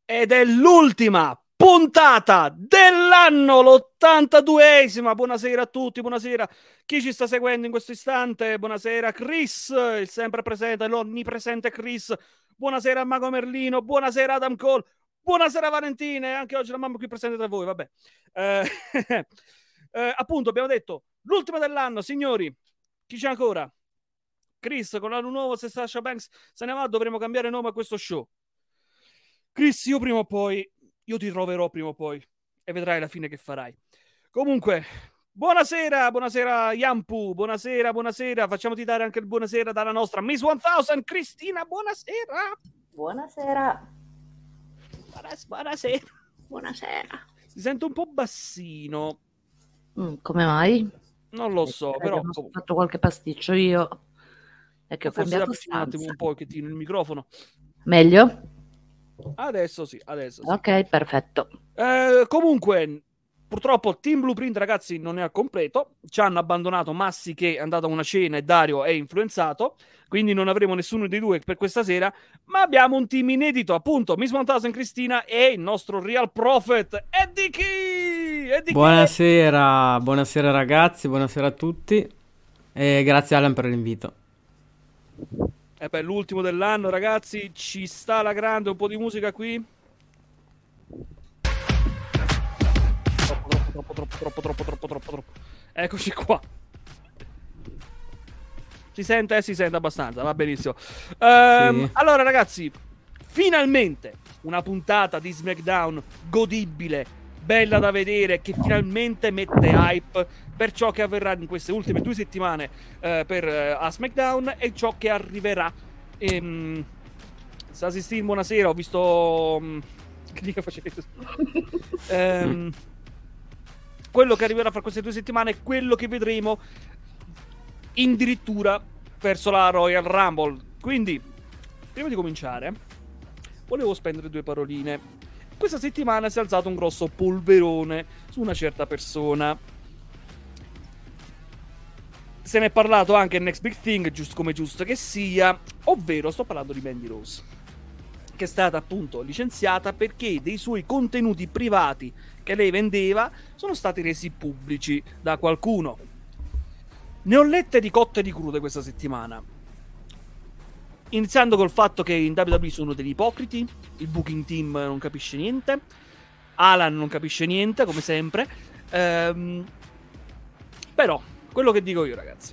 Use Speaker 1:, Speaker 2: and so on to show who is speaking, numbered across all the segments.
Speaker 1: ed è l'ultima puntata dell'anno, l'82esima. Buonasera a tutti, buonasera chi ci sta seguendo in questo istante. Buonasera Chris, il sempre presente, l'onnipresente Chris. Buonasera Mago Merlino, buonasera Adam Cole, buonasera Valentina, e anche oggi la mamma qui presente tra voi, vabbè. Appunto abbiamo detto l'ultima dell'anno, signori. Chi c'è ancora? Chris, con l'anno nuovo, se Sasha Banks se ne va, dovremo cambiare nome a questo show. Chris, io prima o poi, io ti troverò prima o poi e vedrai la fine che farai. Comunque, buonasera, buonasera Yampu, buonasera, buonasera. Facciamoti dare anche il buonasera dalla nostra Miss 1000, Cristina, buonasera.
Speaker 2: Buonasera.
Speaker 1: Buonasera.
Speaker 2: Buonasera.
Speaker 1: Si sente un po' bassino.
Speaker 2: Come mai?
Speaker 1: Non lo so, però...
Speaker 2: Ho fatto qualche pasticcio io. È che ho cambiato stanza.
Speaker 1: Un attimo un pochettino il microfono.
Speaker 2: Meglio?
Speaker 1: Adesso sì, adesso sì.
Speaker 2: Ok, perfetto.
Speaker 1: Comunque, purtroppo Team Blueprint, ragazzi, non è al completo. Ci hanno abbandonato Massi, che è andato a una cena, e Dario è influenzato. Quindi non avremo nessuno dei due per questa sera. Ma abbiamo un team inedito, appunto. Miss 1000 Cristina e il nostro Real Prophet Eddie Key.
Speaker 3: Buonasera, buonasera ragazzi, buonasera a tutti. E grazie Alan per l'invito.
Speaker 1: E per l'ultimo dell'anno, ragazzi, ci sta la grande, un po' di musica qui. Troppo. Eccoci qua. Si sente? Si sente abbastanza, va benissimo.
Speaker 3: Sì.
Speaker 1: Allora, ragazzi, finalmente una puntata di SmackDown godibile, bella da vedere, che finalmente mette hype per ciò che avverrà in queste ultime 2 settimane a SmackDown e ciò che arriverà. Stasi Steam, buonasera, ho visto... che dica facevi? Quello che arriverà fra queste 2 settimane è quello che vedremo addirittura verso la Royal Rumble. Quindi, prima di cominciare, volevo spendere 2 paroline. Questa settimana si è alzato un grosso polverone su una certa persona. Se ne è parlato anche in Next Big Thing, come giusto che sia, ovvero sto parlando di Mandy Rose, che è stata appunto licenziata perché dei suoi contenuti privati che lei vendeva sono stati resi pubblici da qualcuno. Ne ho lette di cotte e di crude questa settimana, iniziando col fatto che in WWE sono degli ipocriti, il booking team non capisce niente, Alan non capisce niente come sempre, però quello che dico io, ragazzi,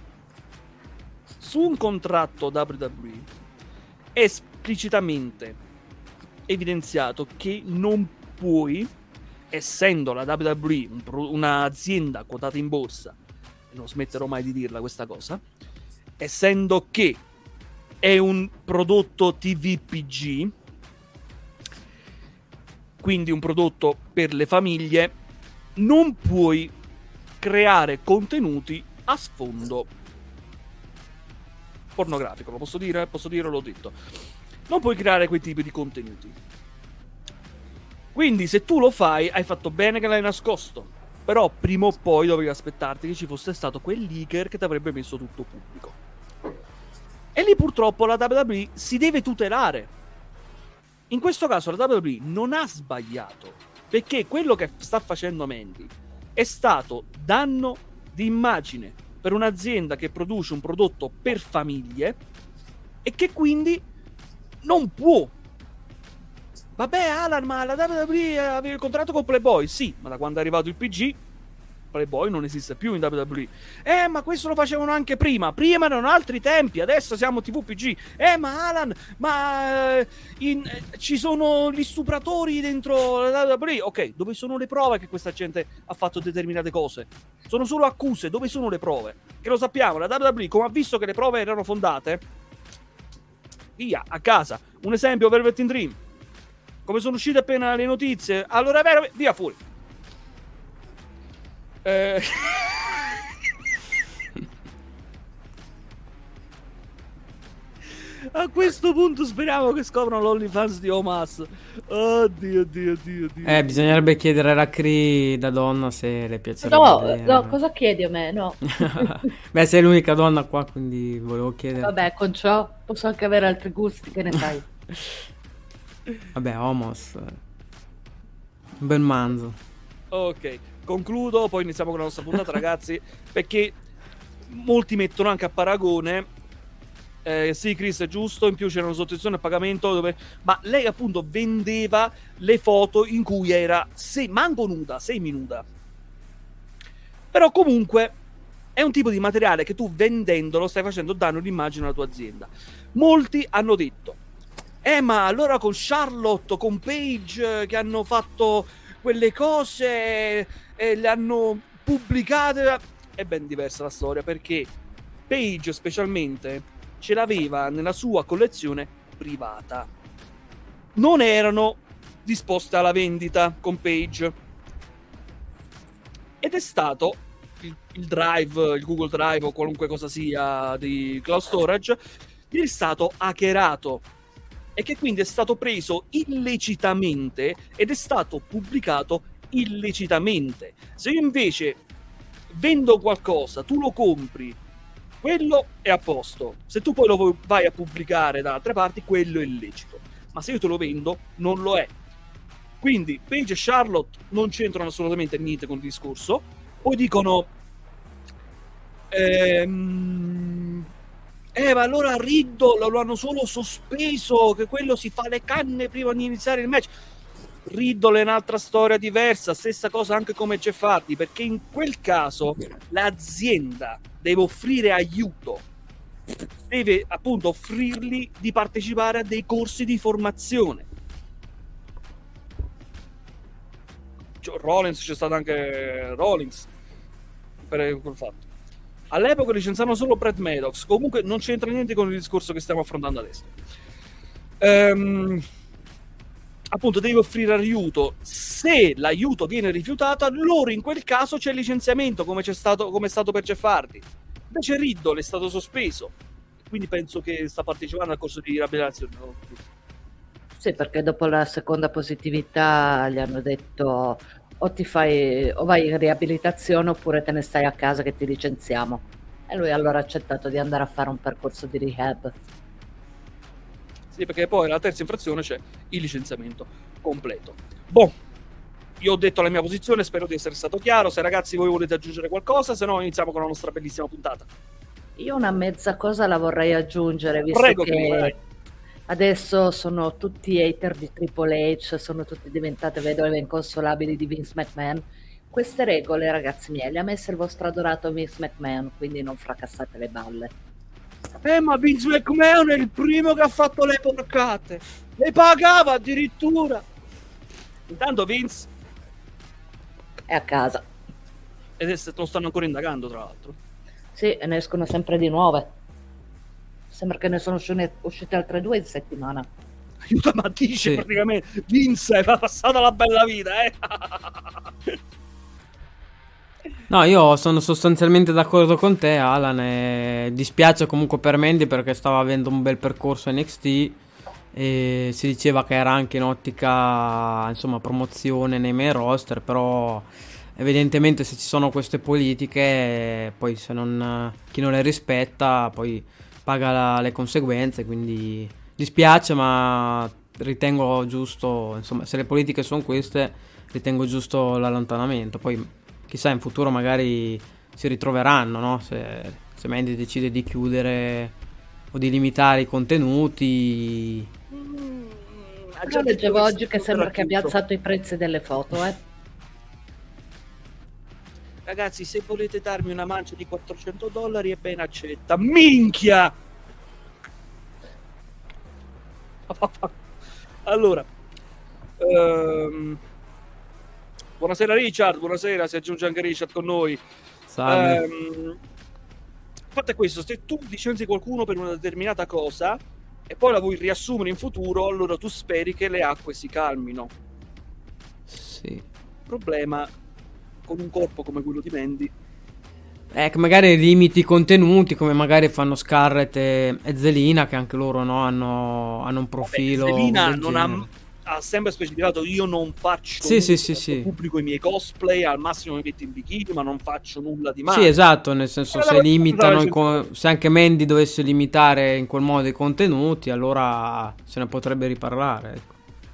Speaker 1: su un contratto WWE è esplicitamente evidenziato che non puoi, essendo la WWE un'azienda quotata in borsa, e non smetterò mai di dirla questa cosa, essendo che è un prodotto TVPG, quindi un prodotto per le famiglie, non puoi creare contenuti a sfondo pornografico. Lo posso dire? Posso dire, l'ho detto. Non puoi creare quei tipi di contenuti. Quindi se tu lo fai, hai fatto bene che l'hai nascosto. Però prima o poi dovevi aspettarti che ci fosse stato quel leaker che ti avrebbe messo tutto pubblico. E lì purtroppo la WWE si deve tutelare. In questo caso la WWE non ha sbagliato, perché quello che sta facendo Mandy è stato danno di immagine per un'azienda che produce un prodotto per famiglie e che quindi non può. Vabbè Alan, ma la WWE aveva il contratto con Playboy. Sì, ma da quando è arrivato il PG Playboy non esiste più in WWE. Ma questo lo facevano anche prima. Prima erano altri tempi, adesso siamo TVPG. Ma Alan, ci sono gli stupratori dentro la WWE. Ok, dove sono le prove che questa gente ha fatto determinate cose? Sono solo accuse, dove sono le prove? Che lo sappiamo, la WWE, come ha visto che le prove erano fondate, via, a casa. Un esempio, Velvet in Dream. Come sono uscite appena le notizie, allora è vero, via fuori. A questo punto speriamo che scoprano l'OnlyFans di Omas. Oddio.
Speaker 3: Bisognerebbe chiedere alla Cree da donna se le piacerebbe.
Speaker 2: No, cosa chiedi a me? No.
Speaker 3: Beh, sei l'unica donna qua, quindi volevo chiedere.
Speaker 2: Vabbè, con ciò posso anche avere altri gusti, che ne fai?
Speaker 3: Vabbè, Homos. Un bel manzo.
Speaker 1: Ok, concludo, poi iniziamo con la nostra puntata, ragazzi, perché molti mettono anche a paragone. Sì, Chris, è giusto. In più c'era una sottozione a pagamento ma lei appunto vendeva le foto in cui era manco nuda, semi-nuda. Però comunque è un tipo di materiale che tu vendendolo stai facendo danno all'immagine alla tua azienda. Molti hanno detto: ma allora con Charlotte, con Paige, che hanno fatto quelle cose e le hanno pubblicate. È ben diversa la storia, perché Paige specialmente ce l'aveva nella sua collezione privata. Non erano disposte alla vendita con Paige. Ed è stato il Drive, il Google Drive o qualunque cosa sia di cloud storage, gli è stato hackerato e che quindi è stato preso illecitamente ed è stato pubblicato illecitamente. Se io invece vendo qualcosa, tu lo compri, quello è a posto. Se tu poi lo vai a pubblicare da altre parti, quello è illecito. Ma se io te lo vendo, non lo è. Quindi Paige e Charlotte non c'entrano assolutamente niente con il discorso. Poi dicono ma allora Riddle lo hanno solo sospeso, che quello si fa le canne prima di iniziare il match. Riddle è un'altra storia diversa, stessa cosa anche come Jeff Hardy, perché in quel caso l'azienda deve offrire aiuto, deve appunto offrirgli di partecipare a dei corsi di formazione. Rollins, c'è stato anche Rollins per quel fatto. All'epoca licenziavano solo Brad Maddox. Comunque non c'entra niente con il discorso che stiamo affrontando adesso. Appunto devi offrire aiuto. Se l'aiuto viene rifiutato, allora in quel caso c'è il licenziamento, come è stato per Jeff Hardy. Invece Riddle è stato sospeso, quindi penso che sta partecipando al corso di riabilitazione, no?
Speaker 2: Sì, perché dopo la seconda positività gli hanno detto o vai in riabilitazione oppure te ne stai a casa che ti licenziamo. E lui allora ha accettato di andare a fare un percorso di rehab.
Speaker 1: Sì, perché poi la terza infrazione c'è il licenziamento completo. Boh, io ho detto la mia posizione, spero di essere stato chiaro. Se ragazzi voi volete aggiungere qualcosa, se no iniziamo con la nostra bellissima puntata.
Speaker 2: Io una mezza cosa la vorrei aggiungere, visto
Speaker 1: Prego,
Speaker 2: che adesso sono tutti hater di Triple H, sono tutti diventate vedove inconsolabili di Vince McMahon. Queste regole, ragazzi miei, le ha messe il vostro adorato Vince McMahon, quindi non fracassate le balle.
Speaker 1: Ma Vince McMahon è il primo che ha fatto le porcate. Le pagava addirittura. Intanto Vince
Speaker 2: È a casa.
Speaker 1: e lo stanno ancora indagando, tra l'altro.
Speaker 2: Sì, e ne escono sempre di nuove. Sembra che ne sono uscite altre 2 in settimana.
Speaker 1: Aiuta, ma dice praticamente Vince ha passato la bella vita,
Speaker 3: No, io sono sostanzialmente d'accordo con te, Alan, e dispiace comunque per Mandy perché stava avendo un bel percorso NXT e si diceva che era anche in ottica, insomma, promozione nei main roster, però evidentemente se ci sono queste politiche, poi se non chi non le rispetta poi paga le conseguenze, quindi dispiace, ma ritengo giusto, insomma, se le politiche sono queste, ritengo giusto l'allontanamento. Poi chissà, in futuro magari si ritroveranno, no? Se Mandy decide di chiudere o di limitare i contenuti.
Speaker 2: Io leggevo oggi che sembra che abbia alzato i prezzi delle foto,
Speaker 1: Ragazzi, se volete darmi una mancia di $400 è ben accetta. Minchia! Allora, buonasera Richard, buonasera, si aggiunge anche Richard con noi.
Speaker 3: Salve.
Speaker 1: Fatto questo, se tu licenzi qualcuno per una determinata cosa e poi la vuoi riassumere in futuro, allora tu speri che le acque si calmino.
Speaker 3: Sì.
Speaker 1: Il problema con un corpo come quello di Mandy
Speaker 3: che magari limiti i contenuti, come magari fanno Scarlett e Zelina, che anche loro, no, hanno un profilo.
Speaker 1: Zelina non ha sempre specificato: io non faccio
Speaker 3: sì.
Speaker 1: pubblico i miei cosplay, al massimo mi metto in bikini, ma non faccio nulla di male.
Speaker 3: Sì, esatto, nel senso, se limitano se anche Mandy dovesse limitare in quel modo i contenuti, allora se ne potrebbe riparlare, ecco.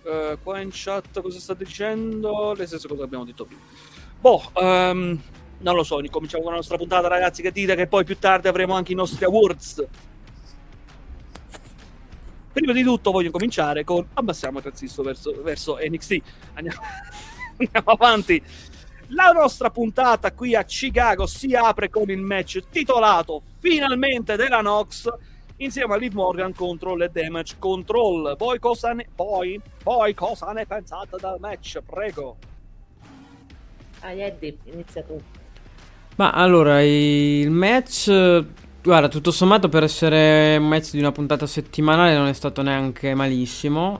Speaker 1: Qua in chat cosa state dicendo? Le stesse cose che abbiamo detto prima. Boh, non lo so, cominciamo con la nostra puntata, ragazzi, che dite che poi più tardi avremo anche i nostri awards. Prima di tutto voglio cominciare con... Abbassiamo il transistor verso NXT. Andiamo avanti. La nostra puntata qui a Chicago si apre con il match titolato finalmente della Nox insieme a Liv Morgan contro le Damage Control. Voi cosa ne pensate del match? Prego.
Speaker 2: Eddie, inizia tu.
Speaker 3: Ma allora, il match, guarda, tutto sommato per essere un match di una puntata settimanale non è stato neanche malissimo.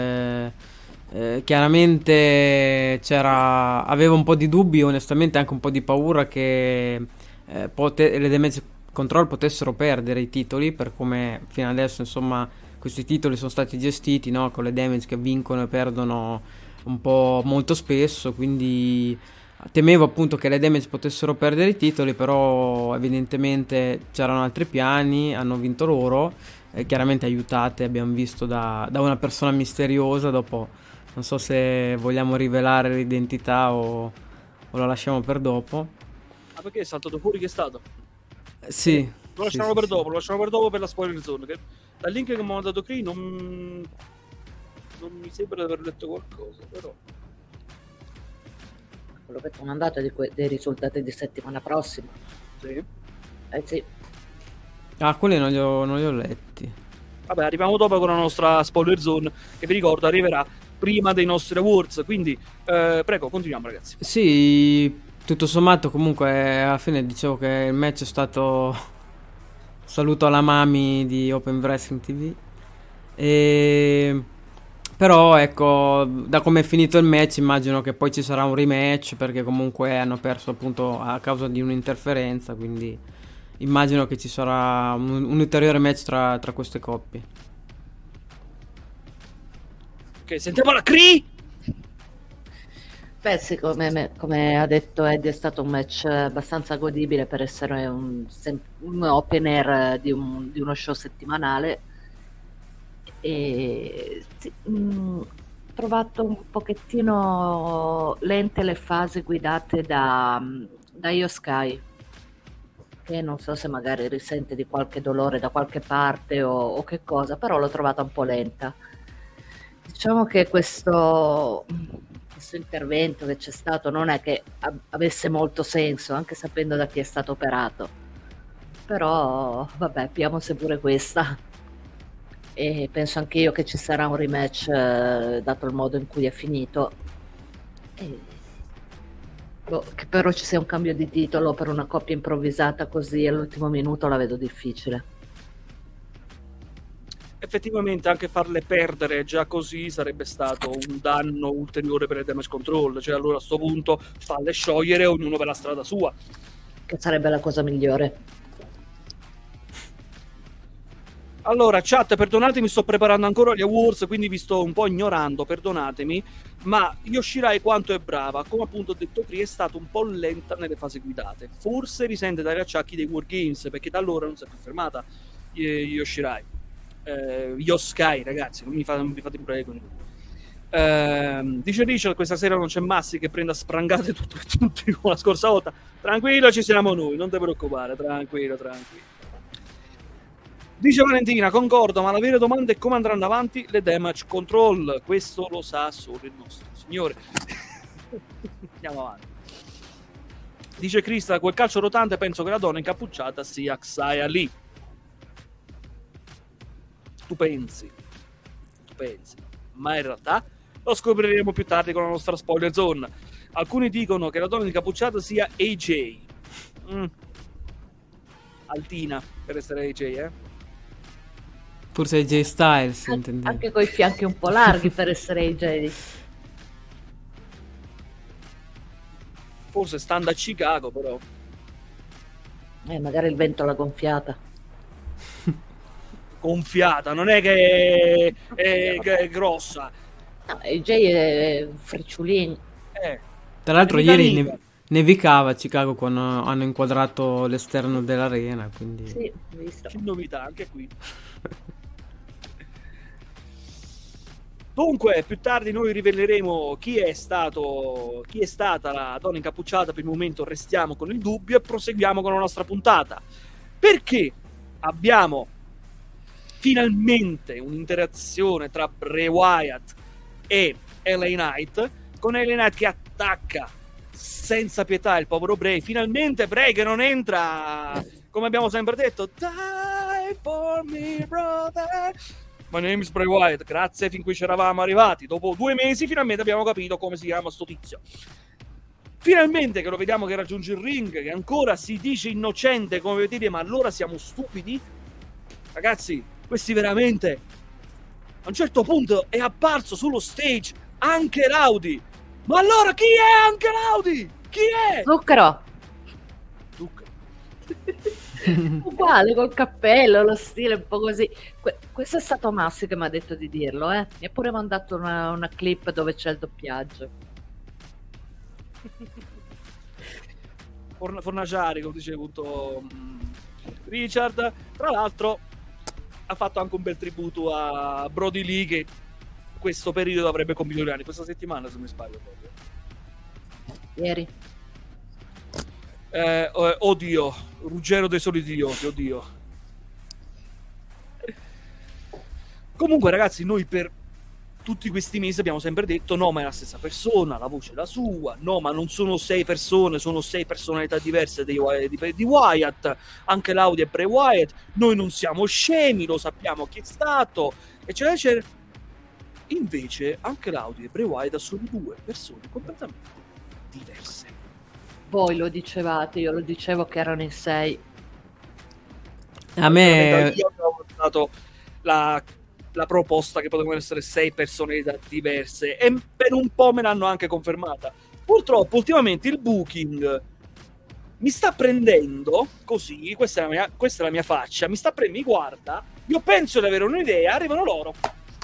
Speaker 3: Chiaramente avevo un po' di dubbi, onestamente anche un po' di paura che le Damage Control potessero perdere i titoli, per come fino adesso insomma questi titoli sono stati gestiti, no? Con le Damage che vincono e perdono un po' molto spesso, quindi temevo appunto che le Damage potessero perdere i titoli, però evidentemente c'erano altri piani, hanno vinto loro, chiaramente aiutate, abbiamo visto da una persona misteriosa. Dopo non so se vogliamo rivelare l'identità o lo lasciamo per dopo.
Speaker 1: Ah, perché è saltato fuori chi è stato?
Speaker 3: Sì.
Speaker 1: Lo lasciamo per dopo, lo lasciamo per dopo per la spoiler zone, che dal link che mi ha mandato qui non mi sembra di aver letto qualcosa, però...
Speaker 2: Quello che ti ho mandato è dei risultati di settimana prossima.
Speaker 1: Sì.
Speaker 2: Sì.
Speaker 3: Ah, quelli non li ho letti.
Speaker 1: Vabbè, arriviamo dopo con la nostra spoiler zone, che vi ricordo arriverà prima dei nostri awards, quindi prego, continuiamo ragazzi.
Speaker 3: Sì, tutto sommato comunque alla fine dicevo che il match è stato... Saluto alla Mami di Open Wrestling TV. Però ecco, da come è finito il match immagino che poi ci sarà un rematch, perché comunque hanno perso appunto a causa di un'interferenza, quindi immagino che ci sarà un ulteriore match tra queste coppie.
Speaker 1: Ok, sentiamo la Cree!
Speaker 2: Beh sì, come ha detto Eddie, è stato un match abbastanza godibile per essere un opener di uno show settimanale. E sì, ho trovato un pochettino lente le fasi guidate da Io Sky, che non so se magari risente di qualche dolore da qualche parte o che cosa, però l'ho trovata un po' lenta. Diciamo che questo intervento che c'è stato non è che avesse molto senso, anche sapendo da chi è stato operato, però vabbè, piamosi pure questa, e penso anche io che ci sarà un rematch dato il modo in cui è finito, che però ci sia un cambio di titolo per una coppia improvvisata così all'ultimo minuto la vedo difficile.
Speaker 1: Effettivamente anche farle perdere già così sarebbe stato un danno ulteriore per le Damage Control, cioè allora a sto punto falle sciogliere ognuno per la strada sua,
Speaker 2: che sarebbe la cosa migliore.
Speaker 1: Allora chat, perdonatemi, sto preparando ancora gli awards, quindi vi sto un po' ignorando, perdonatemi, ma Yoshirai quanto è brava, come appunto ho detto prima, è stata un po' lenta nelle fasi guidate, forse risente dagli acciacchi dei Wargames, perché da allora non si è più fermata Yoshirai. Io Sky, ragazzi, non mi fate prego. Dice Richard, questa sera non c'è Massi che prenda sprangate tutti come la scorsa volta. Tranquillo, ci siamo noi, non ti preoccupare, tranquillo. Dice Valentina, concordo, ma la vera domanda è come andranno avanti le Damage Control. Questo lo sa solo il nostro signore. Andiamo avanti. Dice Krista, quel calcio rotante penso che la donna incappucciata sia Xia Li. Tu pensi, ma in realtà lo scopriremo più tardi con la nostra spoiler zone. Alcuni dicono che la donna incappucciata sia AJ. Altina per essere AJ,
Speaker 3: Forse AJ Styles,
Speaker 2: anche coi fianchi un po' larghi per essere AJ.
Speaker 1: Forse stando a Chicago, però
Speaker 2: magari il vento l'ha gonfiata.
Speaker 1: Non è che è grossa.
Speaker 2: No, AJ è fricciolino.
Speaker 3: Tra l'altro ieri nevicava a Chicago quando hanno inquadrato l'esterno dell'arena, quindi...
Speaker 2: Sì, visto.
Speaker 1: Che novità anche qui. Dunque, più tardi noi riveleremo chi è stata la donna incappucciata. Per il momento restiamo con il dubbio e proseguiamo con la nostra puntata. Perché abbiamo finalmente un'interazione tra Bray Wyatt e LA Knight, con LA Knight che attacca senza pietà il povero Bray. Finalmente Bray che non entra, come abbiamo sempre detto, die for me brother, my name is Bray Wyatt, grazie, fin qui ci eravamo arrivati. Dopo 2 mesi finalmente abbiamo capito come si chiama sto tizio. Finalmente che lo vediamo che raggiunge il ring, che ancora si dice innocente, come vedete, ma allora siamo stupidi? Ragazzi, questi veramente... A un certo punto è apparso sullo stage anche Rowdy. Ma allora chi è anche Rowdy? Chi è?
Speaker 2: Zucchero.
Speaker 1: Zucchero.
Speaker 2: Uguale, col cappello, lo stile un po' così. Questo è stato Massi che mi ha detto di dirlo, Mi ha pure mandato una clip dove c'è il doppiaggio.
Speaker 1: Fornaciari, come dice appunto Richard. Tra l'altro ha fatto anche un bel tributo a Brody Lee, che questo periodo avrebbe compiuto gli anni, questa settimana se non mi sbaglio proprio.
Speaker 2: Ieri.
Speaker 1: Oddio, Ruggero dei soliti idioti, oddio. Comunque ragazzi, noi per tutti questi mesi abbiamo sempre detto no, ma è la stessa persona, la voce è la sua, no, ma non sono 6 persone, sono 6 personalità diverse di Wyatt, anche l'Audi è Bray Wyatt, noi non siamo scemi, lo sappiamo chi è stato, eccetera, eccetera. Invece anche l'Audi e Bray Wyatt sono 2 persone completamente diverse.
Speaker 2: Voi lo dicevate, io lo dicevo che erano in 6.
Speaker 3: A me...
Speaker 1: Io avevo dato la proposta che potevano essere 6 personalità diverse e per un po' me l'hanno anche confermata. Purtroppo ultimamente il booking mi sta prendendo così, questa è la mia faccia, mi guarda, io penso di avere un'idea, arrivano loro.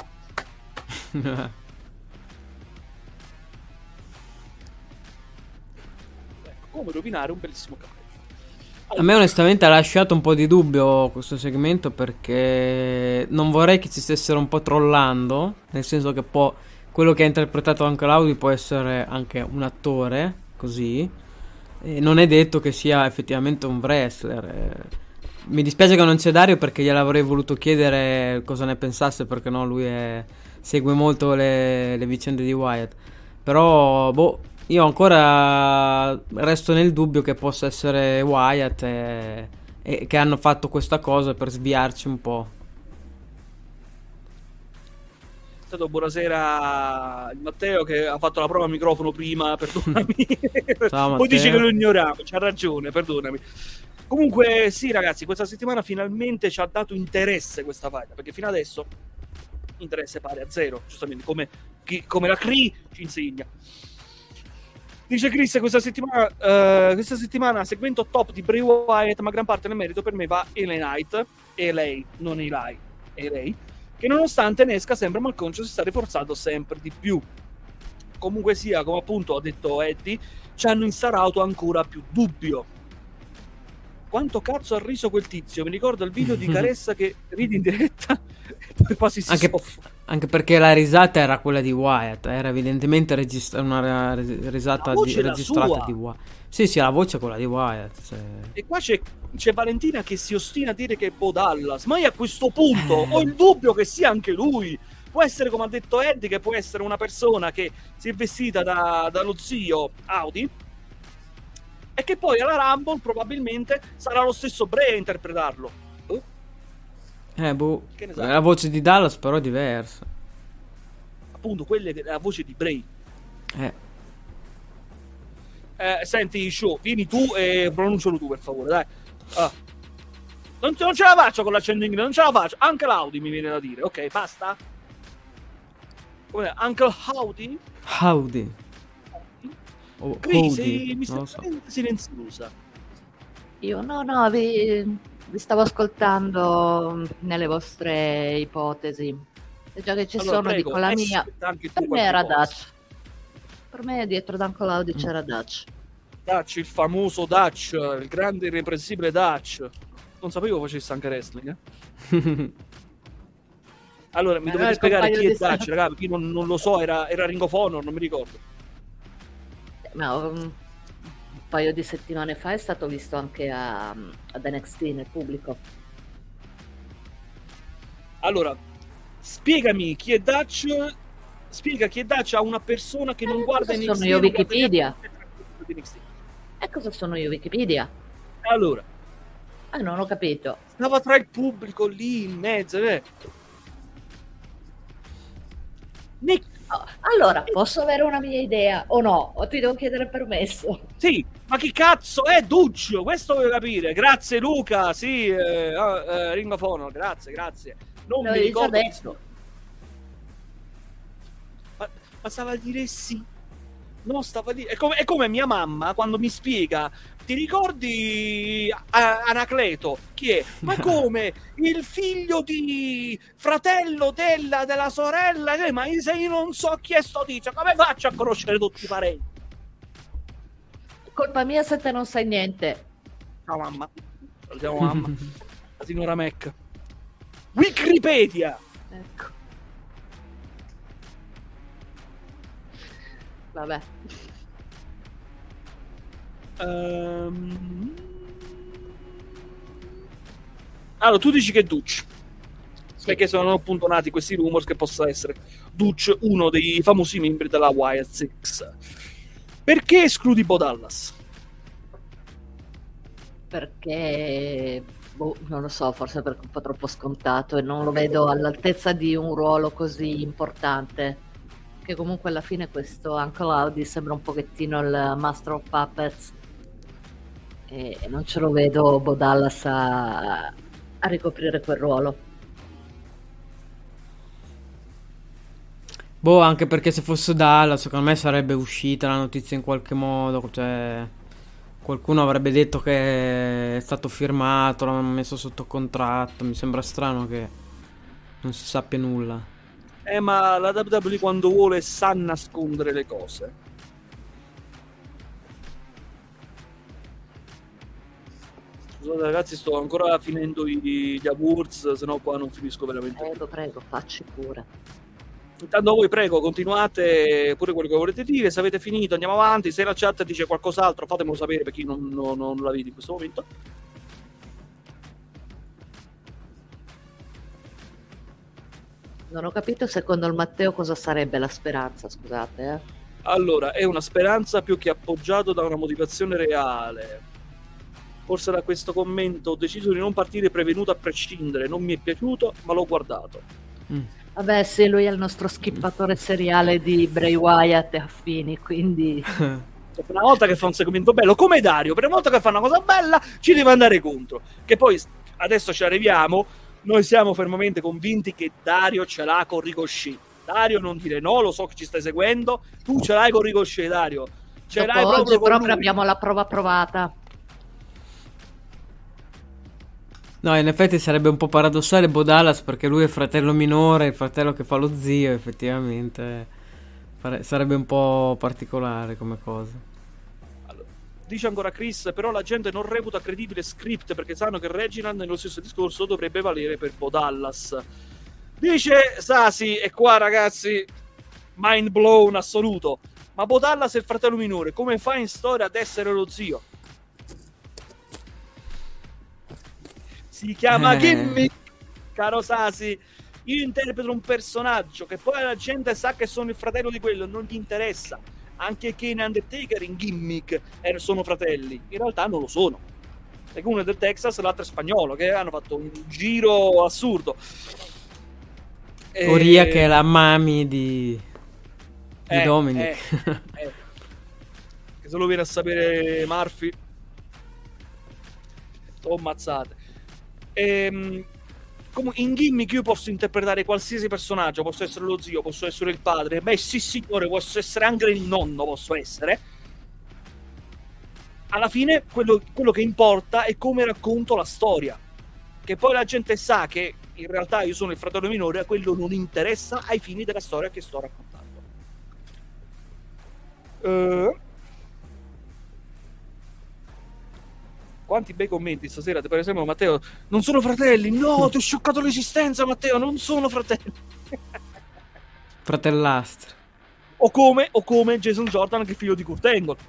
Speaker 1: Ecco, come rovinare un bellissimo cappello.
Speaker 3: A me onestamente ha lasciato un po' di dubbio questo segmento, perché non vorrei che ci stessero un po' trollando, nel senso che quello che ha interpretato anche l'Audi può essere anche un attore, così, e non è detto che sia effettivamente un wrestler. Mi dispiace che non c'è Dario, perché gliel'avrei voluto chiedere cosa ne pensasse, perché no, lui segue molto le vicende di Wyatt, però io ancora resto nel dubbio che possa essere Wyatt e che hanno fatto questa cosa per sviarci un po'.
Speaker 1: È stato buonasera il Matteo che ha fatto la prova al microfono prima, perdonami.
Speaker 3: Ciao,
Speaker 1: poi dice
Speaker 3: Matteo.
Speaker 1: che lo ignoriamo, c'ha ragione, perdonami. Comunque sì ragazzi, questa settimana finalmente ci ha dato interesse questa fight, perché fino adesso interesse pari a 0, giustamente come la Cree ci insegna. Dice Chris, questa settimana segmento top di Bray Wyatt, ma gran parte del merito per me va LA Knight, e lei, non Eli, e lei, che nonostante ne esca sempre malconcio si sta rafforzando sempre di più. Comunque sia, come appunto ha detto Eddie, ci hanno instaurato ancora più dubbio. Quanto cazzo ha riso quel tizio? Mi ricordo il video di Caressa che ride in diretta e poi quasi si soffa.
Speaker 3: Anche perché la risata era quella di Wyatt, era evidentemente una risata registrata di Wyatt. Sì, la voce è quella di Wyatt. Cioè...
Speaker 1: E qua c'è Valentina che si ostina a dire che è Bo Dallas, ma io a questo punto ho il dubbio che sia anche lui. Può essere, come ha detto Eddie, che può essere una persona che si è vestita dallo zio Audi e che poi alla Rumble probabilmente sarà lo stesso Bray a interpretarlo. Che ne sai?
Speaker 3: La voce di Dallas però è diversa.
Speaker 1: Appunto, quella è la voce di Bray. Senti, Show, vieni tu e pronuncialo tu per favore, dai. Non ce la faccio con l'accento inglese, non ce la faccio. Anche l'Audi mi viene da dire, ok, basta. Come Uncle Howdy?
Speaker 3: Howdy.
Speaker 1: Chris, mi sta silenziosa.
Speaker 2: Io no, vi stavo ascoltando nelle vostre ipotesi. E già che ci
Speaker 1: Allora,
Speaker 2: sono,
Speaker 1: prego,
Speaker 2: dico la mia. Per me era Dutch. Per me dietro Uncle Howdy c'era Dutch.
Speaker 1: Dutch, il famoso Dutch, il grande irreprensibile Dutch. Non sapevo facesse anche wrestling, Allora, mi
Speaker 2: Ma
Speaker 1: dovete
Speaker 2: no, il
Speaker 1: spiegare chi
Speaker 2: compagno
Speaker 1: è
Speaker 2: di
Speaker 1: Dutch, raga, perché io non lo so, era Ring of Honor, non mi ricordo.
Speaker 2: Ma un paio di settimane fa è stato visto anche ad NXT nel pubblico.
Speaker 1: Allora, spiegami chi è Dutch, spiega chi è Dutch a una persona che non guarda
Speaker 2: Cosa sono
Speaker 1: NXT
Speaker 2: io
Speaker 1: e non guarda gli
Speaker 2: Wikipedia?
Speaker 1: altri di NXT.
Speaker 2: E cosa sono io Wikipedia?
Speaker 1: Allora,
Speaker 2: Ah, non ho capito.
Speaker 1: stava tra il pubblico lì in mezzo, Nick,
Speaker 2: Oh, allora, posso avere una mia idea o no? O ti devo chiedere permesso?
Speaker 1: sì, ma chi cazzo è Duccio? Questo voglio capire. Grazie Luca, sì, Ring of Honor, grazie. Non mi
Speaker 2: L'avevi già
Speaker 1: ricordo chi
Speaker 2: detto.
Speaker 1: ma stava a dire sì. No, stava a dire... È come mia mamma quando mi spiega, ti ricordi Anacleto? Chi è? Ma come? Il figlio di fratello della sorella? Ma se io non so chi è sto tizio, come faccio a conoscere tutti i parenti?
Speaker 2: Colpa mia se te non sai niente.
Speaker 1: Ciao mamma. Salutiamo mamma. La signora Mac. Wikipedia!
Speaker 2: Ecco. Vabbè.
Speaker 1: Allora, tu dici che Dutch,
Speaker 2: Sì.
Speaker 1: perché sono appunto nati questi rumors che possa essere Dutch uno dei famosi membri della Wyatt Six. Perché escludi Bo Dallas?
Speaker 2: Perché, boh, non lo so, forse perché è un po' troppo scontato e non lo vedo all'altezza di un ruolo così importante. Che comunque alla fine questo Uncle Audi sembra un pochettino il Master of Puppets e non ce lo vedo Bo Dallas a ricoprire quel ruolo.
Speaker 3: Boh, anche perché se fosse Dallas, secondo me sarebbe uscita la notizia in qualche modo. Cioè, qualcuno avrebbe detto che è stato firmato, l'hanno messo sotto contratto. Mi sembra strano che non si sappia nulla.
Speaker 1: Ma la WWE quando vuole sa nascondere le cose. Scusate ragazzi, sto ancora finendo gli awards, se no qua non finisco veramente.
Speaker 2: Prego, facci pure.
Speaker 1: Intanto voi prego, continuate pure quello che volete dire, se avete finito andiamo avanti, se la chat dice qualcos'altro fatemelo sapere perché io non la vedo in questo momento.
Speaker 2: Non ho capito secondo il Matteo cosa sarebbe la speranza, scusate.
Speaker 1: Allora, è una speranza più che appoggiato da una motivazione reale. Forse da questo commento ho deciso di non partire prevenuto a prescindere, non mi è piaciuto, ma l'ho guardato.
Speaker 2: Vabbè, sì, lui è il nostro skippatore seriale di Bray Wyatt e affini, quindi...
Speaker 1: Per una volta che fa un segmento bello, come Dario, per una volta che fa una cosa bella, ci deve andare contro. Che poi, adesso ci arriviamo, noi siamo fermamente convinti che Dario ce l'ha con Ricochet. Dario, non dire no, lo so che ci stai seguendo, tu ce l'hai con Ricochet, Dario. Ce
Speaker 2: Dopo
Speaker 1: l'hai
Speaker 2: oggi
Speaker 1: proprio con
Speaker 2: proprio
Speaker 1: lui.
Speaker 2: abbiamo la prova provata.
Speaker 3: No, in effetti sarebbe un po' paradossale Bo Dallas perché lui è fratello minore, il fratello che fa lo zio, effettivamente sarebbe un po' particolare come cosa.
Speaker 1: Allora, dice ancora Chris, però la gente non reputa credibile script perché sanno che Reginald nello stesso discorso dovrebbe valere per Bo Dallas. Dice Sasi, e qua ragazzi, mind blown assoluto. Ma Bo Dallas è il fratello minore, come fa in storia ad essere lo zio? Si chiama gimmick, caro Sasi. Io interpreto un personaggio che poi la gente sa che sono il fratello di quello, non gli interessa. Anche Kane e Undertaker in gimmick sono fratelli, in realtà non lo sono. Perché uno è del Texas e l'altro è spagnolo, che hanno fatto un giro assurdo.
Speaker 3: Oria che è la mami di Dominic.
Speaker 1: Che se lo viene a sapere Murphy, sto ammazzate. Comunque in gimmick io posso interpretare qualsiasi personaggio, posso essere lo zio, posso essere il padre, beh sì signore, posso essere anche il nonno, posso essere. Alla fine quello che importa è come racconto la storia. Che poi la gente sa che in realtà io sono il fratello minore, a quello non interessa ai fini della storia che sto raccontando. quanti bei commenti stasera, per esempio Matteo, non sono fratelli, no, ti ho scioccato l'esistenza Matteo, non sono fratelli.
Speaker 3: Fratellastri.
Speaker 1: O come Jason Jordan che è figlio di Kurt Angle.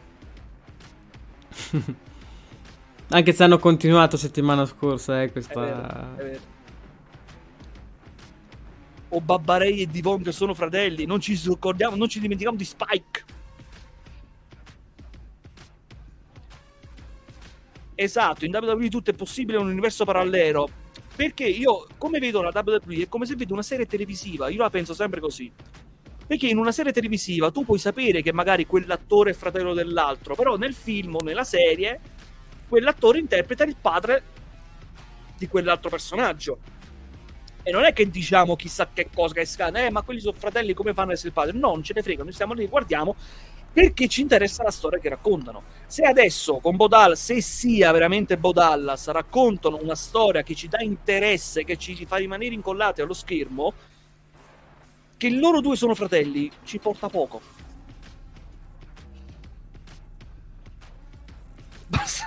Speaker 3: Anche se hanno continuato settimana scorsa, questa...
Speaker 1: È vero. O Babbarei e Divon che sono fratelli, non ci ricordiamo, non ci dimentichiamo di Spike. Esatto, in WWE tutto è possibile, è un universo parallelo. Perché io, come vedo la WWE, è come se vedo una serie televisiva, io la penso sempre così. Perché in una serie televisiva tu puoi sapere che magari quell'attore è fratello dell'altro, però nel film o nella serie quell'attore interpreta il padre di quell'altro personaggio. E non è che diciamo chissà che cosa che scade, ma quelli sono fratelli, come fanno a essere il padre? No, non ce ne frega, noi stiamo lì, guardiamo, perché ci interessa la storia che raccontano. Se adesso con Bodallas, se sia veramente Bodallas, raccontano una storia che ci dà interesse, che ci fa rimanere incollati allo schermo, che loro due sono fratelli, ci porta poco. Basta.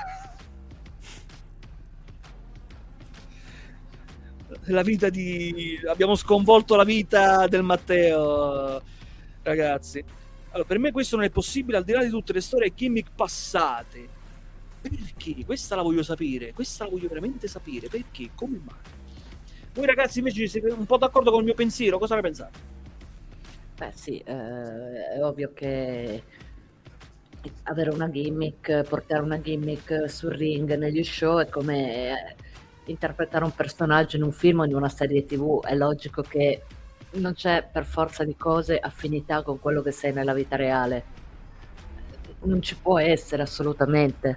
Speaker 1: La vita di... abbiamo sconvolto la vita del Matteo, ragazzi. Allora, per me questo non è possibile al di là di tutte le storie e gimmick passate. Perché? Questa la voglio sapere, questa la voglio veramente sapere. Perché? Come mai? Voi ragazzi invece siete un po' d'accordo con il mio pensiero? Cosa ne pensate?
Speaker 2: Beh sì, è ovvio che avere una gimmick, portare una gimmick sul ring negli show è come interpretare un personaggio in un film o in una serie TV. È logico che non c'è per forza di cose affinità con quello che sei nella vita reale. Non ci può essere assolutamente.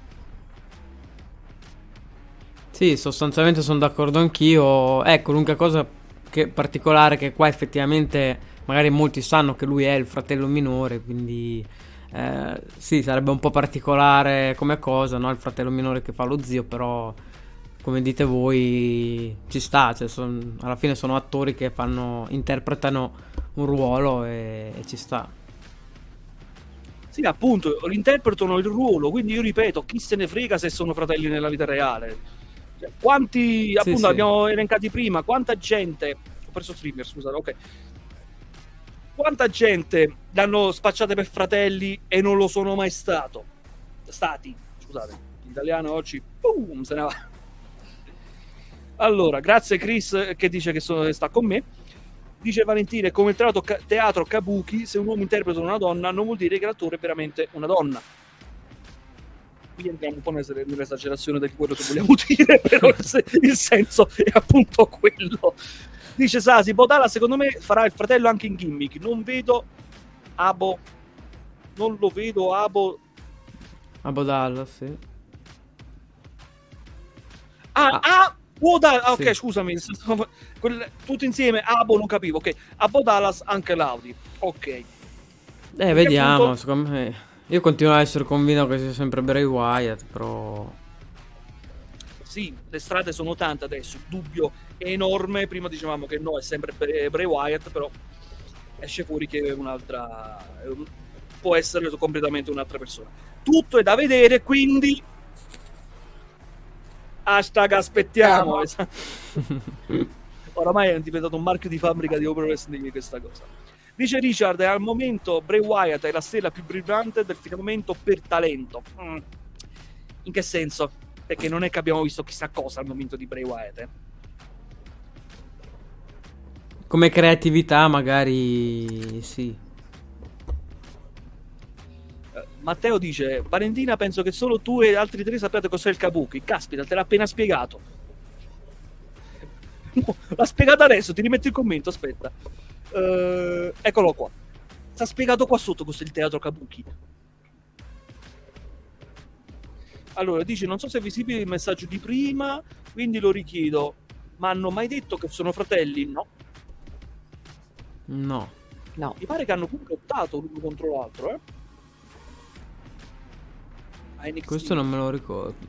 Speaker 3: Sì, sostanzialmente sono d'accordo anch'io. Ecco, l'unica cosa che particolare che qua effettivamente magari molti sanno che lui è il fratello minore, quindi sì, sarebbe un po' particolare come cosa, no? Il fratello minore che fa lo zio, però come dite voi ci sta, cioè alla fine sono attori che interpretano un ruolo e ci sta.
Speaker 1: Sì, appunto, interpretano il ruolo, quindi io ripeto, chi se ne frega se sono fratelli nella vita reale. Cioè, quanti,
Speaker 3: Sì,
Speaker 1: appunto,
Speaker 3: sì.
Speaker 1: abbiamo elencati prima, quanta gente... Ho perso streamer, scusate, ok. Quanta gente l'hanno spacciate per fratelli e non lo sono mai stati, scusate, l'italiano oggi, boom, se ne va. Allora, grazie Chris che dice che sta con me. Dice Valentina, come il teatro kabuki, se un uomo interpreta una donna non vuol dire che l'attore è veramente una donna. Qui entriamo un po' nell'esagerazione di quello che vogliamo dire, però il senso è appunto quello. Dice Sasi, Bodala secondo me farà il fratello anche in gimmick. Non lo vedo Abo
Speaker 3: Dallas, sì.
Speaker 1: Ok,
Speaker 3: sì.
Speaker 1: scusami, tutto insieme Abo non capivo, ok. Abo Dallas anche l'Audi, ok.
Speaker 3: Vediamo,
Speaker 1: appunto...
Speaker 3: secondo me io continuo a essere convinto che sia sempre Bray Wyatt, però
Speaker 1: sì, le strade sono tante adesso, il dubbio è enorme. Prima dicevamo che no, è sempre Bray Wyatt, però esce fuori che è un'altra, può essere completamente un'altra persona. Tutto è da vedere, quindi hashtag aspettiamo. Oramai è diventato un marchio di fabbrica di Open Wrestling questa cosa. Dice Richard, al momento Bray Wyatt è la stella più brillante del firmamento per talento. In che senso? Perché non è che abbiamo visto chissà cosa al momento di Bray Wyatt.
Speaker 3: Come creatività magari sì.
Speaker 1: Matteo dice, Valentina, penso che solo tu e altri 3 sappiate cos'è il kabuki. Caspita, te l'ha appena spiegato. L'ha spiegato adesso, ti rimetto il commento, aspetta. Eccolo qua. Sta spiegato qua sotto cos'è il teatro kabuki. Allora, dice, non so se è visibile il messaggio di prima, quindi lo richiedo. Ma hanno mai detto che sono fratelli? No.
Speaker 3: No.
Speaker 1: Mi pare che hanno pure lottato l'uno contro l'altro,
Speaker 3: Questo non me lo ricordo.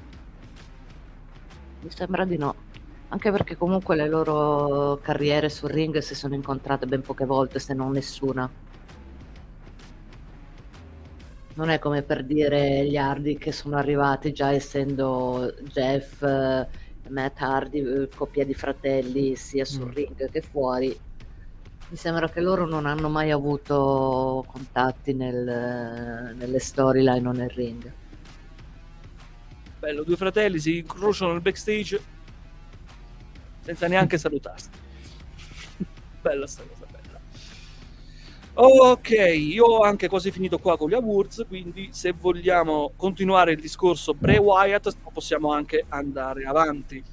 Speaker 2: Mi sembra di no. Anche perché comunque le loro carriere sul ring si sono incontrate ben poche volte, se non nessuna. Non è come per dire gli Hardy che sono arrivati già essendo Jeff e Matt Hardy, coppia di fratelli sia sul ring che fuori. Mi sembra che loro non hanno mai avuto contatti nelle storyline o nel ring.
Speaker 1: Bello, due fratelli si incrociano nel backstage senza neanche salutarsi. Bella sta cosa, bella. Ok, io ho anche quasi finito qua con gli awards, quindi se vogliamo continuare il discorso Bray Wyatt possiamo anche andare avanti.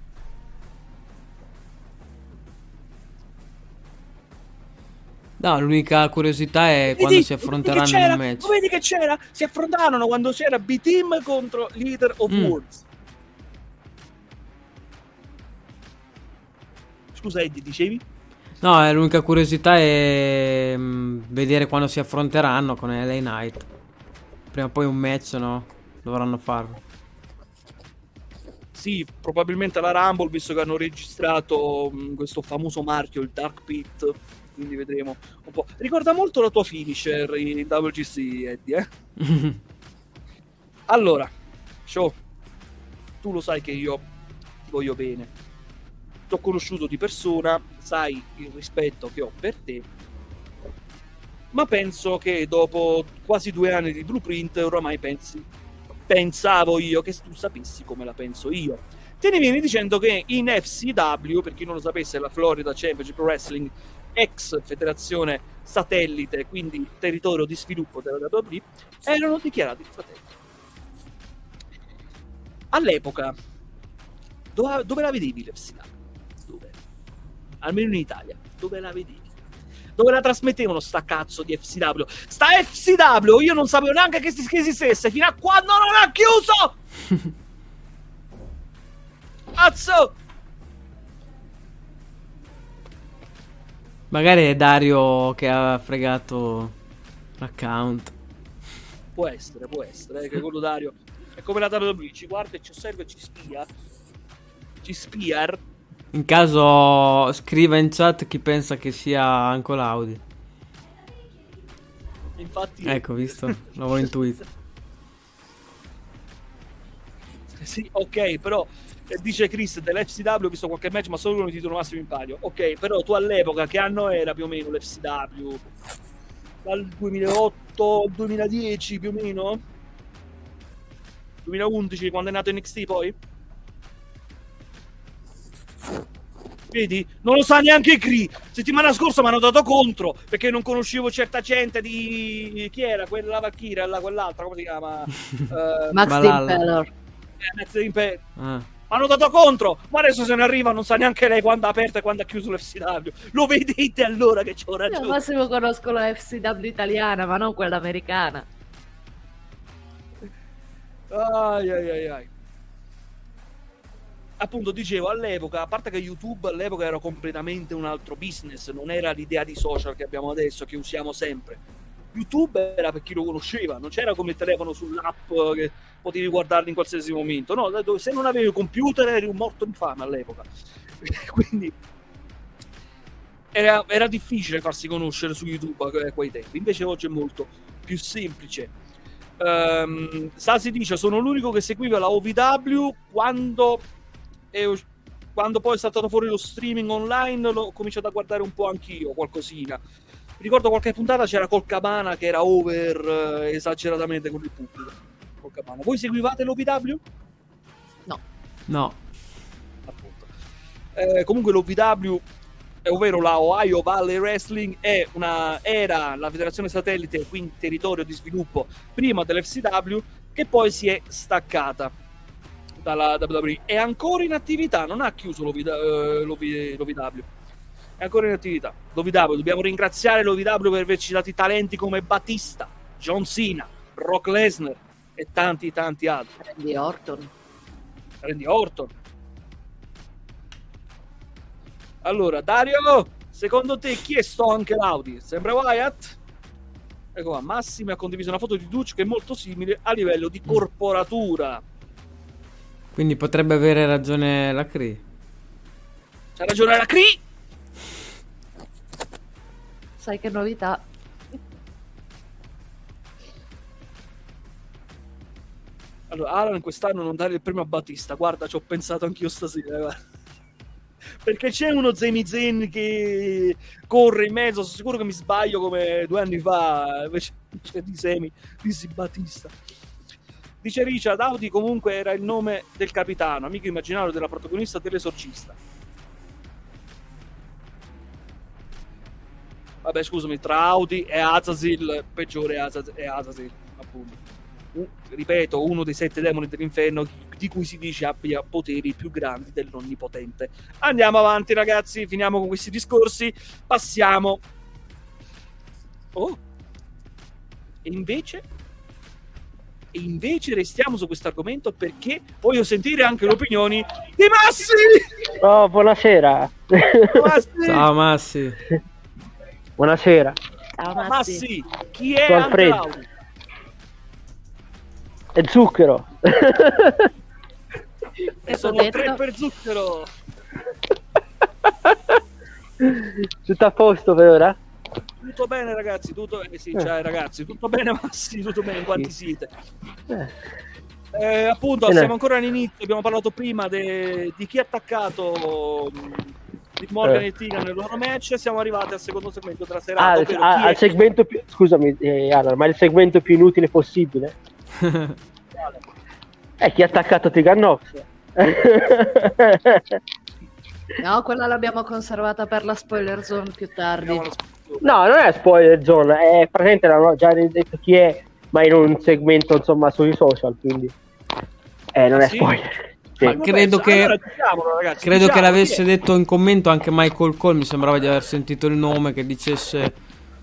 Speaker 3: No, l'unica curiosità è quando si affronteranno in un match.
Speaker 1: Vedi che c'era? Si affrontarono quando c'era B-Team contro Leader of Worlds. Scusa Eddie, dicevi?
Speaker 3: No, l'unica curiosità è vedere quando si affronteranno con LA Knight. Prima o poi un match, no? Dovranno farlo.
Speaker 1: Sì, probabilmente alla Rumble, visto che hanno registrato questo famoso marchio, il Dark Pit. Quindi vedremo un po'. Ricorda molto la tua finisher in WGC, Eddie, eh? Allora, Show, tu lo sai che io ti voglio bene. Ti ho conosciuto di persona, sai il rispetto che ho per te. Ma penso che dopo quasi 2 anni di Blueprint oramai pensavo io che tu sapessi come la penso io. Te ne vieni dicendo che in FCW, per chi non lo sapesse, la Florida Championship Wrestling, ex federazione satellite, quindi territorio di sviluppo della WWE, erano dichiarati fratelli. All'epoca, dove la vedevi l'FCW? Dove? Almeno in Italia, dove la vedevi? Dove la trasmettevano sta cazzo di FCW? Sta FCW io non sapevo neanche che esistesse fino a quando non ha chiuso! Cazzo!
Speaker 3: Magari è Dario che ha fregato l'account.
Speaker 1: Può essere, che quello Dario è come la WWE, ci guarda e ci osserva e ci spia.
Speaker 3: In caso scriva in chat chi pensa che sia Uncle Audi.
Speaker 1: Infatti,
Speaker 3: ecco, visto, l'avevo intuito.
Speaker 1: Sì, ok, però dice Chris dell'FCW ho visto qualche match ma solo con il titolo massimo impari. Ok, però tu all'epoca che anno era più o meno l'FCW? Dal 2008 al 2010 più o meno? 2011 quando è nato NXT poi? Vedi? Non lo sa neanche Cree. Settimana scorsa mi hanno dato contro perché non conoscevo certa gente di... Chi era? Quella Valkyria, quell'altra, come si chiama?
Speaker 2: Max Impeller.
Speaker 1: Max Impeller. Hanno dato contro, ma adesso se ne arriva non sa neanche lei quando ha aperto e quando ha chiuso l'FCW. Lo vedete allora che c'ho ragione.
Speaker 2: Io al massimo conosco la FCW italiana, ma non quella americana.
Speaker 1: Ai. Appunto dicevo, all'epoca, a parte che YouTube all'epoca era completamente un altro business, non era l'idea di social che abbiamo adesso, che usiamo sempre. YouTube era per chi lo conosceva, non c'era come il telefono sull'app che potevi guardarlo in qualsiasi momento. No, se non avevi computer eri un morto infame all'epoca. Quindi era difficile farsi conoscere su YouTube a quei tempi. Invece oggi è molto più semplice. Sasi dice: sono l'unico che seguiva la OVW quando poi è saltato fuori lo streaming online, l'ho cominciato a guardare un po' anch'io, qualcosina. Ricordo qualche puntata c'era Colt Cabana che era over esageratamente con il pubblico. Colt Cabana. Voi seguivate l'OVW?
Speaker 3: No.
Speaker 1: Appunto. Comunque l'OVW, ovvero la Ohio Valley Wrestling, era la federazione satellite, quindi territorio di sviluppo prima dell'FCW, che poi si è staccata dalla WWE. È ancora in attività, non ha chiuso l'OVW. È ancora in attività. L'OVW, dobbiamo ringraziare l'OVW per averci dati talenti come Batista, John Cena, Brock Lesnar e tanti altri. Randy Orton. Allora, Dario, secondo te chi è sto Uncle Audi? Sembra Wyatt? Ecco qua, Massimo ha condiviso una foto di Dutch che è molto simile a livello di corporatura.
Speaker 3: Quindi potrebbe avere ragione la Cree.
Speaker 1: C'ha ragione la Cree?
Speaker 2: Sai che novità?
Speaker 1: Allora, Alan quest'anno non dare il premio a Battista, guarda, ci ho pensato anch'io stasera, guarda. Perché c'è uno Sami Zayn che corre in mezzo, sono sicuro che mi sbaglio come 2 anni fa, invece di Sami, dissi Battista. Dice Richard, Audi comunque era il nome del capitano, amico immaginario della protagonista dell'esorcista. Vabbè, scusami, tra Audi e Azazel, peggiore è Azazel, appunto. Ripeto, uno dei 7 demoni dell'inferno di cui si dice abbia poteri più grandi dell'Onnipotente. Andiamo avanti, ragazzi, finiamo con questi discorsi, passiamo. Oh. E invece restiamo su questo argomento perché voglio sentire anche le opinioni di Massi!
Speaker 4: Oh, buonasera.
Speaker 1: Massi!
Speaker 3: Ciao Massi.
Speaker 4: Buonasera.
Speaker 2: Ciao
Speaker 1: Massi, chi è
Speaker 4: Sono Alfredo.
Speaker 1: Audi?
Speaker 4: È zucchero.
Speaker 1: E sono
Speaker 2: detto?
Speaker 1: 3 per zucchero.
Speaker 4: Tutto a posto per ora?
Speaker 1: Tutto bene, ragazzi? Ragazzi, tutto bene, Massi? Tutto bene, in quanti siete? Appunto, siamo ancora all'inizio, abbiamo parlato prima di chi ha attaccato di Morgan e Tina nel loro match, siamo arrivati al secondo segmento della serata.
Speaker 4: Al segmento più... Scusami, Alan, ma il segmento più inutile possibile? Chi ha attaccato Tegan Nox.
Speaker 2: No, quella l'abbiamo conservata per la spoiler zone più tardi.
Speaker 4: No, non è spoiler zone, è presente, l'hanno già detto chi è, ma in un segmento insomma sui social, quindi non è spoiler. Sì.
Speaker 3: Ma credo che che l'avesse detto in commento anche Michael Cole, mi sembrava di aver sentito il nome che dicesse.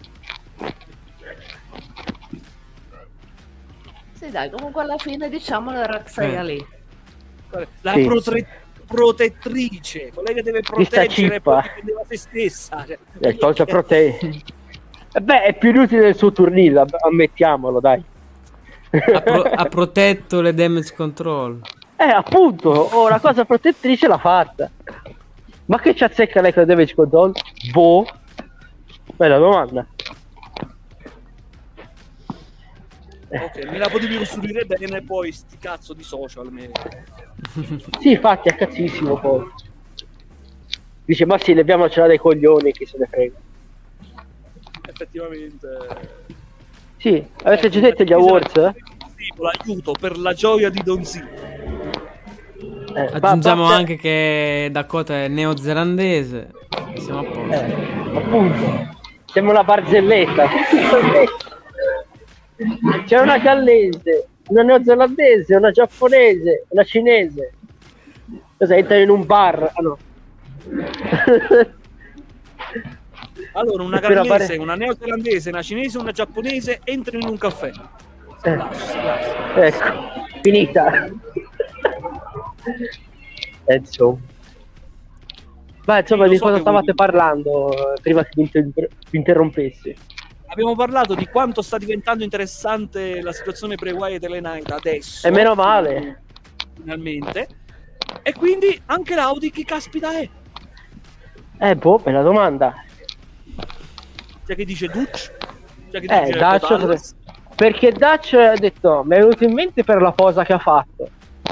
Speaker 2: Sì, dai, comunque alla fine diciamo la Raxaia lì.
Speaker 1: La protettrice, quella che deve proteggere e poi difendeva se stessa.
Speaker 4: Cosa protegge? Beh, è più inutile del suo turnillo, ammettiamolo, dai.
Speaker 3: Ha protetto le damage control.
Speaker 4: Appunto, la cosa protettrice l'ha fatta. Ma che ci azzecca lei con le damage control? Boh. Bella domanda.
Speaker 1: Ok, me la potevi costruire bene, poi sti cazzo di social.
Speaker 4: Sì, infatti è cazzissimo poi. Dice, ma sì, leviamocela dai coglioni, chi se ne frega.
Speaker 1: Effettivamente.
Speaker 4: Sì, avete già detto gli awards?
Speaker 1: L'aiuto per la gioia di Don Z.
Speaker 3: Aggiungiamo anche che Dakota è neozelandese. Siamo a posto.
Speaker 4: Appunto. Siamo una barzelletta. C'è una gallese, una neozelandese, una giapponese, una cinese. Cosa, entrano in un bar? Ah no.
Speaker 1: Allora, una gallese, una neozelandese, una cinese, una giapponese entrano in un caffè.
Speaker 4: Ecco, finita. Insomma. Ma insomma, di cosa stavate parlando prima che mi interrompessi?
Speaker 1: Abbiamo parlato di quanto sta diventando interessante la situazione pre-Wyatt e le Night adesso.
Speaker 4: E meno male.
Speaker 1: Finalmente. E quindi anche l'Audi chi caspita è?
Speaker 4: Bella domanda.
Speaker 1: C'è chi dice Dutch? C'è chi dice
Speaker 4: Dutch, perché Dutch ha detto, mi è venuto in mente per la posa che ha fatto.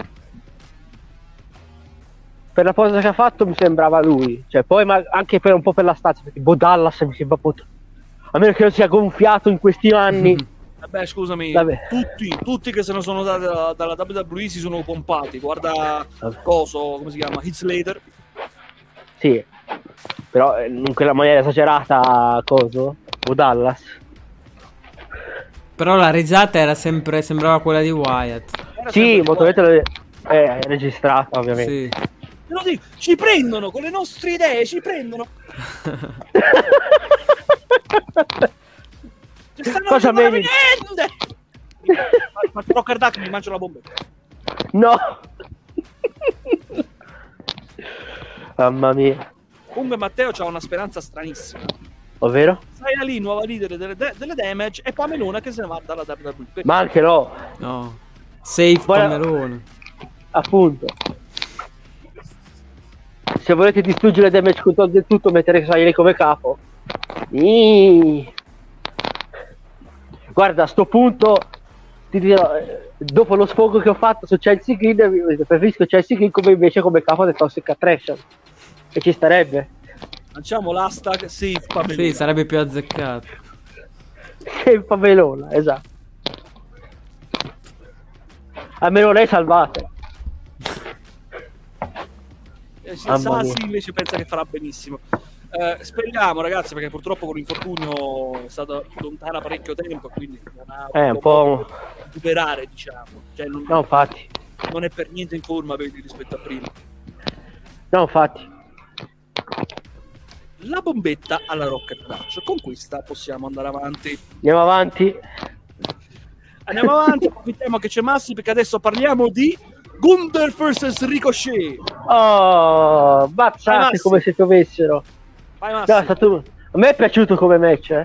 Speaker 4: Per la posa che ha fatto mi sembrava lui. Cioè, poi anche per un po' per la stazza, perché Dallas mi sembra a meno che non sia gonfiato in questi anni.
Speaker 1: Vabbè, scusami, tutti che se ne sono dati dalla WWE si sono pompati. Guarda coso, come si chiama? Heath Slater.
Speaker 4: Sì, però in quella maniera esagerata, coso? O Dallas.
Speaker 3: Però la risata sembrava quella di Wyatt.
Speaker 4: Sì, molto bene è registrata, ovviamente.
Speaker 3: Sì.
Speaker 1: Però sì, ci prendono con le nostre idee, ci prendono. Ci stanno
Speaker 4: cosa
Speaker 1: facendo
Speaker 4: meglio?
Speaker 1: Faccio Rocker Duck, mi mangio la bomba.
Speaker 4: No. Mamma mia.
Speaker 1: Comunque Matteo c'ha una speranza stranissima.
Speaker 4: Ovvero?
Speaker 1: Saia lì, nuova leader delle Damage, e Pamelona che se ne va dalla WWE.
Speaker 4: Ma anche no.
Speaker 3: No. Safe Pamelona.
Speaker 4: Appunto. Se volete distruggere Damage Control del tutto, mettere Saia lì come capo. Guarda, a sto punto ti dirò, dopo lo sfogo che ho fatto su Chelsea Green, preferisco Chelsea Green come capo del Toxic Attraction, e ci starebbe.
Speaker 1: Lanciamo l'hashtag Save Pamelona.
Speaker 3: Sì, sarebbe più azzeccato.
Speaker 4: Save Pamelona, esatto. Almeno lei salvate.
Speaker 1: Sasi invece pensa che farà benissimo. Speriamo, ragazzi, perché purtroppo con l'infortunio è stata lontana parecchio tempo, quindi non ha
Speaker 4: un po'
Speaker 1: recuperare, diciamo. Cioè,
Speaker 4: no, infatti.
Speaker 1: Non è per niente in forma rispetto a prima.
Speaker 4: No, infatti.
Speaker 1: La bombetta alla Rocket Touch. Con questa possiamo andare avanti.
Speaker 4: Andiamo avanti,
Speaker 1: approfittiamo che c'è Massi, perché adesso parliamo di Gunther vs Ricochet.
Speaker 4: Oh, bazzate come se piovessero.
Speaker 1: Vai, Massi.
Speaker 4: No, a me è piaciuto come match,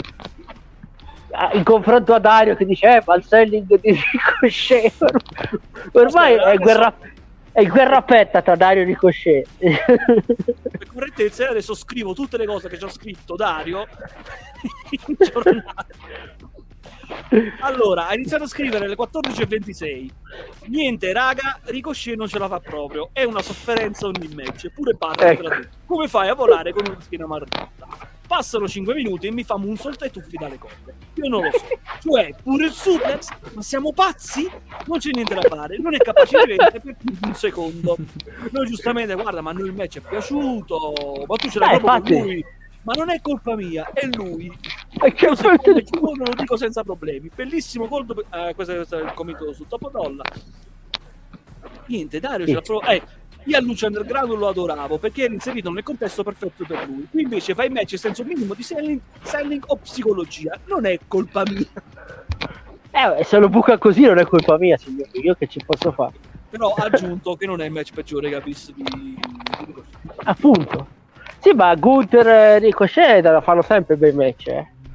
Speaker 4: in confronto a Dario che dice ma il selling di Ricochet ormai è guerra petta tra Dario e Ricochet.
Speaker 1: Per correttezza adesso scrivo tutte le cose che ci ho scritto Dario in giornale. Allora, ha iniziato a scrivere alle 14:26. Niente, raga, Ricochet non ce la fa proprio. È una sofferenza ogni match. Eppure Patrick, come fai a volare con una schiena marretta? Passano 5 minuti e mi fa moonsault e tuffi dalle corde. Io non lo so. Cioè, pure il suplex? Ma siamo pazzi? Non c'è niente da fare. Non è capace di vendere per più di un secondo. Noi giustamente, guarda, ma a noi il match è piaciuto. Ma tu ce l'hai proprio con lui. Ma non è colpa mia, è lui. Io lo dico senza problemi. Bellissimo gol. Questo è il commento sul Topodolla. Niente, Dario ce l'ha proprio. Io a Lucha Underground lo adoravo perché era inserito nel contesto perfetto per lui. Qui invece fai match senza un minimo di selling o psicologia. Non è colpa mia.
Speaker 4: Se lo buca così non è colpa mia, signore. Io che ci posso fare?
Speaker 1: Però ha aggiunto che non è il match peggiore che ha visto di
Speaker 4: appunto. Sì, ma Gunther e Ricochet fanno sempre bei match,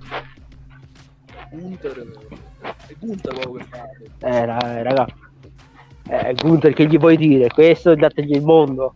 Speaker 1: Gunther quello che fa.
Speaker 4: Raga. Gunther, che gli vuoi dire? Questo dategli il mondo.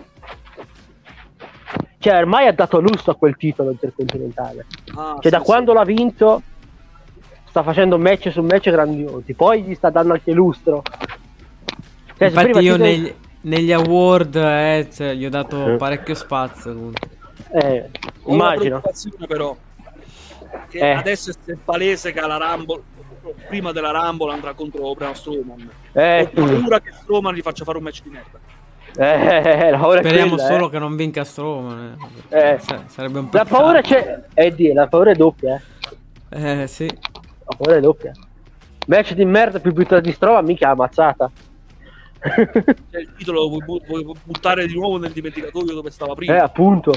Speaker 4: Cioè, ormai ha dato lustro a quel titolo intercontinentale. Da quando l'ha vinto sta facendo match su match grandiosi. Poi gli sta dando anche lustro.
Speaker 3: Infatti io negli award gli ho dato parecchio spazio.
Speaker 4: Immagino.
Speaker 1: Però che adesso è palese che alla Rumble, prima della Rumble, andrà contro Braun Strowman. Ho paura che Strowman gli faccia fare un match di merda.
Speaker 3: Speriamo solo che non vinca Strowman. Sarebbe un peccato.
Speaker 4: La paura c'è. La paura è doppia.
Speaker 3: Sì.
Speaker 4: La paura è doppia. Match di merda più buttata di Strowman, mica ammazzata.
Speaker 1: Il titolo lo vuoi buttare di nuovo nel dimenticatoio dove stava prima.
Speaker 4: Appunto.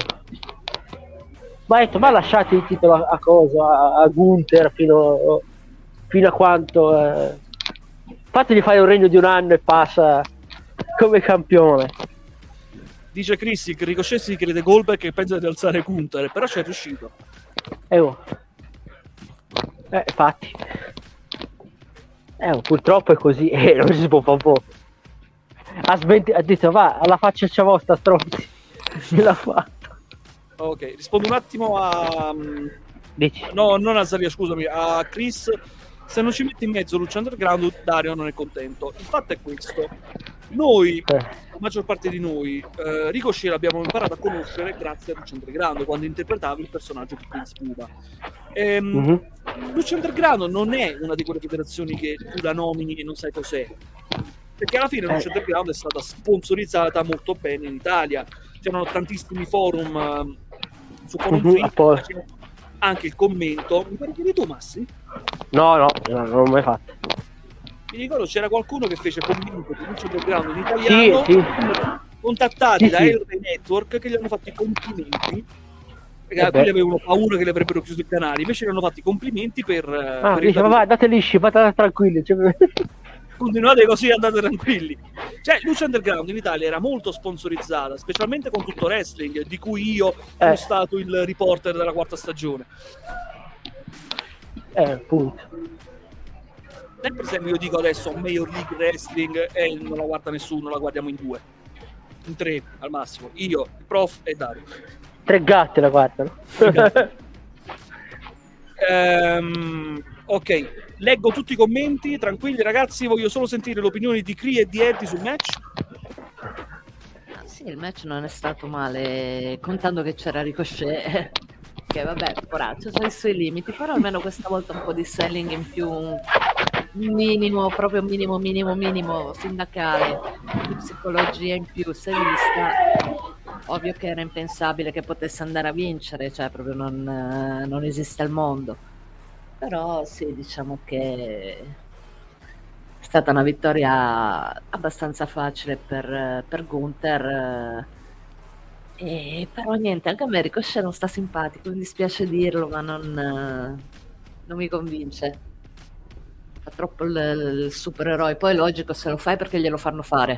Speaker 4: Ma lasciate il titolo a cosa? A Gunther fino a quanto fategli fare un regno di un anno e passa come campione.
Speaker 1: Dice Chris che Ricochet si crede Goldberg che pensa di alzare Gunther, però c'è riuscito.
Speaker 4: Infatti purtroppo è così e non si può fare poco. Ha detto va alla faccia vostra stronzi. L'ha fatto.
Speaker 1: Ok, rispondo un attimo a
Speaker 4: Dici.
Speaker 1: No, non a Zaria, scusami, a Chris. Se non ci metti in mezzo Lucha Underground, Dario non è contento. Il fatto è questo: noi, la maggior parte di noi, Ricochet l'abbiamo imparato a conoscere grazie a Lucha Underground, quando interpretavi il personaggio di Prince Puma. Lucha Underground non è una di quelle federazioni che tu la nomini e non sai cos'è, perché alla fine Lucha Underground è stata sponsorizzata molto bene in Italia. C'erano tantissimi forum su Forum Free, anche il commento. Mi pare che tu, Massi?
Speaker 4: No, non l'ho mai fatto.
Speaker 1: Mi ricordo c'era qualcuno che fece commento di Lucha Underground in italiano,
Speaker 4: sì.
Speaker 1: contattati da Elbe Network, che gli hanno fatto i complimenti, perché quelli avevano paura che le avrebbero chiuso il canale, invece gli hanno fatto i complimenti per
Speaker 4: diceva va, andate lisci, fate tranquilli,
Speaker 1: continuate così, andate tranquilli. Cioè, Lucha Underground in Italia era molto sponsorizzata, specialmente con Tutto Wrestling, di cui io sono stato il reporter della 4ª stagione.
Speaker 4: Appunto.
Speaker 1: Per esempio, io dico adesso Major League Wrestling e non la guarda nessuno, la guardiamo in 2, in 3 al massimo. Io, il prof e Dario.
Speaker 4: 3 gatti la guardano.
Speaker 1: Ok, leggo tutti i commenti, tranquilli ragazzi, voglio solo sentire le opinioni di Cree e di Eddie sul match.
Speaker 2: Sì, il match non è stato male, contando che c'era Ricochet, che vabbè, poraccio, c'ha i suoi limiti, però almeno questa volta un po' di selling in più, un minimo, proprio minimo sindacale, di psicologia in più, si è vista. Ovvio che era impensabile che potesse andare a vincere, cioè proprio non esiste al mondo. Però sì, diciamo che è stata una vittoria abbastanza facile per Gunther. Però niente, anche a me Ricochet non sta simpatico, mi dispiace dirlo, ma non mi convince. Fa troppo il supereroe. Poi è logico, se lo fai perché glielo fanno fare.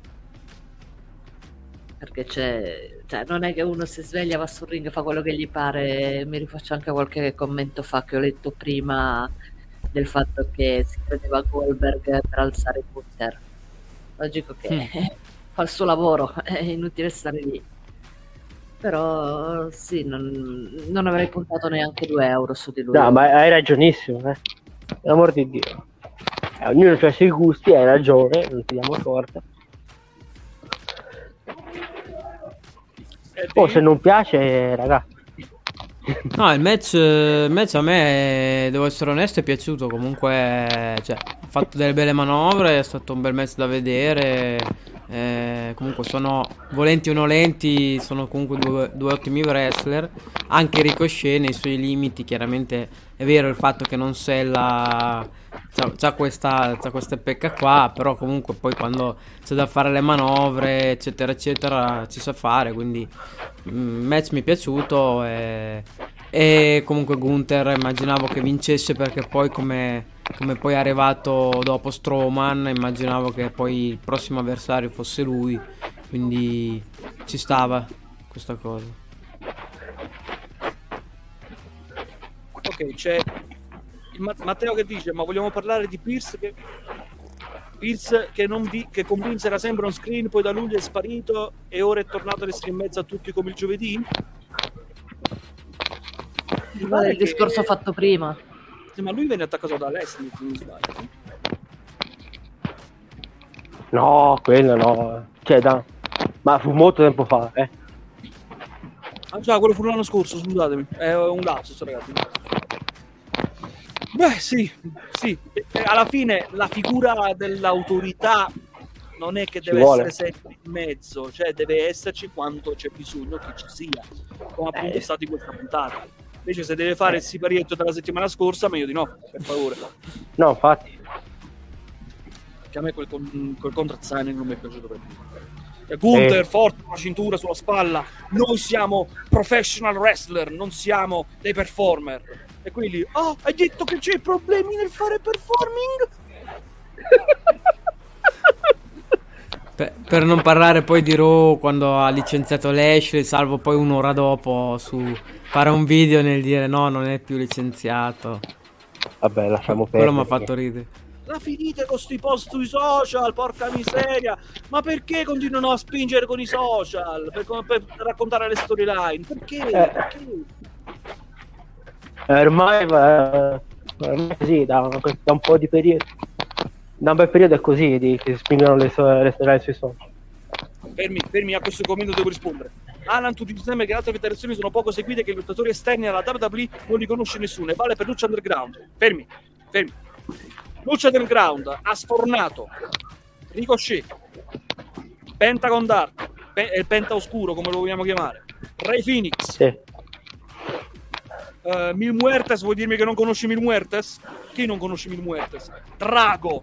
Speaker 2: Perché cioè, non è che uno si sveglia, va sul ring e fa quello che gli pare. Mi rifaccio anche qualche commento fa che ho letto prima del fatto che si credeva Goldberg per alzare Gunther. Logico che fa il suo lavoro, è inutile stare lì. Però sì, non avrei puntato neanche 2 euro su di lui.
Speaker 4: No, ma hai ragionissimo, per l'amor di Dio. Ognuno ha i suoi gusti, hai ragione, non ti diamo torto. Oh, se non piace, ragazzi.
Speaker 3: No, il match a me, devo essere onesto, è piaciuto. Comunque, cioè, ha fatto delle belle manovre, è stato un bel match da vedere. Comunque sono, volenti o nolenti, sono comunque due ottimi wrestler. Anche Ricochet nei suoi limiti, chiaramente è vero il fatto che non sella, c'ha questa pecca qua, però comunque poi quando c'è da fare le manovre eccetera eccetera ci sa fare, quindi match mi è piaciuto e comunque Gunther immaginavo che vincesse, perché poi come poi è arrivato dopo Strowman, immaginavo che poi il prossimo avversario fosse lui, quindi ci stava questa cosa.
Speaker 1: Ok, c'è il Matteo che dice: ma vogliamo parlare di Pierce che con Vince era sempre on screen, poi da luglio è sparito e ora è tornato a essere in mezzo a tutti come il giovedì?
Speaker 2: Il discorso fatto prima.
Speaker 1: Sì, ma lui venne attaccato da Leslie, se non sbaglio.
Speaker 4: No, quello no. Cioè, ma fu molto tempo fa,
Speaker 1: Ah già, quello fu l'anno scorso, scusatemi. È un lapsus, ragazzi. Beh, sì. Alla fine la figura dell'autorità non è che deve essere sempre in mezzo, cioè deve esserci quando c'è bisogno che ci sia, come appunto è stato in questa puntata. Invece se deve fare il siparietto della settimana scorsa, meglio di no, per favore.
Speaker 4: No, infatti.
Speaker 1: Che a me quel contract signing non mi è piaciuto per niente. Gunther forte con la cintura sulla spalla, noi siamo professional wrestler, non siamo dei performer. E quelli, hai detto che c'è problemi nel fare performing?
Speaker 3: Per non parlare poi di Raw, quando ha licenziato Lashley, salvo poi un'ora dopo fare un video nel dire no, non è più licenziato.
Speaker 4: Vabbè, lasciamo perdere.
Speaker 3: Quello mi ha fatto ridere.
Speaker 1: La finite con sti post sui social, porca miseria. Ma perché continuano a spingere con i social per raccontare le storyline? Perché?
Speaker 4: Ormai sì, da un po' di periodo, da un bel periodo è così, che spingono le storyline sui social.
Speaker 1: Fermi, a questo commento devo rispondere. Alan, tu dici sempre che le altre federazioni sono poco seguite, che i lottatori esterni alla WWE non li conosce nessuno, e vale per Lucha Underground. Fermi. Lucha Underground ha sfornato Ricochet, Pentagon Dark, il Penta Oscuro, come lo vogliamo chiamare, Rey Phoenix,
Speaker 4: sì.
Speaker 1: Mil Muertes. Vuoi dirmi che non conosci Mil Muertes? Chi non conosce Mil Muertes? Drago.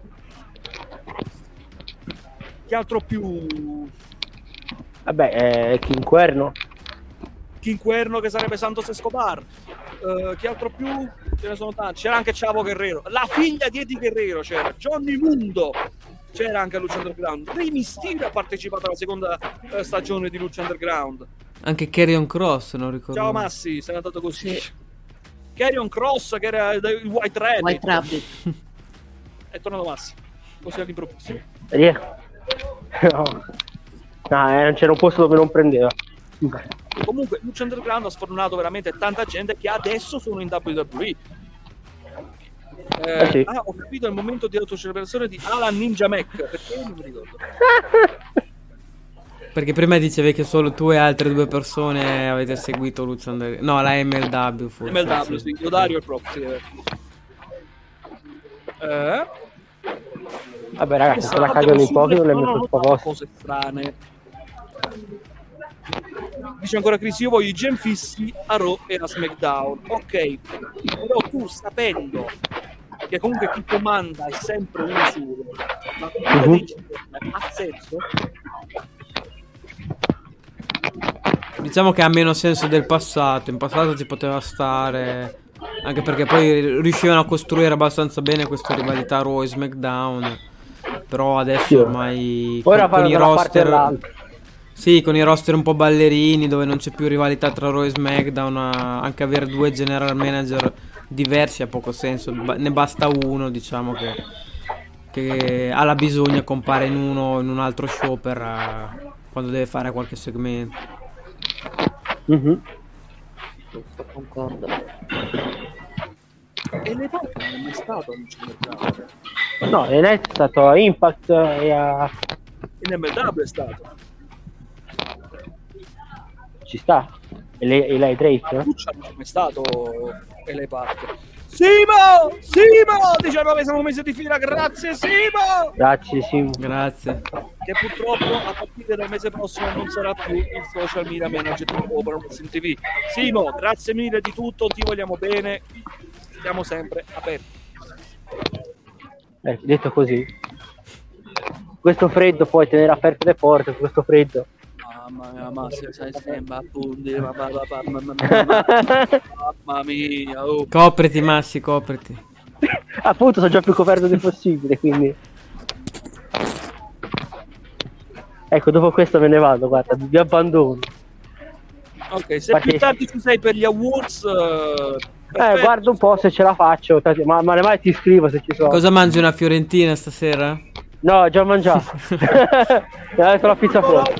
Speaker 1: Che altro più?
Speaker 4: Vabbè, King Cuerno
Speaker 1: Che sarebbe Santos Escobar. Che altro più? Ce ne sono tanti. C'era anche Chavo Guerrero, la figlia di Eddie Guerrero, c'era Johnny Mundo, c'era anche Lucha Underground. Rey Mysterio ha partecipato alla seconda stagione di Lucha Underground.
Speaker 3: Anche Karrion Kross, non ricordo.
Speaker 1: Ciao Massi, sei andato così. Karrion Kross, che era il White Rabbit. È tornato Massi, così all'improvviso.
Speaker 4: No, non c'era un posto dove non prendeva.
Speaker 1: Comunque Lucha Underground ha sfornato veramente tanta gente che adesso sono in WWE.
Speaker 4: Sì.
Speaker 1: Ho capito il momento di autocelebrazione di Alan Ninja Mac, perché non mi ricordo.
Speaker 3: Perché prima dicevi che solo tu e altre 2 persone avete seguito Lucian. No, la MLW forse.
Speaker 1: MLW, sì, Dario e Proxy.
Speaker 4: Vabbè ragazzi, se la cagano in pochi non è molto poco.
Speaker 1: Cose strane. Dice ancora Chris, io voglio i gem fissi a Raw e a SmackDown. Ok, però tu sapendo che comunque chi comanda è sempre uno solo, ma ha senso?
Speaker 3: Diciamo che ha meno senso del passato. In passato ci poteva stare, anche perché poi riuscivano a costruire abbastanza bene questa rivalità Raw e SmackDown. Però adesso ormai con i roster, sì, con i roster un po' ballerini, dove non c'è più rivalità tra Raw e SmackDown, anche avere 2 general manager diversi ha poco senso. Ne basta uno, diciamo, che ha la bisogna, compare in uno in un altro show per quando deve fare qualche segmento.
Speaker 2: Concordo.
Speaker 1: E le parti non è mai stato
Speaker 4: No, è stato a Impact e a...
Speaker 1: in MLW è stato.
Speaker 4: Ci sta. E lei Drake?
Speaker 1: A Lucia non c'è mai stato LA Park. Simo! 19 mese di fila, grazie Simo!
Speaker 4: Grazie Simo.
Speaker 3: Grazie.
Speaker 1: Che purtroppo a partire dal mese prossimo non sarà più il social media manager di Open Wrestling TV. Simo, grazie mille di tutto, ti vogliamo bene, siamo sempre aperti.
Speaker 4: Detto così, questo freddo puoi tenere aperte le porte, questo freddo.
Speaker 1: Mamma mia, sai sempre appunti, mamma mia. Oh.
Speaker 3: Copriti Massi, copriti.
Speaker 4: Appunto, sono già più coperto di possibile, quindi. Ecco, dopo questo me ne vado, guarda, vi abbandono.
Speaker 1: Ok, se più tardi ci sei per gli awards,
Speaker 4: guarda un po' se ce la faccio, ma le mai ti scrivo se ci sono.
Speaker 3: Cosa mangi, una fiorentina stasera?
Speaker 4: No, già mangiato. Mi ha detto la pizza fuori.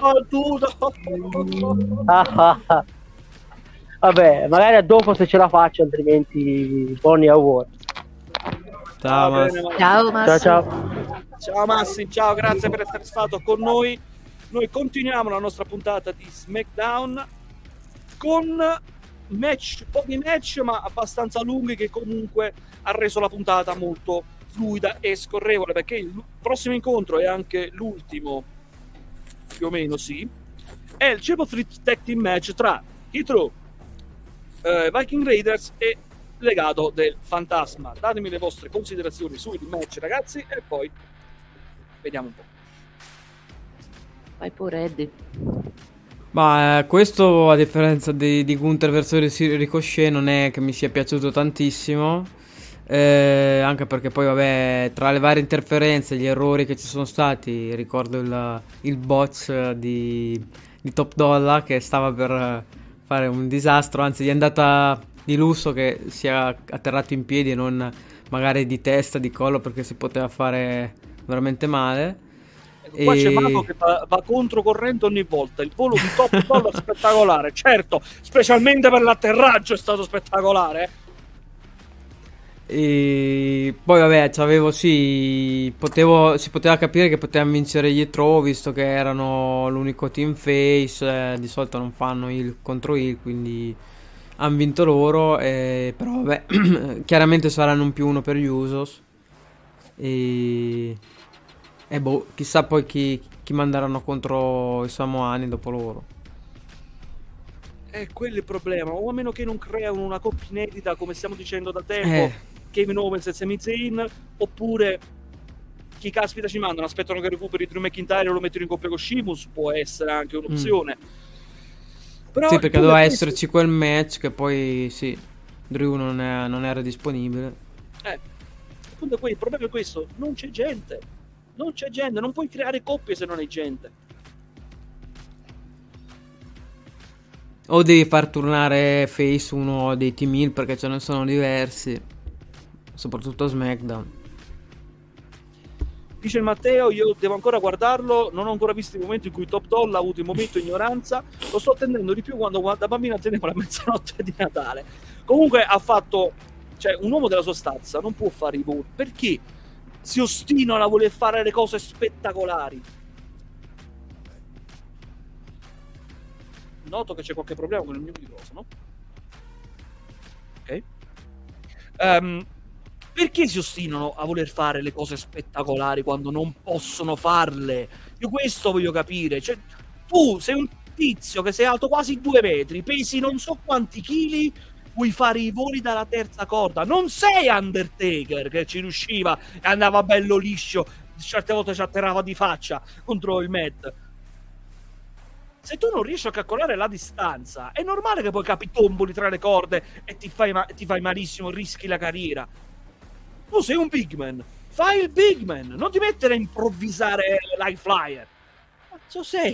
Speaker 4: Vabbè, magari a dopo se ce la faccio, altrimenti buoni award.
Speaker 3: Ciao Massi.
Speaker 2: Ciao Massi.
Speaker 1: Ciao Massi, ciao, grazie per essere stato con noi. Noi continuiamo la nostra puntata di SmackDown con pochi match ma abbastanza lunghi, che comunque ha reso la puntata molto fluida e scorrevole, perché il prossimo incontro è anche l'ultimo, più o meno, sì, è il Triple Threat Tag Team Match tra Hitro, Viking Raiders e Legato del Fantasma. Datemi le vostre considerazioni sul match, ragazzi, e poi vediamo un po'.
Speaker 2: Vai pure, Eddie.
Speaker 3: Ma questo, a differenza di Gunther vs Ricochet, non è che mi sia piaciuto tantissimo, anche perché poi vabbè, tra le varie interferenze, gli errori che ci sono stati, ricordo il botch di Top Dollar che stava per fare un disastro, anzi gli è andata di lusso che sia atterrato in piedi e non magari di testa, di collo, perché si poteva fare veramente male.
Speaker 1: Qua c'è Mago che va controcorrente ogni volta. Il volo di Top Dollar spettacolare, certo, specialmente per l'atterraggio è stato spettacolare.
Speaker 3: E poi vabbè, si poteva capire che potevano vincere gli Throw, visto che erano l'unico team face, di solito non fanno il contro il, quindi hanno vinto loro, però vabbè, chiaramente saranno un +1 per gli Usos. E boh, chissà poi chi manderanno contro i Samoani dopo loro.
Speaker 1: Quello è il problema, o a meno che non creano una coppia inedita, come stiamo dicendo da tempo, Kevin Owens e Sami Zayn, oppure chi caspita ci mandano, aspettano che recuperi Drew McIntyre e lo mettono in coppia con Sheamus, può essere anche un'opzione. Però
Speaker 3: sì, perché doveva esserci quel match che poi sì, Drew non era disponibile.
Speaker 1: Appunto, il problema è questo, non c'è gente, non puoi creare coppie se non hai gente.
Speaker 3: O devi far tornare face uno dei team heel, perché ce ne sono diversi, soprattutto a SmackDown.
Speaker 1: Dice il Matteo, io devo ancora guardarlo, non ho ancora visto il momento in cui Top Doll ha avuto il momento ignoranza, lo sto attendendo di più quando da bambino attendevo la mezzanotte di Natale. Comunque ha fatto Cioè, un uomo della sua stazza non può fare i voli. Perché si ostinano a voler fare le cose spettacolari? Noto che c'è qualche problema con il mio microfono. Ok. Perché si ostinano a voler fare le cose spettacolari quando non possono farle? Io questo voglio capire. Cioè, tu sei un tizio che sei alto quasi 2 metri, pesi non so quanti chili, vuoi fare i voli dalla terza corda. Non sei Undertaker che ci riusciva e andava bello liscio, certe volte ci atterrava di faccia contro il Matt. Se tu non riesci a calcolare la distanza, è normale che poi capitomboli tra le corde e ti fai malissimo, rischi la carriera. Tu sei un big man, fai il big man, non ti mettere a improvvisare l'high flyer. Cazzo sei?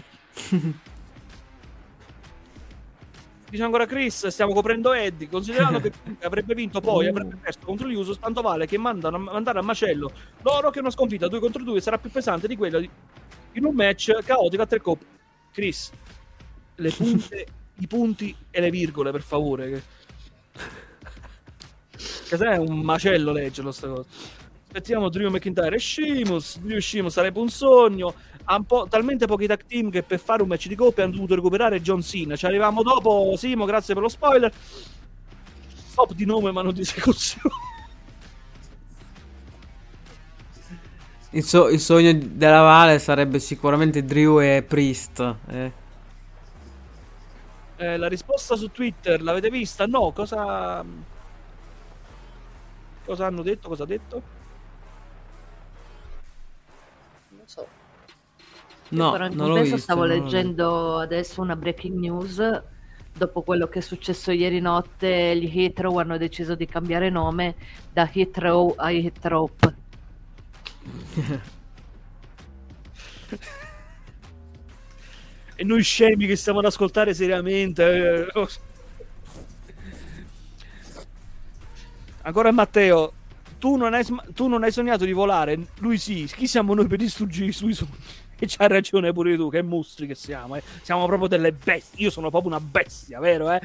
Speaker 1: Dice ancora Chris, stiamo coprendo Eddie, considerando che avrebbe vinto poi, avrebbe perso contro gli Usos, tanto vale che mandare a macello loro che una sconfitta 2 contro 2 sarà più pesante di quella in un match caotico a 3 coppie. Chris, le punte, i punti e le virgole, per favore. Che se è un macello leggerlo sta cosa. Aspettiamo Drew McIntyre e Sheamus. Drew e Sheamus sarebbe un sogno. Ha talmente pochi tag team che per fare un match di coppia hanno dovuto recuperare John Cena. Ci arriviamo dopo, Simo, grazie per lo spoiler. Top di nome ma non di esecuzione.
Speaker 3: Il sogno della Vale sarebbe sicuramente Drew e Priest.
Speaker 1: La risposta su Twitter l'avete vista? No, cosa hanno detto? Cosa ha detto?
Speaker 2: Non so.
Speaker 3: No,
Speaker 2: Però in
Speaker 3: non l'ho
Speaker 2: compenso
Speaker 3: visto.
Speaker 2: stavo
Speaker 3: non l'ho
Speaker 2: leggendo adesso una breaking news. Dopo quello che è successo ieri notte, gli Heathrow hanno deciso di cambiare nome da Heathrow a Heathrow.
Speaker 1: E noi scemi che stiamo ad ascoltare seriamente. Ancora Matteo, tu non hai sognato di volare, lui sì. Chi siamo noi per distruggere i suoi sogni? E c'hai ragione pure tu, che mostri che siamo, siamo proprio delle bestie. Io sono proprio una bestia, vero,